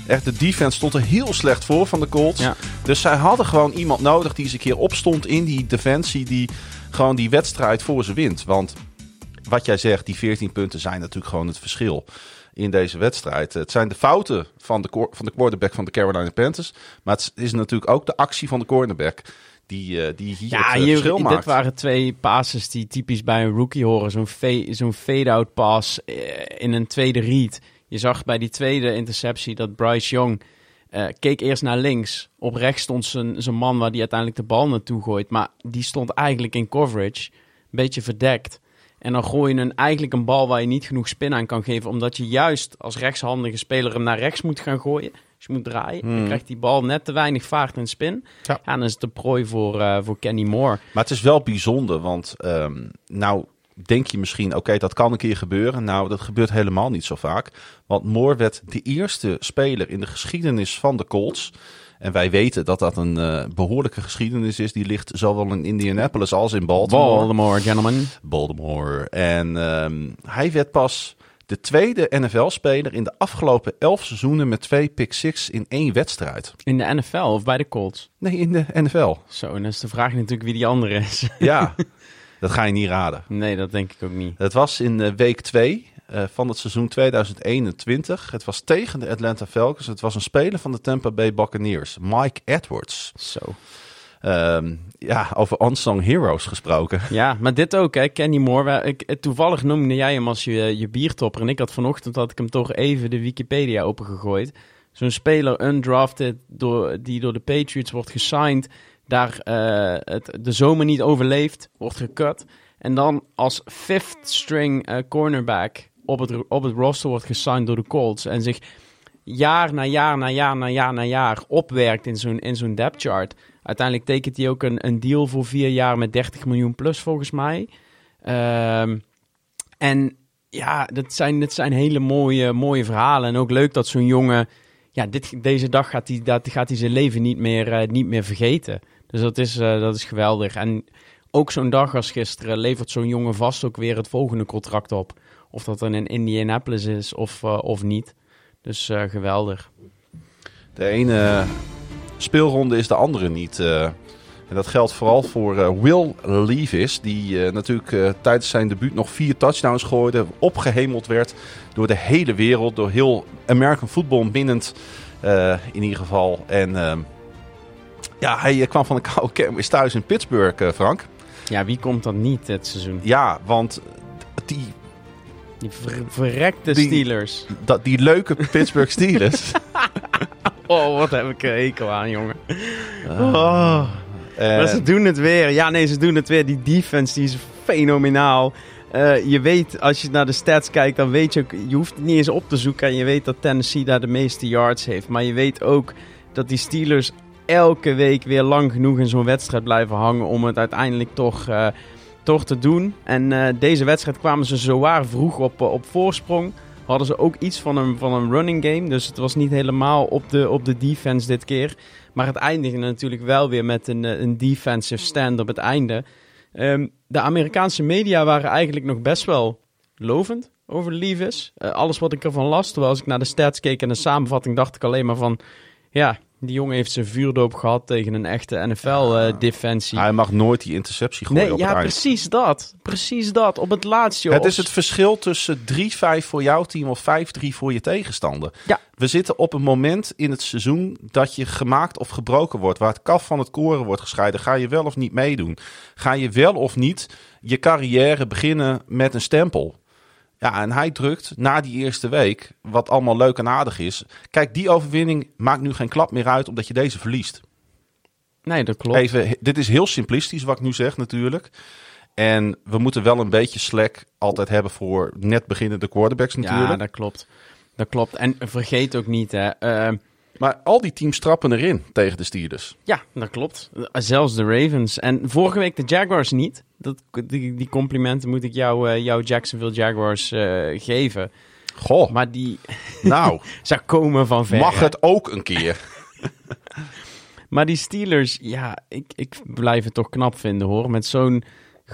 Echt, de defense stond er heel slecht voor van de Colts. Ja. Dus zij hadden gewoon iemand nodig die eens een keer opstond in die defensie. Die gewoon die wedstrijd voor ze wint. Want wat jij zegt, die 14 punten zijn natuurlijk gewoon het verschil in deze wedstrijd. Het zijn de fouten van de quarterback van de Carolina Panthers. Maar het is natuurlijk ook de actie van de cornerback die hier het verschil maakt. Dit waren 2 passes die typisch bij een rookie horen. Zo'n fade-out pass in een tweede read. Je zag bij die tweede interceptie dat Bryce Young keek eerst naar links. Op rechts stond zijn man waar die uiteindelijk de bal naartoe gooit. Maar die stond eigenlijk in coverage. Een beetje verdekt. En dan gooi je eigenlijk een bal waar je niet genoeg spin aan kan geven. Omdat je juist als rechtshandige speler hem naar rechts moet gaan gooien. Dus je moet draaien. Dan krijgt die bal net te weinig vaart en spin. Ja, en dan is het de prooi voor Kenny Moore. Maar het is wel bijzonder, want nou denk je misschien, oké, dat kan een keer gebeuren. Nou, dat gebeurt helemaal niet zo vaak. Want Moore werd de eerste speler in de geschiedenis van de Colts. En wij weten dat dat een behoorlijke geschiedenis is. Die ligt zowel in Indianapolis als in Baltimore. Baltimore, gentlemen. Baltimore. En hij werd pas de tweede NFL-speler in de afgelopen 11 seizoenen met 2 pick-six in 1 wedstrijd. In de NFL of bij de Colts? Nee, in de NFL. Zo, en dan is de vraag natuurlijk wie die andere is. Ja, dat ga je niet raden. Nee, dat denk ik ook niet. Het was in week 2 van het seizoen 2021. Het was tegen de Atlanta Falcons. Het was een speler van de Tampa Bay Buccaneers, Mike Edwards. Zo. Over unsung heroes gesproken. Ja, maar dit ook, hè, Kenny Moore. Toevallig noemde jij hem als je biertopper. En vanochtend had ik hem toch even de Wikipedia opengegooid. Zo'n speler undrafted die door de Patriots wordt gesigned. Daar de zomer niet overleeft, wordt gecut. En dan als 5th string cornerback op het roster wordt gesigned door de Colts. En zich jaar na jaar opwerkt in zo'n depth chart. Uiteindelijk tekent hij ook een deal voor 4 jaar met 30 miljoen plus volgens mij. En ja, dit zijn hele mooie verhalen. En ook leuk dat zo'n jongen... Ja, deze dag gaat hij zijn leven niet meer vergeten. Dus dat is geweldig. En ook zo'n dag als gisteren levert zo'n jongen vast ook weer het volgende contract op. Of dat dan in Indianapolis is of niet. Dus geweldig. De ene speelronde is de andere niet. En dat geldt vooral voor Will Levis. Die natuurlijk tijdens zijn debuut nog 4 touchdowns gooide. Opgehemeld werd door de hele wereld. Door heel American football minnend in ieder geval. En hij kwam van een koude kermis thuis in Pittsburgh, Frank. Ja, wie komt dan niet dit seizoen? Ja, want die verrekte Steelers. Die leuke Pittsburgh Steelers. Oh, wat heb ik hekel aan, jongen. Maar ze doen het weer. Ja, nee, ze doen het weer. Die defense die is fenomenaal. Je weet, als je naar de stats kijkt, dan weet je ook... Je hoeft het niet eens op te zoeken. En je weet dat Tennessee daar de meeste yards heeft. Maar je weet ook dat die Steelers elke week weer lang genoeg in zo'n wedstrijd blijven hangen... om het uiteindelijk toch te doen. En deze wedstrijd kwamen ze zowaar vroeg op voorsprong. Hadden ze ook iets van een running game. Dus het was niet helemaal op de defense dit keer. Maar het eindigde natuurlijk wel weer met een defensive stand op het einde. De Amerikaanse media waren eigenlijk nog best wel lovend over Levis. Alles wat ik ervan las, terwijl als ik naar de stats keek en de samenvatting, dacht ik alleen maar van... Ja, die jongen heeft zijn vuurdoop gehad tegen een echte NFL-defensie. Hij mag nooit die interceptie gooien op het eind. Precies dat. Op het laatste. Het is het verschil tussen 3-5 voor jouw team of 5-3 voor je tegenstander. Ja. We zitten op een moment in het seizoen dat je gemaakt of gebroken wordt. Waar het kaf van het koren wordt gescheiden. Ga je wel of niet meedoen? Ga je wel of niet je carrière beginnen met een stempel? Ja, en hij drukt na die eerste week, wat allemaal leuk en aardig is. Kijk, die overwinning maakt nu geen klap meer uit, omdat je deze verliest. Nee, dat klopt. Dit is heel simplistisch wat ik nu zeg natuurlijk. En we moeten wel een beetje slack altijd hebben voor net beginnende quarterbacks natuurlijk. Ja, dat klopt. En vergeet ook niet, hè... Maar al die teams trappen erin tegen de Steelers. Ja, dat klopt. Zelfs de Ravens. En vorige week de Jaguars niet. Die complimenten moet ik jouw Jacksonville Jaguars geven. Goh. Maar die... Nou. zou komen van ver. Mag het ook een keer. Maar die Steelers, ja, ik blijf het toch knap vinden, hoor. Met zo'n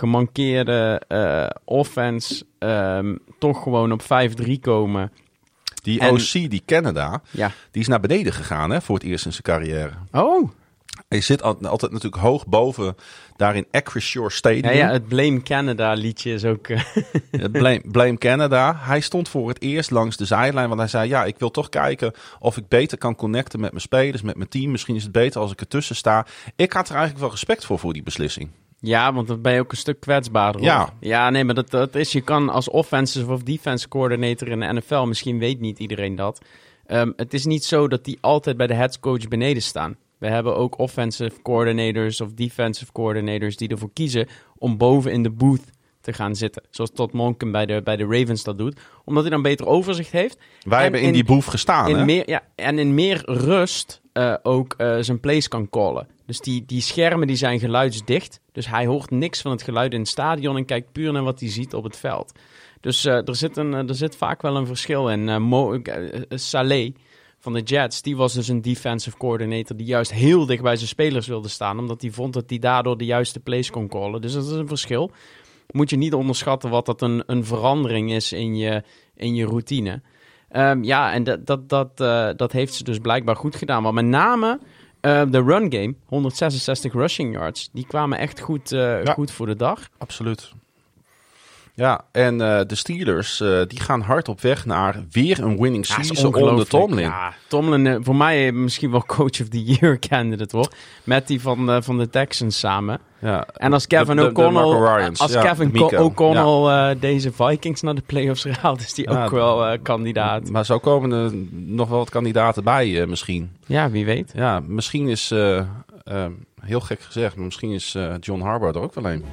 gemankeerde offense toch gewoon op 5-3 komen. Die En- OC, die Canada, Ja. die is naar beneden gegaan voor het eerst in zijn carrière. Oh, Hij zit altijd natuurlijk hoog boven, daar in Acrisure Stadium. ja, het Blame Canada liedje is ook... Blame Canada. Hij stond voor het eerst langs de zijlijn, want hij zei, ja, ik wil toch kijken of ik beter kan connecten met mijn spelers, met mijn team. Misschien is het beter als ik ertussen sta. Ik had er eigenlijk wel respect voor die beslissing. Ja, want dan ben je ook een stuk kwetsbaarder. Ja. Hoor. Ja, nee, maar dat is... Je kan als offensive of defense coordinator in de NFL... Misschien weet niet iedereen dat. Het is niet zo dat die altijd bij de headcoach beneden staan. We hebben ook offensive coordinators of defensive coordinators... die ervoor kiezen om boven in de booth te gaan zitten. Zoals Todd Monken bij de Ravens dat doet. Omdat hij dan beter overzicht heeft. Wij hebben in die booth gestaan, hè? En in meer rust ook zijn plays kan callen. Dus die schermen die zijn geluidsdicht. Dus hij hoort niks van het geluid in het stadion en kijkt puur naar wat hij ziet op het veld. Dus er zit vaak wel een verschil in. Saleh van de Jets, die was dus een defensive coordinator die juist heel dicht bij zijn spelers wilde staan. Omdat hij vond dat hij daardoor de juiste plays kon callen. Dus dat is een verschil. Moet je niet onderschatten wat dat een verandering is in je routine. Ja, en dat heeft ze dus blijkbaar goed gedaan. Maar met name de run game, 166 rushing yards, die kwamen echt goed voor de dag. Absoluut. Ja, en de Steelers die gaan hard op weg naar weer een winning season onder Tomlin. Ja, Tomlin, voor mij misschien wel coach of the year candidate hoor. Met die van de Texans samen. Ja, en als Kevin O'Connell deze Vikings naar de playoffs haalt, is die ook wel kandidaat. Maar zo komen er nog wel wat kandidaten bij misschien. Ja, wie weet. Ja, misschien is, heel gek gezegd, maar misschien is John Harbaugh er ook wel een.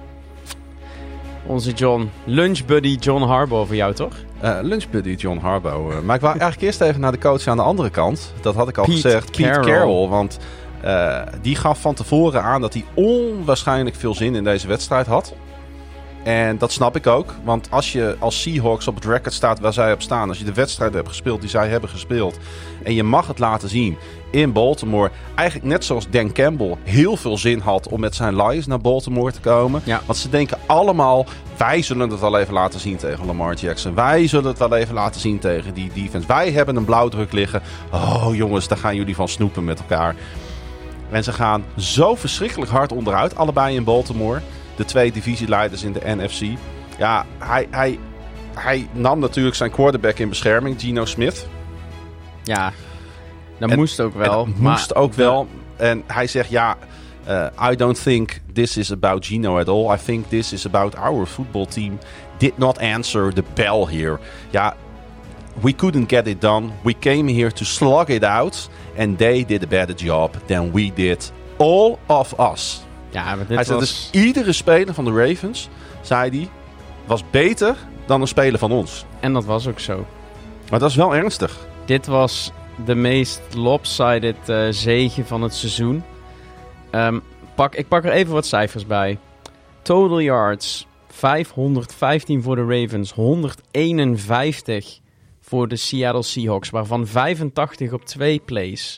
Onze John, lunchbuddy John Harbaugh voor jou, toch? Lunchbuddy John Harbaugh. Maar ik wou eigenlijk eerst even naar de coach aan de andere kant. Dat had ik al gezegd. Pete Carroll. Want die gaf van tevoren aan dat hij onwaarschijnlijk veel zin in deze wedstrijd had. En dat snap ik ook. Want als je als Seahawks op het record staat waar zij op staan. Als je de wedstrijd hebt gespeeld die zij hebben gespeeld. En je mag het laten zien in Baltimore. Eigenlijk net zoals Dan Campbell heel veel zin had om met zijn Lions naar Baltimore te komen. Ja. Want ze denken allemaal, wij zullen het wel even laten zien tegen Lamar Jackson. Wij zullen het wel even laten zien tegen die defense. Wij hebben een blauwdruk liggen. Oh jongens, daar gaan jullie van snoepen met elkaar. En ze gaan zo verschrikkelijk hard onderuit. Allebei in Baltimore. De twee divisieleiders in de NFC. Ja, hij nam natuurlijk zijn quarterback in bescherming, Geno Smith. Ja, dat moest ook wel. Moest ook wel. En hij zegt, ja, I don't think this is about Geno at all. I think this is about our football team did not answer the bell here. Ja, we couldn't get it done. We came here to slug it out. And they did a better job than we did. All of us. Ja, maar hij zei dus iedere speler van de Ravens, zei hij, was beter dan een speler van ons. En dat was ook zo. Maar dat is wel ernstig. Dit was de meest lopsided zege van het seizoen. Ik pak er even wat cijfers bij. Total yards, 515 voor de Ravens, 151 voor de Seattle Seahawks, waarvan 85 op 2 plays.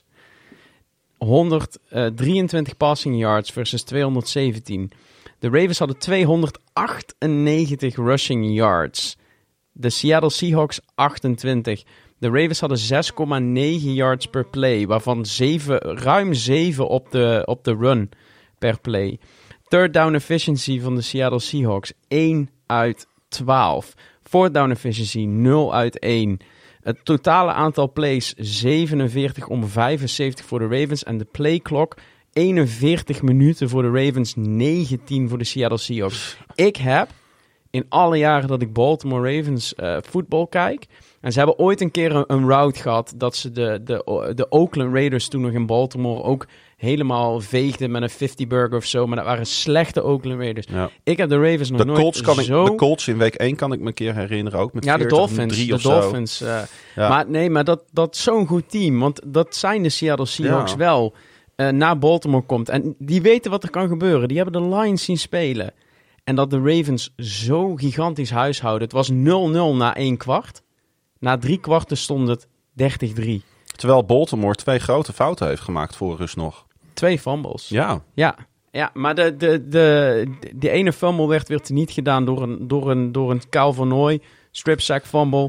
123 passing yards versus 217. De Ravens hadden 298 rushing yards. De Seattle Seahawks 28. De Ravens hadden 6,9 yards per play, waarvan ruim 7 op de run per play. Third down efficiency van de Seattle Seahawks 1 uit 12. Fourth down efficiency 0 uit 1. Het totale aantal plays 47 om 75 voor de Ravens. En de playklok 41 minuten voor de Ravens, 19 voor de Seattle Seahawks. Ik heb in alle jaren dat ik Baltimore Ravens voetbal kijk. En ze hebben ooit een keer een route gehad dat ze de Oakland Raiders toen nog in Baltimore ook helemaal veegden met een 50-burger of zo. Maar dat waren slechte Oakland Raiders. Ja. Ik heb de Ravens nog nooit zo... De Colts in week 1 kan ik me een keer herinneren ook. Met ja, de Dolphins. Ja. Maar dat is zo'n goed team. Want dat zijn de Seattle Seahawks wel. Naar Baltimore komt. En die weten wat er kan gebeuren. Die hebben de Lions zien spelen. En dat de Ravens zo gigantisch huishouden. Het was 0-0 na 1 kwart. Na 3 kwarten stond het 30-3. Terwijl Baltimore 2 grote fouten heeft gemaakt voor rust nog. 2 fumbles. Ja, maar de ene fumble werd niet gedaan door een Kyle Van Noy strip sack fumble.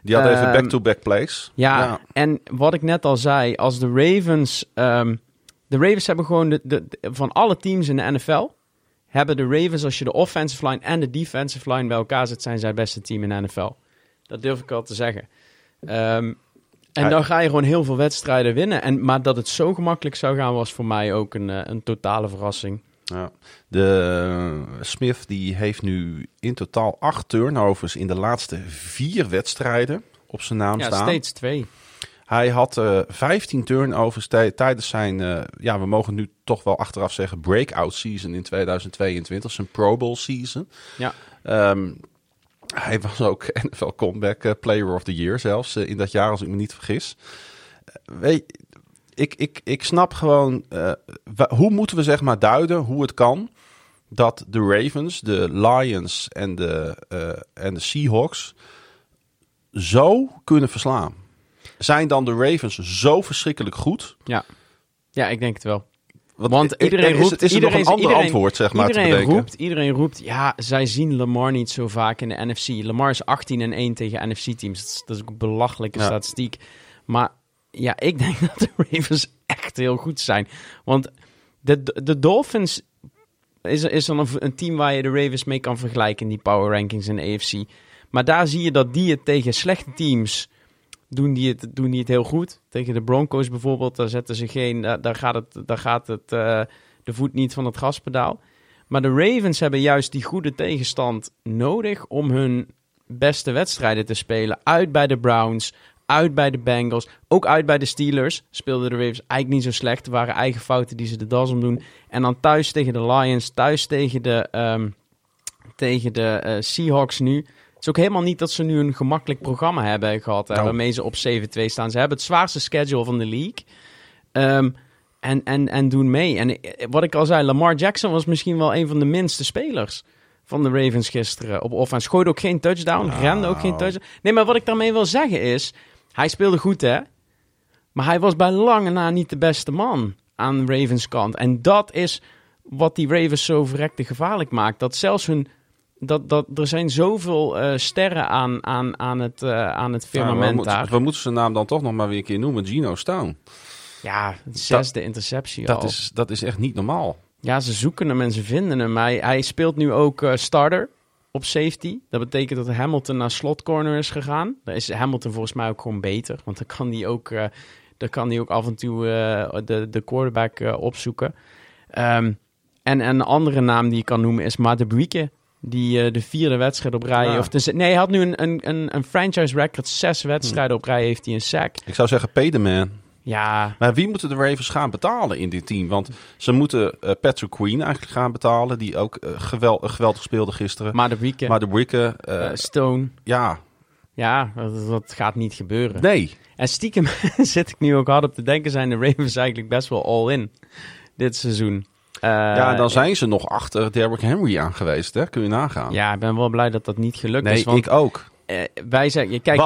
Die had even back-to-back plays. Ja, en wat ik net al zei, als de Ravens... de Ravens hebben gewoon van alle teams in de NFL... hebben de Ravens, als je de offensive line en de defensive line bij elkaar zet... zijn zij het beste team in de NFL. Dat durf ik al te zeggen. En dan ga je gewoon heel veel wedstrijden winnen. Maar dat het zo gemakkelijk zou gaan, was voor mij ook een totale verrassing. Ja. De Smith die heeft nu in totaal 8 turnovers in de laatste 4 wedstrijden op zijn naam staan. Ja, steeds 2. Hij had 15 turnovers tijdens zijn, we mogen nu toch wel achteraf zeggen, breakout season in 2022. Zijn Pro Bowl season. Ja. Hij was ook NFL Comeback Player of the Year zelfs in dat jaar, als ik me niet vergis. Ik snap gewoon, hoe moeten we zeg maar duiden hoe het kan dat de Ravens, de Lions en de Seahawks zo kunnen verslaan. Zijn dan de Ravens zo verschrikkelijk goed? Ja, ik denk het wel. Want iedereen roept... Is er nog een ander antwoord, zeg maar, te bedenken? Iedereen roept, ja, zij zien Lamar niet zo vaak in de NFC. Lamar is 18-1 tegen NFC-teams. Dat is ook een belachelijke statistiek. Maar ja, ik denk dat de Ravens echt heel goed zijn. Want de Dolphins is dan een team waar je de Ravens mee kan vergelijken in die power rankings in de AFC. Maar daar zie je dat die het tegen slechte teams... Doen die het heel goed. Tegen de Broncos bijvoorbeeld, daar zetten ze geen... Daar gaat de voet niet van het gaspedaal. Maar de Ravens hebben juist die goede tegenstand nodig om hun beste wedstrijden te spelen. Uit bij de Browns, uit bij de Bengals, ook uit bij de Steelers. Speelden de Ravens eigenlijk niet zo slecht. Er waren eigen fouten die ze de das om doen. En dan thuis tegen de Lions, thuis tegen de Seahawks nu... Het is ook helemaal niet dat ze nu een gemakkelijk programma hebben gehad, waarmee ze op 7-2 staan. Ze hebben het zwaarste schedule van de league en doen mee. En wat ik al zei, Lamar Jackson was misschien wel een van de minste spelers van de Ravens gisteren op offense. Gooide ook geen touchdown, rende ook geen touchdown. Nee, maar wat ik daarmee wil zeggen is, hij speelde goed, hè? Maar hij was bij lange na niet de beste man aan de Ravens kant. En dat is wat die Ravens zo verrekte gevaarlijk maakt. Dat zelfs er zijn zoveel sterren aan het firmament daar. We moeten zijn naam dan toch nog maar weer een keer noemen. Geno Stone. Ja, 6e interceptie al. Dat is echt niet normaal. Ja, ze zoeken hem en ze vinden hem. Hij speelt nu ook starter op safety. Dat betekent dat Hamilton naar slot corner is gegaan. Daar is Hamilton volgens mij ook gewoon beter. Want dan kan hij ook af en toe de quarterback opzoeken. En een andere naam die je kan noemen is Madubuike. Die de 4e wedstrijd op rij... Ja. Hij had nu een franchise record. 6 wedstrijden op rij heeft hij een sack. Ik zou zeggen pay the man. Ja. Maar wie moeten de Ravens gaan betalen in dit team? Want ze moeten Patrick Queen eigenlijk gaan betalen. Die ook geweldig speelde gisteren. Madubuike. Stone. Ja. Ja, dat gaat niet gebeuren. Nee. En stiekem zit ik nu ook hard op te denken... zijn de Ravens eigenlijk best wel all-in dit seizoen. Dan zijn ze nog achter Derrick Henry aan geweest, hè? Kun je nagaan. Ja, ik ben wel blij dat dat niet gelukt is. Nee, ik ook. Wij zeggen, kijk,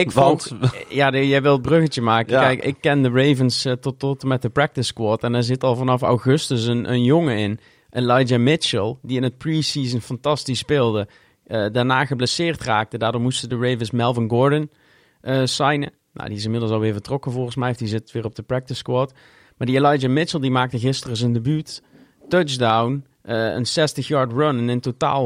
jij wil het bruggetje maken. Ja. Kijk, ik ken de Ravens tot en met de practice squad. En er zit al vanaf augustus een jongen in, Elijah Mitchell, die in het preseason fantastisch speelde. Daarna geblesseerd raakte. Daardoor moesten de Ravens Melvin Gordon signen. Nou, die is inmiddels alweer vertrokken volgens mij. Die zit weer op de practice squad. Maar die Elijah Mitchell, die maakte gisteren zijn debuut. Touchdown, een 60-yard run en in totaal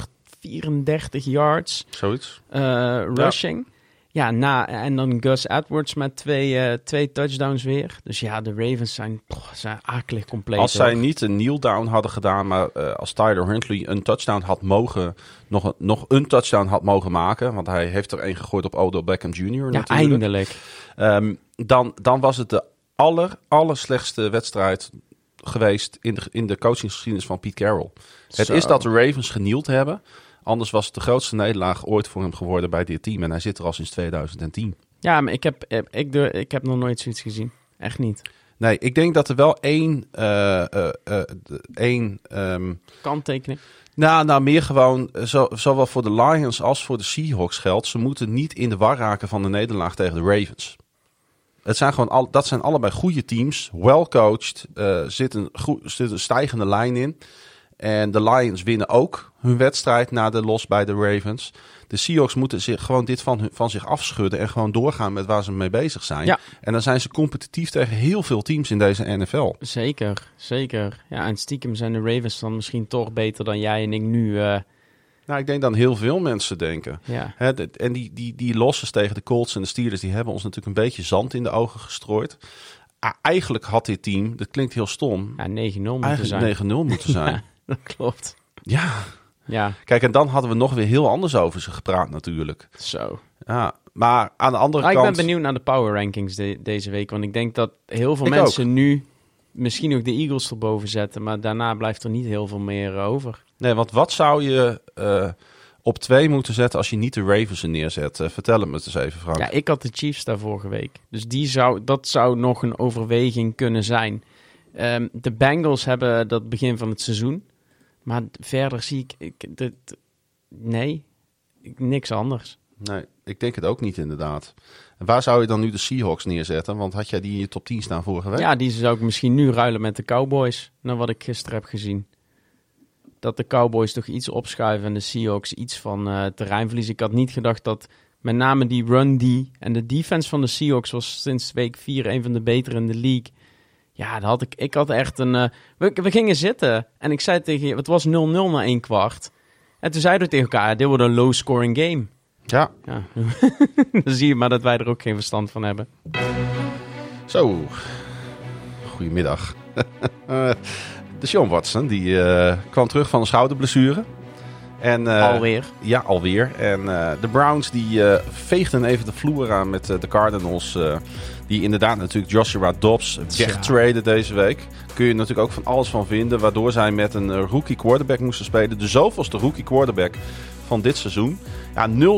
134 yards. Zoiets. Rushing. Ja, en dan Gus Edwards met twee touchdowns weer. Dus ja, de Ravens zijn akelig compleet. Als zij niet een kneel-down hadden gedaan, maar als Tyler Huntley een touchdown had mogen, nog een touchdown had mogen maken, want hij heeft er een gegooid op Odell Beckham Jr. Ja, natuurlijk. Eindelijk. Dan was het de allerslechtste wedstrijd geweest in de coachingsgeschiedenis van Pete Carroll. Het is dat de Ravens genield hebben. Anders was het de grootste nederlaag ooit voor hem geworden bij dit team. En hij zit er al sinds 2010. Ja, maar ik heb nog nooit zoiets gezien. Echt niet. Nee, ik denk dat er wel één kanttekening. Nou, meer gewoon, zowel voor de Lions als voor de Seahawks geldt. Ze moeten niet in de war raken van de nederlaag tegen de Ravens. Dat zijn allebei goede teams. Well coached. Zit een stijgende lijn in. En de Lions winnen ook hun wedstrijd na de loss bij de Ravens. De Seahawks moeten zich gewoon dit van zich afschudden en gewoon doorgaan met waar ze mee bezig zijn. Ja. En dan zijn ze competitief tegen heel veel teams in deze NFL. Zeker. Ja, en stiekem zijn de Ravens dan misschien toch beter dan jij en ik nu. Nou, ik denk dan heel veel mensen denken. Ja. En die losses tegen de Colts en de Steelers, die hebben ons natuurlijk een beetje zand in de ogen gestrooid. Eigenlijk had dit team, dat klinkt heel stom, Ja, 9-0 moeten zijn. 9-0 moeten zijn. Ja, dat klopt. Ja. Kijk, en dan hadden we nog weer heel anders over ze gepraat natuurlijk. Zo. Ja, maar aan de andere kant... Ik ben benieuwd naar de power rankings deze week. Want ik denk dat heel veel mensen nu misschien ook de Eagles erboven zetten. Maar daarna blijft er niet heel veel meer over. Nee, want wat zou je op 2 moeten zetten als je niet de Ravens er neerzet? Vertel het me eens even, Frank. Ja, ik had de Chiefs daar vorige week. Dus dat zou nog een overweging kunnen zijn. De Bengals hebben dat begin van het seizoen. Maar verder zie ik niks anders. Nee, ik denk het ook niet inderdaad. En waar zou je dan nu de Seahawks neerzetten? Want had jij die in je top 10 staan vorige week? Ja, die zou ik misschien nu ruilen met de Cowboys. Naar wat ik gisteren heb gezien. Dat de Cowboys toch iets opschuiven en de Seahawks iets van terreinverlies. Ik had niet gedacht dat met name die run en de defense van de Seahawks was sinds week 4 een van de betere in de league. Ja, ik had echt een... We gingen zitten en ik zei tegen je... Het was 0-0 na 1 kwart. En toen zeiden we tegen elkaar... Dit wordt een low-scoring game. Ja. Dan zie je maar dat wij er ook geen verstand van hebben. Zo. Goedemiddag. De Sean Watson, die kwam terug van een schouderblessure. En, alweer. Ja, alweer. En de Browns die veegden even de vloer aan met de Cardinals... die inderdaad natuurlijk Joshua Dobbs wegtraden deze week. Kun je natuurlijk ook van alles van vinden. Waardoor zij met een rookie quarterback moesten spelen. De zoveelste rookie quarterback van dit seizoen. Ja, 0-27.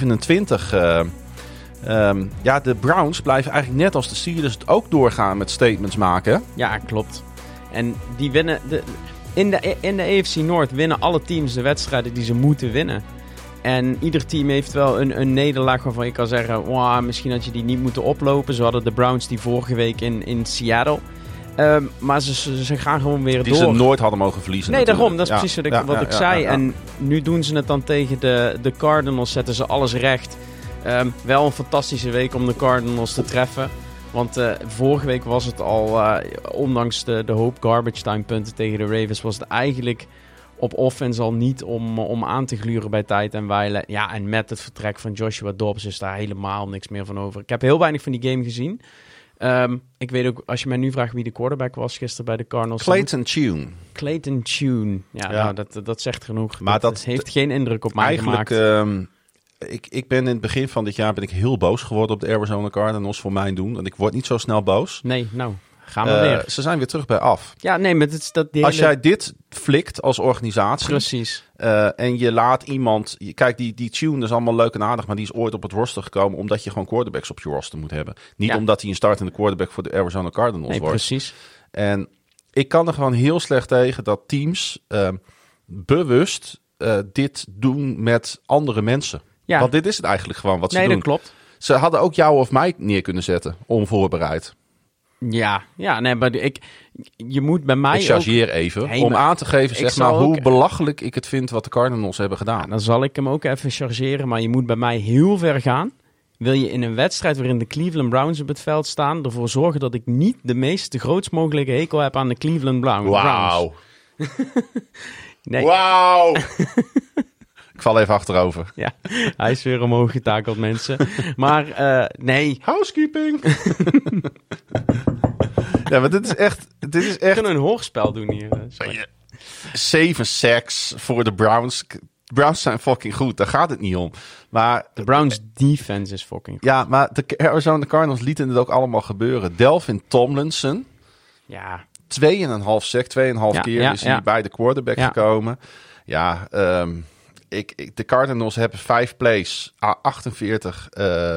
De Browns blijven eigenlijk net als de Steelers het ook doorgaan met statements maken. Hè? Ja, klopt. En die winnen... In de AFC North winnen alle teams de wedstrijden die ze moeten winnen. En ieder team heeft wel een nederlaag waarvan je kan zeggen... Wow, misschien had je die niet moeten oplopen. Zo hadden de Browns die vorige week in Seattle. Maar ze gaan gewoon weer door. Die ze nooit hadden mogen verliezen. Nee, natuurlijk. Daarom. Dat is precies wat ik zei. Ja. En nu doen ze het dan tegen de Cardinals. Zetten ze alles recht. Wel een fantastische week om de Cardinals te treffen. Want vorige week was het al... ondanks de hoop garbage time punten tegen de Ravens... was het eigenlijk... op offense al niet om aan te gluren bij tijd en wijle. Ja, en met het vertrek van Joshua Dobbs is daar helemaal niks meer van over. Ik heb heel weinig van die game gezien. Ik weet ook, als je mij nu vraagt wie de quarterback was gisteren bij de Cardinals... Clayton Tune. Ja. Nou, dat zegt genoeg. Maar dat heeft geen indruk op mij gemaakt. Ik ben in het begin van dit jaar heel boos geworden op de Arizona Cardinals voor mijn doen. Want ik word niet zo snel boos. Nee, nou... Gaan we weer. Ze zijn weer terug bij af. Ja, nee, maar als jij dit flikt als organisatie... Precies. En je laat iemand... Kijk, die Tune is allemaal leuk en aardig... maar die is ooit op het roster gekomen... omdat je gewoon quarterbacks op je roster moet hebben. Niet omdat hij een startende quarterback voor de Arizona Cardinals wordt. Precies. En ik kan er gewoon heel slecht tegen... dat teams bewust dit doen met andere mensen. Ja. Want dit is het eigenlijk gewoon wat ze doen. Nee, dat klopt. Ze hadden ook jou of mij neer kunnen zetten... onvoorbereid. Ja, nee, maar je moet bij mij ik chargeer ook even om aan te geven zeg maar, hoe belachelijk ik het vind wat de Cardinals hebben gedaan. Ja, dan zal ik hem ook even chargeren, maar je moet bij mij heel ver gaan. Wil je in een wedstrijd waarin de Cleveland Browns op het veld staan... ervoor zorgen dat ik niet de grootst mogelijke hekel heb aan de Cleveland Browns. Wauw. Nee. Wauw. Ik val even achterover. Ja, hij is weer omhoog getakeld, mensen. Maar nee. Housekeeping. Ja, maar dit is echt... We kunnen een hoorspel doen hier. 7 sacks voor de Browns. De Browns zijn fucking goed, daar gaat het niet om. Maar de Browns defense is fucking goed. Ja, maar de Arizona Cardinals lieten het ook allemaal gebeuren. Delvin Tomlinson. Ja. 2,5 sack, 2,5 keer is hij bij de quarterback gekomen. Ja, de Cardinals hebben 5 plays, 48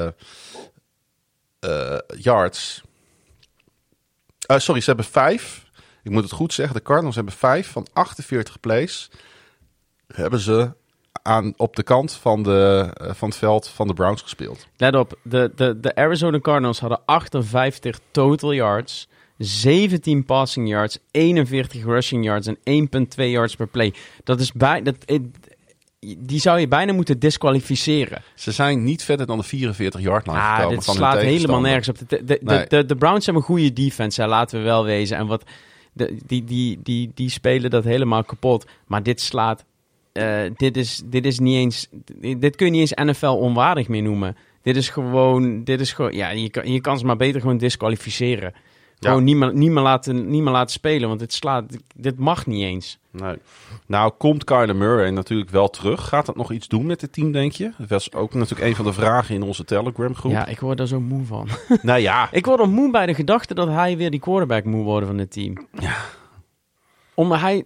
yards. Sorry, ze hebben 5. Ik moet het goed zeggen. De Cardinals hebben 5 van 48 plays. Hebben ze op de kant van het veld van de Browns gespeeld. Let op, de Arizona Cardinals hadden 58 total yards. 17 passing yards, 41 rushing yards en 1,2 yards per play. Dat is die zou je bijna moeten disqualificeren. Ze zijn niet verder dan de 44-yard-line gekomen. Dit slaat helemaal nergens op. De Browns hebben een goede defense, laten we wel wezen. En die spelen dat helemaal kapot. Maar dit slaat... Dit is niet eens... Dit kun je niet eens NFL onwaardig meer noemen. Dit is gewoon... Ja, je kan ze maar beter gewoon disqualificeren. Gewoon niet meer laten spelen, want dit mag niet eens. Nee. Nou, komt Kyler Murray natuurlijk wel terug. Gaat dat nog iets doen met het team, denk je? Dat was ook natuurlijk een van de vragen in onze Telegram-groep. Ja, ik word daar zo moe van. Nou ja. Ik word er moe bij de gedachte dat hij weer die quarterback moet worden van het team. Ja. Omdat hij...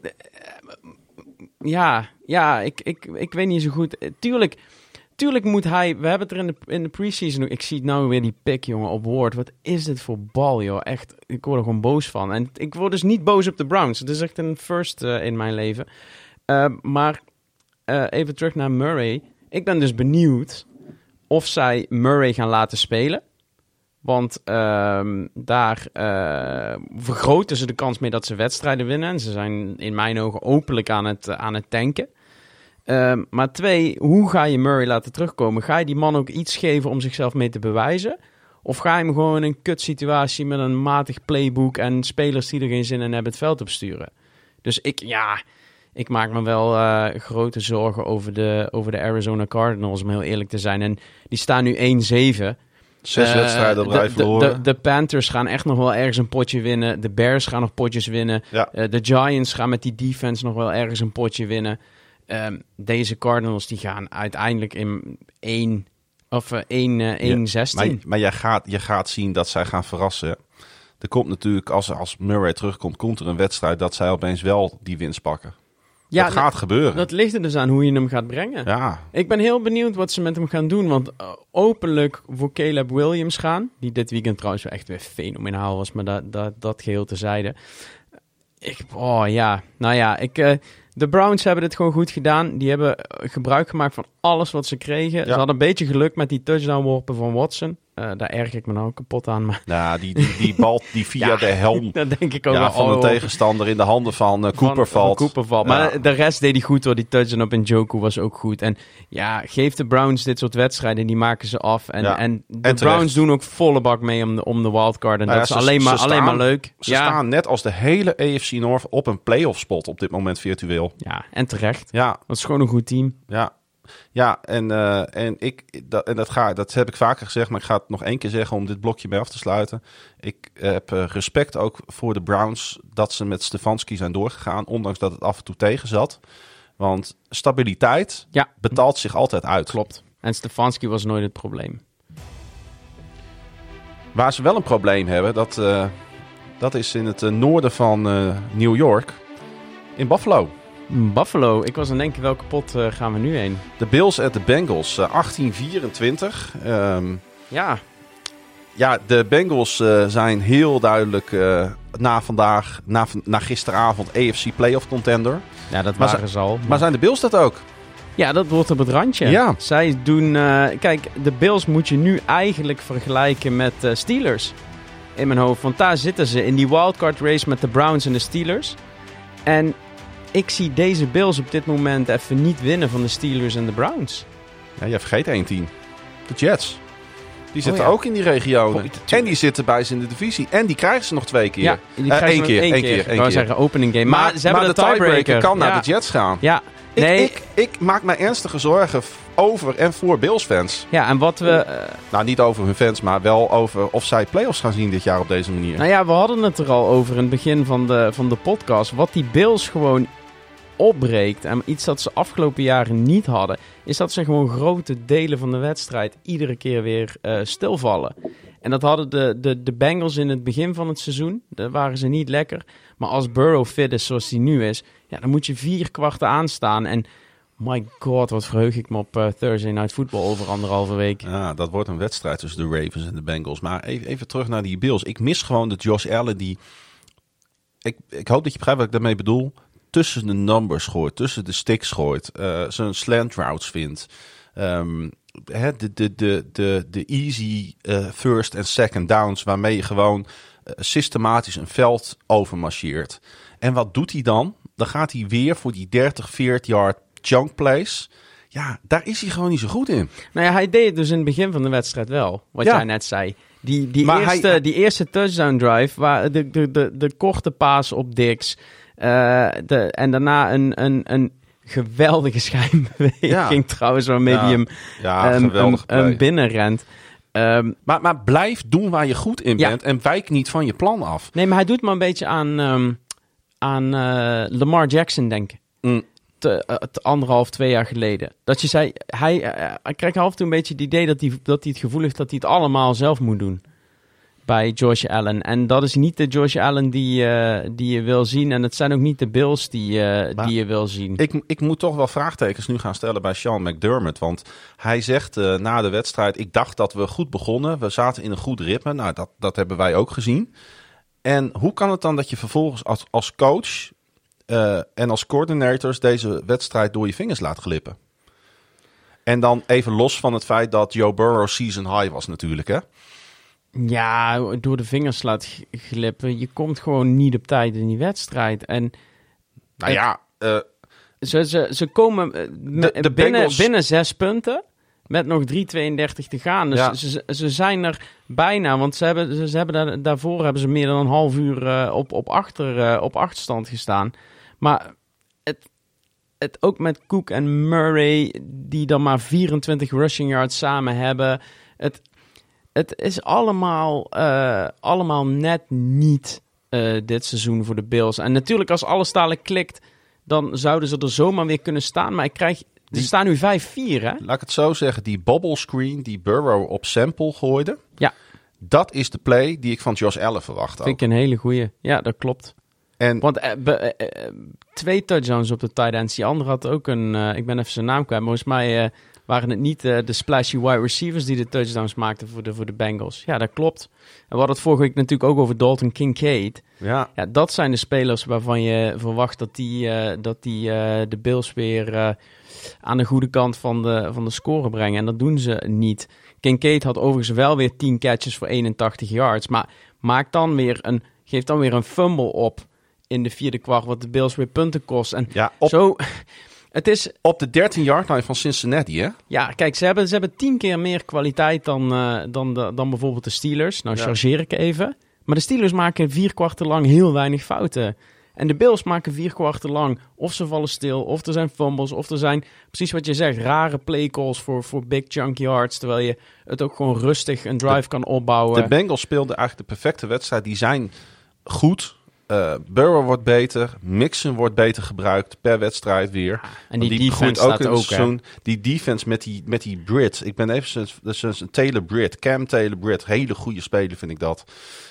Ik weet niet zo goed. Tuurlijk moet hij... We hebben het er in de preseason... Ik zie nou weer die pick, jongen, op Ward. Wat is dit voor bal, joh? Echt, ik word er gewoon boos van. En ik word dus niet boos op de Browns. Het is echt een first in mijn leven. Maar even terug naar Murray. Ik ben dus benieuwd of zij Murray gaan laten spelen. Want daar vergroten ze de kans mee dat ze wedstrijden winnen. En ze zijn in mijn ogen openlijk aan het tanken. Maar 2, hoe ga je Murray laten terugkomen? Ga je die man ook iets geven om zichzelf mee te bewijzen? Of ga je hem gewoon in een kutsituatie met een matig playbook en spelers die er geen zin in hebben het veld op sturen? Dus ik maak me wel grote zorgen over de Arizona Cardinals, om heel eerlijk te zijn. En die staan nu 1-7. 6 wedstrijden op rij verloren. De Panthers gaan echt nog wel ergens een potje winnen. De Bears gaan nog potjes winnen. Ja. De Giants gaan met die defense nog wel ergens een potje winnen. Deze Cardinals die gaan uiteindelijk in 1-16. Maar je gaat zien dat zij gaan verrassen. Er komt natuurlijk, als Murray terugkomt, komt er een wedstrijd dat zij opeens wel die winst pakken. Ja, dat gaat gebeuren. Dat ligt er dus aan hoe je hem gaat brengen. Ja. Ik ben heel benieuwd wat ze met hem gaan doen. Want openlijk voor Caleb Williams gaan. Die dit weekend trouwens echt weer fenomenaal was. Maar dat geheel terzijde. De Browns hebben dit gewoon goed gedaan. Die hebben gebruik gemaakt van alles wat ze kregen. Ja. Ze hadden een beetje geluk met die touchdown-worpen van Watson. Daar erg ik me nou kapot aan. Maar... Ja, die bal die via de helm dat denk ik ook van de tegenstander in de handen van Cooper valt. Ja. Maar de rest deed hij goed hoor. Die touchdown op Njoku was ook goed. En ja, geef de Browns dit soort wedstrijden. Die maken ze af. En de Browns doen ook volle bak mee om de wildcard. En dat is alleen maar leuk. Ze staan net als de hele AFC North op een playoff spot op dit moment virtueel. Ja, en terecht. Ja. Dat is gewoon een goed team. Ja, dat heb ik vaker gezegd, maar ik ga het nog 1 keer zeggen om dit blokje mee af te sluiten. Ik heb respect ook voor de Browns dat ze met Stefanski zijn doorgegaan, ondanks dat het af en toe tegen zat. Want stabiliteit betaalt zich altijd uit. Klopt. En Stefanski was nooit het probleem. Waar ze wel een probleem hebben, dat is in het noorden van New York, in Buffalo. Buffalo. Ik was aan het denken, welke pot gaan we nu heen? De Bills at de Bengals, 18-24. Ja, de Bengals zijn heel duidelijk na gisteravond AFC Playoff contender. Ja, dat waren ze al. Maar zijn de Bills dat ook? Ja, dat wordt op het randje. Ja. Zij doen... kijk, de Bills moet je nu eigenlijk vergelijken met Steelers. In mijn hoofd. Want daar zitten ze in die wildcard race met de Browns en de Steelers. En... ik zie deze Bills op dit moment even niet winnen van de Steelers en de Browns. Ja, jij vergeet 1 team. De Jets. Die zitten ook in die regionen. En die zitten bij ze in de divisie. En die krijgen ze nog 2 keer. Ja, die krijgen ze één keer. Ik wou zeggen opening game. Maar ze hebben de tiebreaker. Kan naar de Jets gaan. Ja. Ik maak me ernstige zorgen over en voor Bills fans. Ja, en wat we... Nou, niet over hun fans, maar wel over of zij playoffs gaan zien dit jaar op deze manier. Nou ja, we hadden het er al over in het begin van de podcast. Wat die Bills gewoon opbreekt en iets dat ze afgelopen jaren niet hadden, is dat ze gewoon grote delen van de wedstrijd iedere keer weer stilvallen. En dat hadden de Bengals in het begin van het seizoen. Daar waren ze niet lekker. Maar als Burrow fit is zoals hij nu is, ja, dan moet je 4 kwarten aanstaan. En my god, wat verheug ik me op Thursday Night Football over 1,5 week. Ja, dat wordt een wedstrijd tussen de Ravens en de Bengals. Maar even terug naar die Bills. Ik mis gewoon de Josh Allen die... Ik hoop dat je begrijpt wat ik daarmee bedoel. Tussen de numbers gooit, tussen de sticks gooit. Zijn slant routes vindt. de easy first en second downs, waarmee je gewoon systematisch een veld overmarcheert. En wat doet hij dan? Dan gaat hij weer voor die 30-40 yard junk plays. Ja, daar is hij gewoon niet zo goed in. Nou ja, hij deed het dus in het begin van de wedstrijd wel, wat jij net zei. Die eerste touchdown drive, waar de korte paas op Diggs en daarna een geweldige schijnbeweging trouwens, waarmee hij hem binnenrent. Maar blijf doen waar je goed in bent en wijk niet van je plan af. Nee, maar hij doet me een beetje aan Lamar Jackson denken. 1,5-2 jaar geleden. Dat je zei, hij krijgt af en toe een beetje het idee dat hij het gevoel heeft dat hij het allemaal zelf moet doen. Bij Josh Allen. En dat is niet de Josh Allen die je wil zien. En het zijn ook niet de Bills die je wil zien. Ik moet toch wel vraagtekens nu gaan stellen bij Sean McDermott. Want hij zegt na de wedstrijd, ik dacht dat we goed begonnen. We zaten in een goed ritme. Nou, dat hebben wij ook gezien. En hoe kan het dan dat je vervolgens als coach en als coordinators deze wedstrijd door je vingers laat glippen? En dan even los van het feit dat Joe Burrow season high was natuurlijk, hè? Ja, door de vingers laat glippen. Je komt gewoon niet op tijd in die wedstrijd. En ze komen binnen 6 punten met nog 3:32 te gaan. Dus ze zijn er bijna. Want daarvoor hebben ze meer dan een half uur op achterstand gestaan. Maar het ook met Cook en Murray, die dan maar 24 rushing yards samen hebben. Het is allemaal net niet dit seizoen voor de Bills. En natuurlijk, als alles dadelijk klikt, dan zouden ze er zomaar weer kunnen staan. Maar ze staan nu 5-4, hè? Laat ik het zo zeggen, die bubble screen die Burrow op sample gooide. Ja. Dat is de play die ik van Josh Allen verwacht. Vind ik een hele goeie. Ja, dat klopt. Want 2 touchdowns op de tight ends. Die andere had ook ik ben even zijn naam kwijt. Volgens mij waren het niet de splashy wide receivers die de touchdowns maakten voor de Bengals. Ja, dat klopt. En we hadden het vorige week natuurlijk ook over Dalton Kincaid. Ja, dat zijn de spelers waarvan je verwacht dat die de Bills weer aan de goede kant van de score brengen. En dat doen ze niet. Kincaid had overigens wel weer 10 catches voor 81 yards. Maar geeft dan weer een fumble op in de vierde kwart, wat de Bills weer punten kost. En het is op de 13-yard line van Cincinnati, hè? Ja, kijk, ze hebben 10 keer meer kwaliteit dan bijvoorbeeld de Steelers. Nou, chargeer ik even. Maar de Steelers maken 4 kwarten lang heel weinig fouten. En de Bills maken 4 kwarten lang of ze vallen stil, of er zijn fumbles, of er zijn, precies wat je zegt, rare playcalls voor big chunk yards, terwijl je het ook gewoon rustig een drive kan opbouwen. De Bengals speelden eigenlijk de perfecte wedstrijd. Die zijn goed. Burrow wordt beter. Mixon wordt beter gebruikt per wedstrijd weer. En die defense staat ook, hè? Die defense met die Brit. Ik ben even een Taylor Britt. Cam Taylor Britt. Hele goede speler vind ik dat.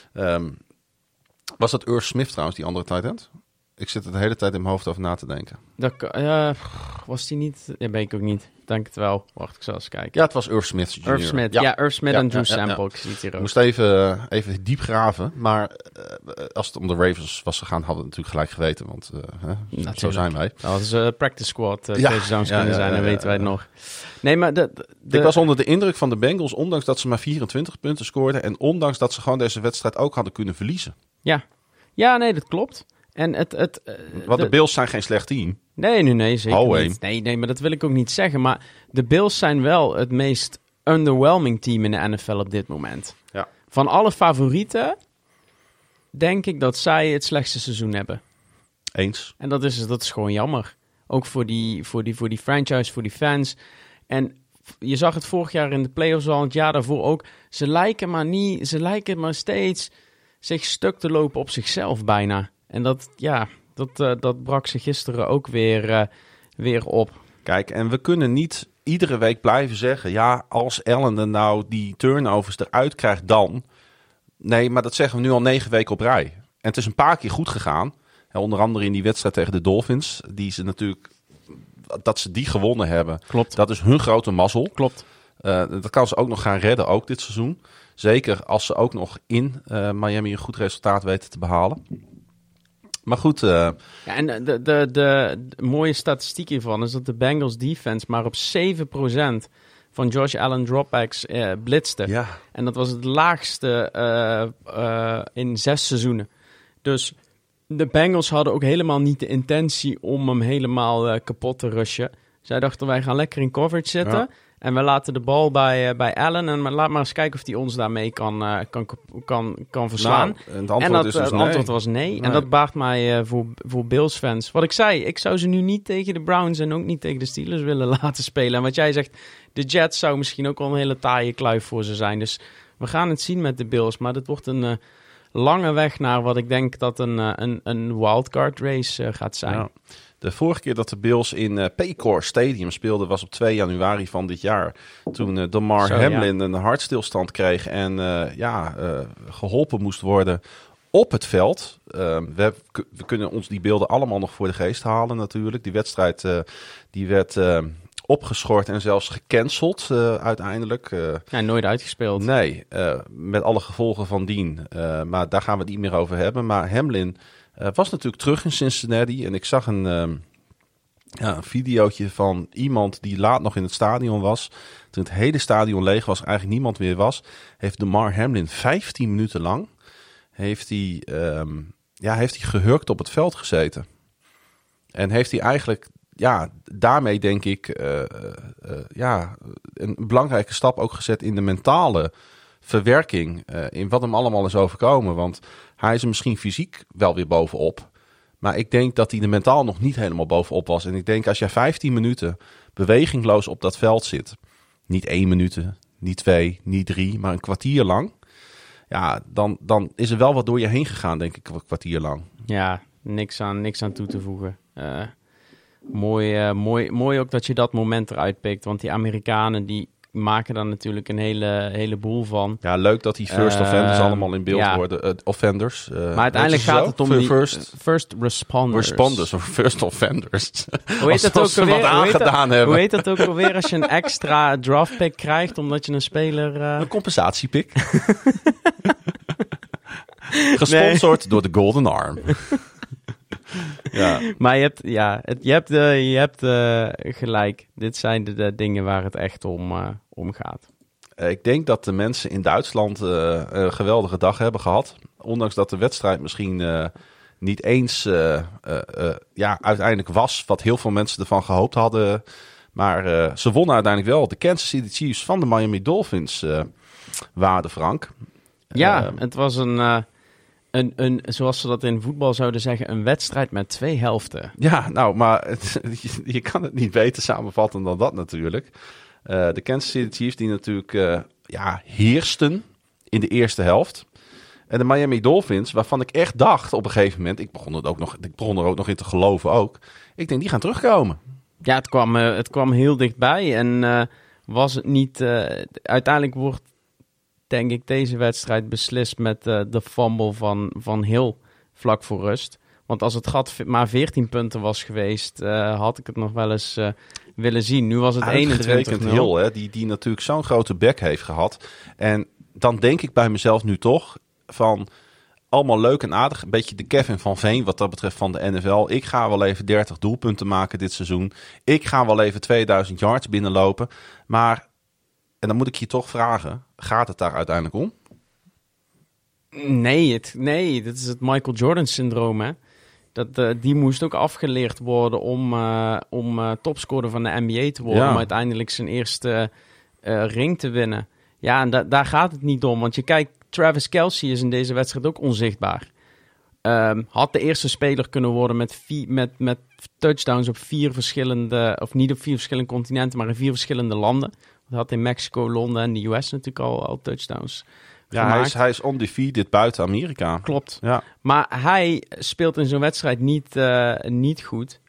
Was dat Irv Smith trouwens, die andere tight end? Ik zit er de hele tijd in mijn hoofd over na te denken. Was die niet? Ja, ben ik ook niet. Denk het wel. Wacht, ik zal eens kijken. Ja, het was Irv Smith Jr. Irv Smith en Drew Sample. Ik zie het hier ook. Ik moest even diep graven. Maar als het om de Ravens was gegaan, hadden we natuurlijk gelijk geweten. Want zo zijn wij. Dat is practice squad. Touchdowns kunnen zijn, dan weten wij het nog. Nee, maar ik was onder de indruk van de Bengals, ondanks dat ze maar 24 punten scoorden. En ondanks dat ze gewoon deze wedstrijd ook hadden kunnen verliezen. Ja, nee, dat klopt. En de Bills zijn geen slecht team. Nee, zeker niet. Nee, maar dat wil ik ook niet zeggen. Maar de Bills zijn wel het meest underwhelming team in de NFL op dit moment. Ja. Van alle favorieten denk ik dat zij het slechtste seizoen hebben. Eens. En dat is gewoon jammer. Ook voor die franchise, voor die fans. En je zag het vorig jaar in de playoffs al, het jaar daarvoor ook. Ze lijken maar steeds zich stuk te lopen op zichzelf bijna. En dat brak ze gisteren ook weer op. Kijk, en we kunnen niet iedere week blijven zeggen, ja, als Allen er nou die turnovers eruit krijgt dan. Nee, maar dat zeggen we nu al 9 weken op rij. En het is een paar keer goed gegaan. Onder andere in die wedstrijd tegen de Dolphins. Dat ze die gewonnen hebben. Klopt. Dat is hun grote mazzel. Klopt. Dat kan ze ook nog gaan redden, ook dit seizoen. Zeker als ze ook nog in Miami een goed resultaat weten te behalen. Maar goed. En de mooie statistiek hiervan is dat de Bengals defense maar op 7% van Josh Allen dropbacks blitzte. Ja. En dat was het laagste in 6 seizoenen. Dus de Bengals hadden ook helemaal niet de intentie om hem helemaal kapot te rushen. Zij dachten, wij gaan lekker in coverage zitten. Ja. En we laten de bal bij Allen. En laat maar eens kijken of hij ons daarmee kan verslaan. Nou, het antwoord was nee. Nee. En dat baart mij voor Bills fans. Wat ik zei, ik zou ze nu niet tegen de Browns en ook niet tegen de Steelers willen laten spelen. En wat jij zegt, de Jets zou misschien ook wel een hele taaie kluif voor ze zijn. Dus we gaan het zien met de Bills. Maar dit wordt een lange weg naar wat ik denk dat een wildcard race gaat zijn. Ja. De vorige keer dat de Bills in Paycor Stadium speelden was op 2 januari van dit jaar. Toen Damar Hamlin een hartstilstand kreeg en geholpen moest worden op het veld. We kunnen ons die beelden allemaal nog voor de geest halen natuurlijk. Die wedstrijd die werd opgeschort en zelfs gecanceld uiteindelijk. Nooit uitgespeeld. Nee, met alle gevolgen van dien. Maar daar gaan we het niet meer over hebben. Maar Hamlin was natuurlijk terug in Cincinnati. En ik zag een videootje van iemand die laat nog in het stadion was. Toen het hele stadion leeg was, eigenlijk niemand meer was. Heeft Damar Hamlin 15 minuten lang heeft hij gehurkt op het veld gezeten. En heeft hij eigenlijk daarmee denk ik een belangrijke stap ook gezet in de mentale verwerking. In wat hem allemaal is overkomen. Want hij is er misschien fysiek wel weer bovenop. Maar ik denk dat hij er mentaal nog niet helemaal bovenop was. En ik denk als jij 15 minuten bewegingloos op dat veld zit. Niet 1 minuut, niet 2, niet 3, maar een kwartier lang. Ja, dan is er wel wat door je heen gegaan, denk ik, een kwartier lang. Ja, niks aan toe te voegen. Mooi ook dat je dat moment eruit pikt. Want die Amerikanen die maken daar natuurlijk een heleboel van. Ja, leuk dat die first offenders allemaal in beeld worden. Offenders. Maar uiteindelijk gaat het om die first responders. Responders of first offenders. Hoe heet dat ook alweer? Hoe heet dat ook alweer als je een extra draft pick krijgt omdat je een speler... Een compensatiepick. Gesponsord door de Golden Arm. Ja. Maar je hebt gelijk. Dit zijn de dingen waar het echt om gaat. Ik denk dat de mensen in Duitsland een geweldige dag hebben gehad. Ondanks dat de wedstrijd misschien niet eens uiteindelijk was wat heel veel mensen ervan gehoopt hadden. Maar ze wonnen uiteindelijk wel. De Kansas City Chiefs van de Miami Dolphins waren Frank. Ja, het was een, zoals ze dat in voetbal zouden zeggen, een wedstrijd met 2 helften. Ja, nou, maar je kan het niet beter samenvatten dan dat natuurlijk. De Kansas City Chiefs die natuurlijk heersten in de eerste helft. En de Miami Dolphins, waarvan ik echt dacht op een gegeven moment, ik begon er ook nog in te geloven ook. Ik denk, die gaan terugkomen. Ja, het kwam heel dichtbij en was het niet... uiteindelijk wordt, denk ik, deze wedstrijd beslist met de fumble van Hill vlak voor rust. Want als het gat maar 14 punten was geweest, had ik het nog wel eens willen zien. Nu was het 21-0. Hill, hè, die natuurlijk zo'n grote bek heeft gehad. En dan denk ik bij mezelf nu toch van... Allemaal leuk en aardig. Een beetje de Kevin van Veen wat dat betreft van de NFL. Ik ga wel even 30 doelpunten maken dit seizoen. Ik ga wel even 2000 yards binnenlopen. Maar, en dan moet ik je toch vragen, gaat het daar uiteindelijk om? Nee, dit is het Michael Jordan syndroom, hè. Die moest ook afgeleerd worden om topscorer van de NBA te worden. Ja. Om uiteindelijk zijn eerste ring te winnen. Ja, en daar gaat het niet om. Want je kijkt, Travis Kelce is in deze wedstrijd ook onzichtbaar. Had de eerste speler kunnen worden met touchdowns op 4 verschillende... Of niet op 4 verschillende continenten, maar in 4 verschillende landen. Dat had in Mexico, Londen en de US natuurlijk al touchdowns gemaakt. Hij is undefeated buiten Amerika. Klopt. Ja. Maar hij speelt in zo'n wedstrijd niet goed.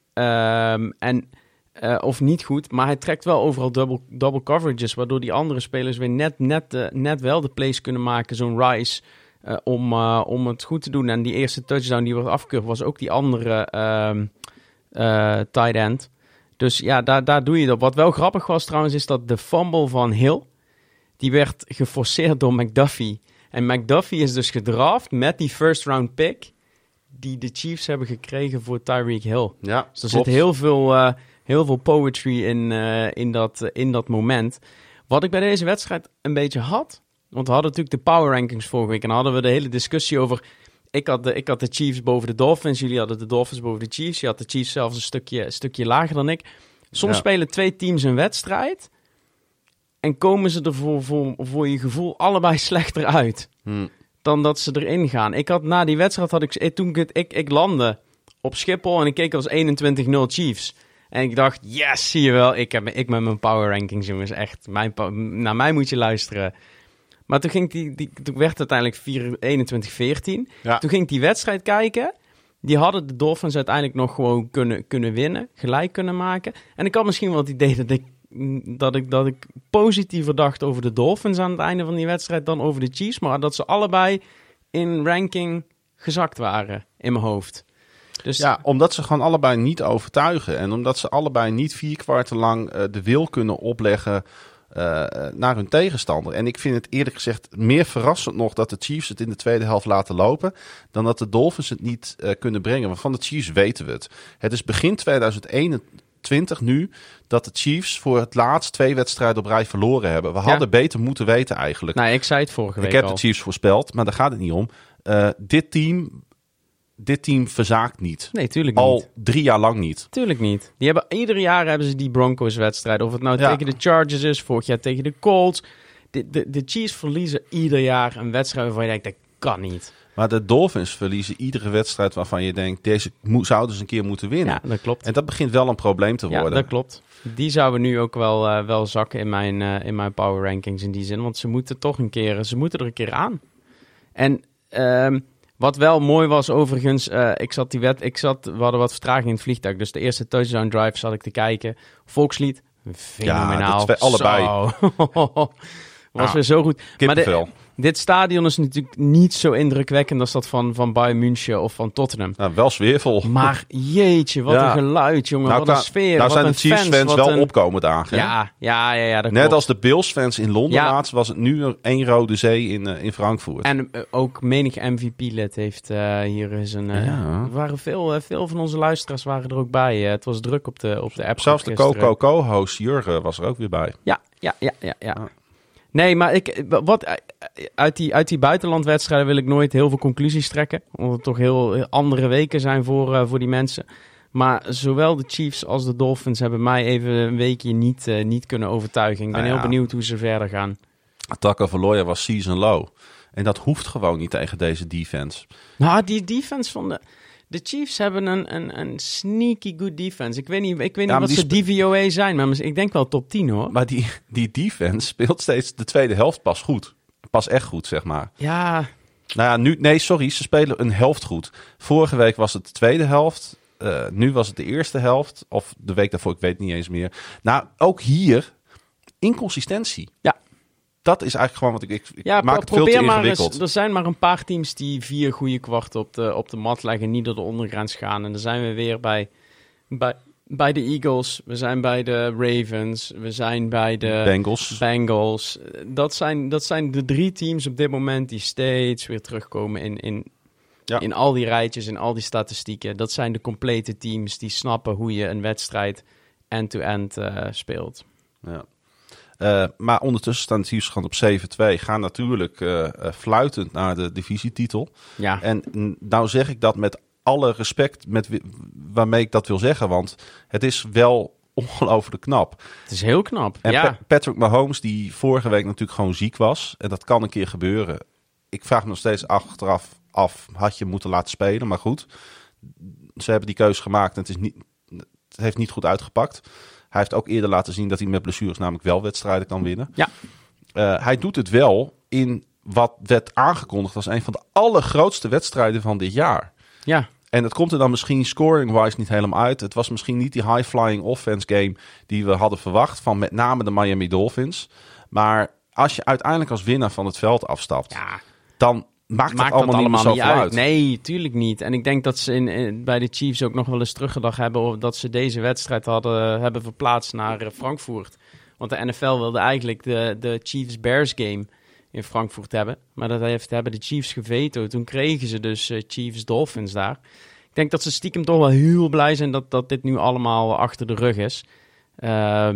Of niet goed, maar hij trekt wel overal double coverages, waardoor die andere spelers weer net wel de plays kunnen maken. Zo'n Rice om het goed te doen. En die eerste touchdown die wordt afgekeurd was ook die andere tight end. Dus ja, daar doe je het op. Wat wel grappig was trouwens, is dat de fumble van Hill, die werd geforceerd door McDuffie. En McDuffie is dus gedraft met die first round pick die de Chiefs hebben gekregen voor Tyreek Hill. Ja, dus er zit heel veel poetry in dat moment. Wat ik bij deze wedstrijd een beetje had... Want we hadden natuurlijk de power rankings vorige week... en dan hadden we de hele discussie over... Ik had de Chiefs boven de Dolphins. Jullie hadden de Dolphins boven de Chiefs. Je had de Chiefs zelfs een stukje lager dan ik. Soms spelen 2 teams een wedstrijd... en komen ze er voor je gevoel allebei slechter uit... dan dat ze erin gaan. Ik had na die wedstrijd... Ik landde op Schiphol... en ik keek als 21-0 Chiefs... En ik dacht, yes, zie je wel. Ik met mijn power rankings, jongens. Echt, naar mij moet je luisteren. Maar toen werd het uiteindelijk 21-14. Ja. Toen ging ik die wedstrijd kijken. Die hadden de Dolphins uiteindelijk nog gewoon kunnen winnen. Gelijk kunnen maken. En ik had misschien wel het idee dat ik positiever dacht over de Dolphins aan het einde van die wedstrijd dan over de Chiefs. Maar dat ze allebei in ranking gezakt waren in mijn hoofd. Dus ja, omdat ze gewoon allebei niet overtuigen. En omdat ze allebei niet 4 kwarten lang de wil kunnen opleggen naar hun tegenstander. En ik vind het eerlijk gezegd meer verrassend nog dat de Chiefs het in de tweede helft laten lopen. Dan dat de Dolphins het niet kunnen brengen. Want van de Chiefs weten we het. Het is begin 2021 nu dat de Chiefs voor het laatst 2 wedstrijden op rij verloren hebben. We hadden beter moeten weten eigenlijk. Nou, ik zei het vorige week Ik heb de Chiefs voorspeld, maar daar gaat het niet om. Dit team verzaakt niet. Nee, tuurlijk niet. Al 3 jaar lang niet. Tuurlijk niet. Ieder jaar hebben ze die Broncos-wedstrijd. Of het nou tegen de Chargers is, vorig jaar tegen de Colts. De Chiefs verliezen ieder jaar een wedstrijd waarvan je denkt, dat kan niet. Maar de Dolphins verliezen iedere wedstrijd waarvan je denkt, deze zouden ze een keer moeten winnen. Ja, dat klopt. En dat begint wel een probleem te worden. Ja, dat klopt. Die zouden nu ook wel zakken in mijn power rankings in die zin. Want ze moeten er een keer aan. En wat wel mooi was overigens, we hadden wat vertraging in het vliegtuig. Dus de eerste touchdown drive zat ik te kijken. Volkslied, fenomenaal. Ja, allebei. Was weer zo goed. Kippenvel. Maar dit stadion is natuurlijk niet zo indrukwekkend als dat van Bayern München of van Tottenham. Nou, wel sfeervol. Maar jeetje, wat een geluid, jongen. Wat een sfeer. Nou zijn de Chiefs-fans wel opkomend dagen. Ja, dat net klopt. als de Bills-fans in Londen laatst, was het nu een rode zee in Frankfurt. En ook menig MVP-lid heeft hier eens een... Er waren veel van onze luisteraars waren er ook bij. Het was druk op de app. Zelfs de co-host Jurgen was er ook weer bij. Ja. Nee, maar uit die buitenlandwedstrijden wil ik nooit heel veel conclusies trekken. Omdat het toch heel andere weken zijn voor die mensen. Maar zowel de Chiefs als de Dolphins hebben mij even een weekje niet kunnen overtuigen. Ik ben heel benieuwd hoe ze verder gaan. Tagovailoa was season low. En dat hoeft gewoon niet tegen deze defense. Nou, die defense van de Chiefs hebben een sneaky good defense. Ik weet niet wat ze DVOA zijn, maar ik denk wel top 10 hoor. Maar die defense speelt steeds de tweede helft pas goed. Pas echt goed, zeg maar. Ja. Nou ja, ze spelen een helft goed. Vorige week was het de tweede helft. Nu was het de eerste helft. Of de week daarvoor, ik weet niet eens meer. Nou, ook hier inconsistentie. Ja. Dat is eigenlijk gewoon wat ik maak het veel te ingewikkeld. Er zijn maar een paar teams die 4 goede kwarten op de mat leggen, niet door de ondergrens gaan. En dan zijn we weer bij de Eagles, we zijn bij de Ravens, we zijn bij de Bengals. Dat zijn de 3 teams op dit moment die steeds weer terugkomen in al die rijtjes, in al die statistieken. Dat zijn de complete teams die snappen hoe je een wedstrijd end-to-end speelt. Ja. Maar ondertussen staan de Chiefs gewoon op 7-2. Gaan natuurlijk fluitend naar de divisietitel. Ja. En nou zeg ik dat met alle respect waarmee ik dat wil zeggen. Want het is wel ongelooflijk knap. Het is heel knap, en Patrick Mahomes, die vorige week natuurlijk gewoon ziek was. En dat kan een keer gebeuren. Ik vraag me nog steeds achteraf af, had je moeten laten spelen? Maar goed, ze hebben die keuze gemaakt en het heeft niet goed uitgepakt. Hij heeft ook eerder laten zien dat hij met blessures namelijk wel wedstrijden kan winnen. Ja. Hij doet het wel in wat werd aangekondigd als een van de allergrootste wedstrijden van dit jaar. Ja. En het komt er dan misschien scoring-wise niet helemaal uit. Het was misschien niet die high-flying offense game die we hadden verwacht van met name de Miami Dolphins. Maar als je uiteindelijk als winnaar van het veld afstapt, dan maakt het allemaal niet zoveel uit. Nee, tuurlijk niet. En ik denk dat ze bij de Chiefs ook nog wel eens teruggedacht hebben of dat ze deze wedstrijd hebben verplaatst naar Frankfurt. Want de NFL wilde eigenlijk de Chiefs-Bears game in Frankfurt hebben. Maar dat hebben de Chiefs gevetoed. Toen kregen ze dus Chiefs-Dolphins daar. Ik denk dat ze stiekem toch wel heel blij zijn dat dit nu allemaal achter de rug is. En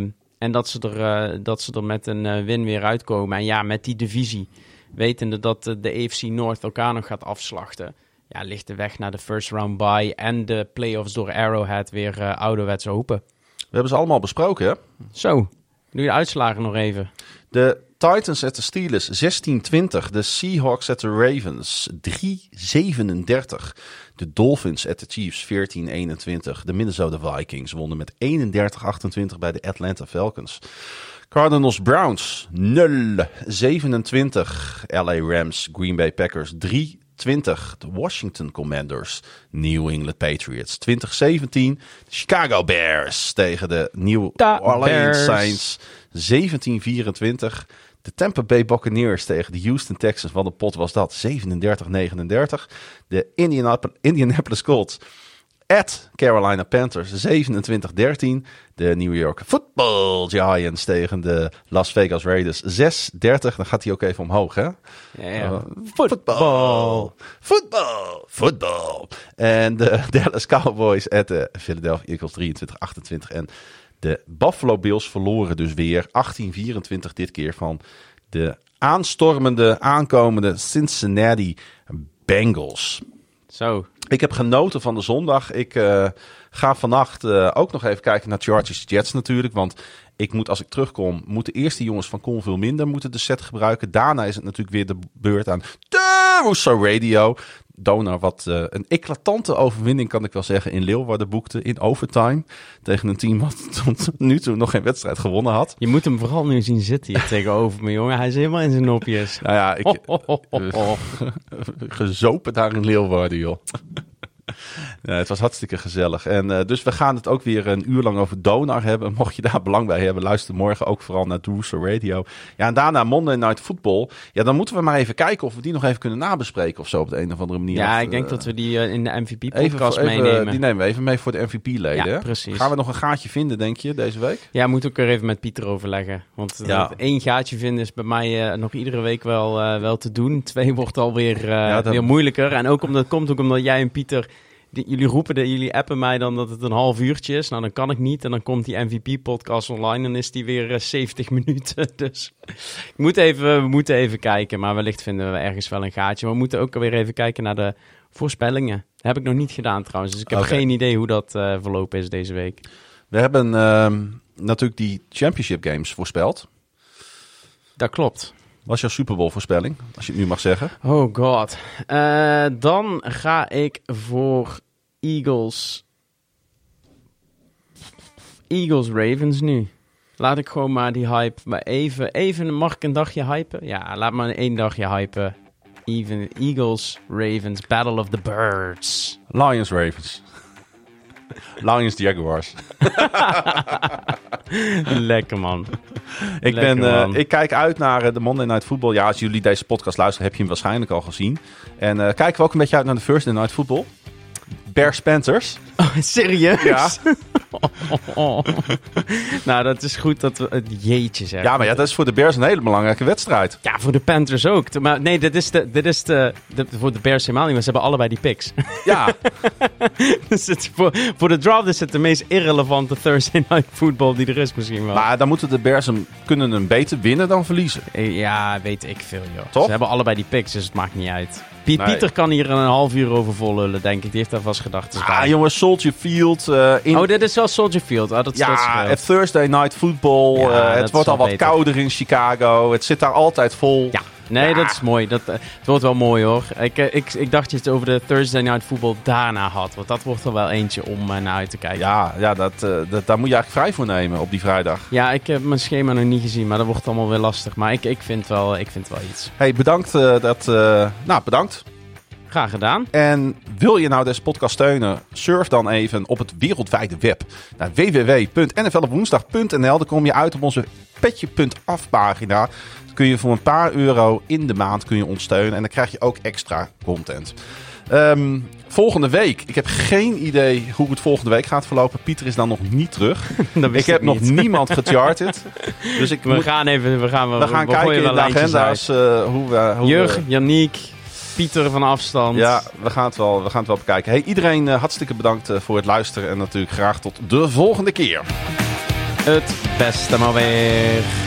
En dat ze er met een win weer uitkomen. En ja, met die divisie, wetende dat de AFC North elkaar nog gaat afslachten, ja, ligt de weg naar de first round bye en de playoffs door Arrowhead weer ouderwets open. We hebben ze allemaal besproken, hè? Zo, doe je de uitslagen nog even. De Titans at de Steelers 16-20. De Seahawks at de Ravens 3-37. De Dolphins at de Chiefs 14-21. De Minnesota Vikings wonnen met 31-28 bij de Atlanta Falcons. Cardinals Browns 0-27. LA Rams Green Bay Packers 3-20. De Washington Commanders New England Patriots 2017. De Chicago Bears tegen de New Orleans Saints 17-24. De Tampa Bay Buccaneers tegen de Houston Texans. Wat een pot was dat. 37-39. De Indianapolis Colts at Carolina Panthers 27-13. De New York Football Giants tegen de Las Vegas Raiders 6-30. Dan gaat hij ook even omhoog, hè? Ja. Football. En de Dallas Cowboys at de Philadelphia Eagles 23-28. En de Buffalo Bills verloren dus weer 18-24 dit keer van de aankomende Cincinnati Bengals. Zo. Ik heb genoten van de zondag. Ik ga vannacht ook nog even kijken naar Chargers Jets natuurlijk. Want ik moet, als ik terugkom, moeten eerst de jongens van Kon veel minder moeten de set gebruiken. Daarna is het natuurlijk weer de beurt aan de Russo Radio. Donar wat een eclatante overwinning, kan ik wel zeggen, in Leeuwarden boekte in overtime. Tegen een team wat tot nu toe nog geen wedstrijd gewonnen had. Je moet hem vooral nu zien zitten hier tegenover me, jongen. Hij is helemaal in zijn nopjes. Nou ja, gezopen daar in Leeuwarden, joh. Ja, het was hartstikke gezellig. En dus we gaan het ook weer een uur lang over Donar hebben. Mocht je daar belang bij hebben, luister morgen ook vooral naar Russo Radio. Ja, en daarna Monday Night Football. Ja, dan moeten we maar even kijken of we die nog even kunnen nabespreken of zo op de een of andere manier. Ja, ik denk dat we die in de MVP-podcast meenemen. Die nemen we even mee voor de MVP-leden. Ja, precies. Gaan we nog een gaatje vinden, denk je, deze week? Ja, moet ook er even met Pieter overleggen. Want één gaatje vinden is bij mij nog iedere week wel te doen. 2 wordt alweer weer moeilijker. En ook komt ook omdat jij en Pieter... Jullie appen mij dan dat het een half uurtje is. Nou, dan kan ik niet. En dan komt die MVP-podcast online en is die weer 70 minuten. Dus we moeten even kijken. Maar wellicht vinden we ergens wel een gaatje. Maar we moeten ook weer even kijken naar de voorspellingen. Dat heb ik nog niet gedaan trouwens. Dus ik heb geen idee hoe dat verlopen is deze week. We hebben natuurlijk die Championship Games voorspeld. Dat klopt. Wat is jouw Super Bowl voorspelling, als je het nu mag zeggen? Oh god. Dan ga ik voor Eagles Ravens nu. Laat ik gewoon maar die hype maar even mag ik een dagje hypen? Ja, laat maar 1 dagje hypen. Eagles Ravens Battle of the Birds. Lions Ravens. Lions Jaguars. Lekker man. Ik kijk uit naar de Monday Night Football. Ja, als jullie deze podcast luisteren, heb je hem waarschijnlijk al gezien. En kijken we ook een beetje uit naar de Thursday Night Football. Bears Panthers. Oh, serieus? Ja. Nou, dat is goed dat we het jeetje zeggen. Ja, maar dat is voor de Bears een hele belangrijke wedstrijd. Ja, voor de Panthers ook. Maar nee, dit is voor de Bears helemaal niet, maar ze hebben allebei die picks. Ja. Dus voor de draft is het de meest irrelevante Thursday Night Football die er is misschien wel. Maar dan moeten de Bears kunnen hem beter winnen dan verliezen. Ja, weet ik veel, joh. Toch? Ze hebben allebei die picks, dus het maakt niet uit. Pieter kan hier een half uur over vollullen, denk ik. Die heeft daar vast gedachten bij. Ah, jongens, Soldier Field. Oh, dit is wel Soldier Field. Oh, dat het Thursday Night Football. Het wordt al wat kouder in Chicago. Het zit daar altijd vol. Ja. Nee, dat is mooi. Het wordt wel mooi, hoor. Ik dacht dat je het over de Thursday Night Football daarna had. Want dat wordt er wel eentje om naar uit te kijken. Ja, daar moet je eigenlijk vrij voor nemen op die vrijdag. Ja, ik heb mijn schema nog niet gezien, maar dat wordt allemaal weer lastig. Maar ik vind wel iets. Hey, bedankt. Bedankt. Graag gedaan. En wil je nou deze podcast steunen? Surf dan even op het wereldwijde web naar www.nflopwoensdag.nl. Dan kom je uit op onze petje.af pagina. Kun je voor een paar euro in de maand ons steunen. En dan krijg je ook extra content. Volgende week. Ik heb geen idee hoe het volgende week gaat verlopen. Pieter is dan nog niet terug. Ik heb nog niemand gecharted. Dus we gaan kijken in de agenda's. Jurg, Yannick, Pieter van afstand. Ja, we gaan het wel bekijken. Hey, iedereen hartstikke bedankt voor het luisteren. En natuurlijk graag tot de volgende keer. het beste maar weer.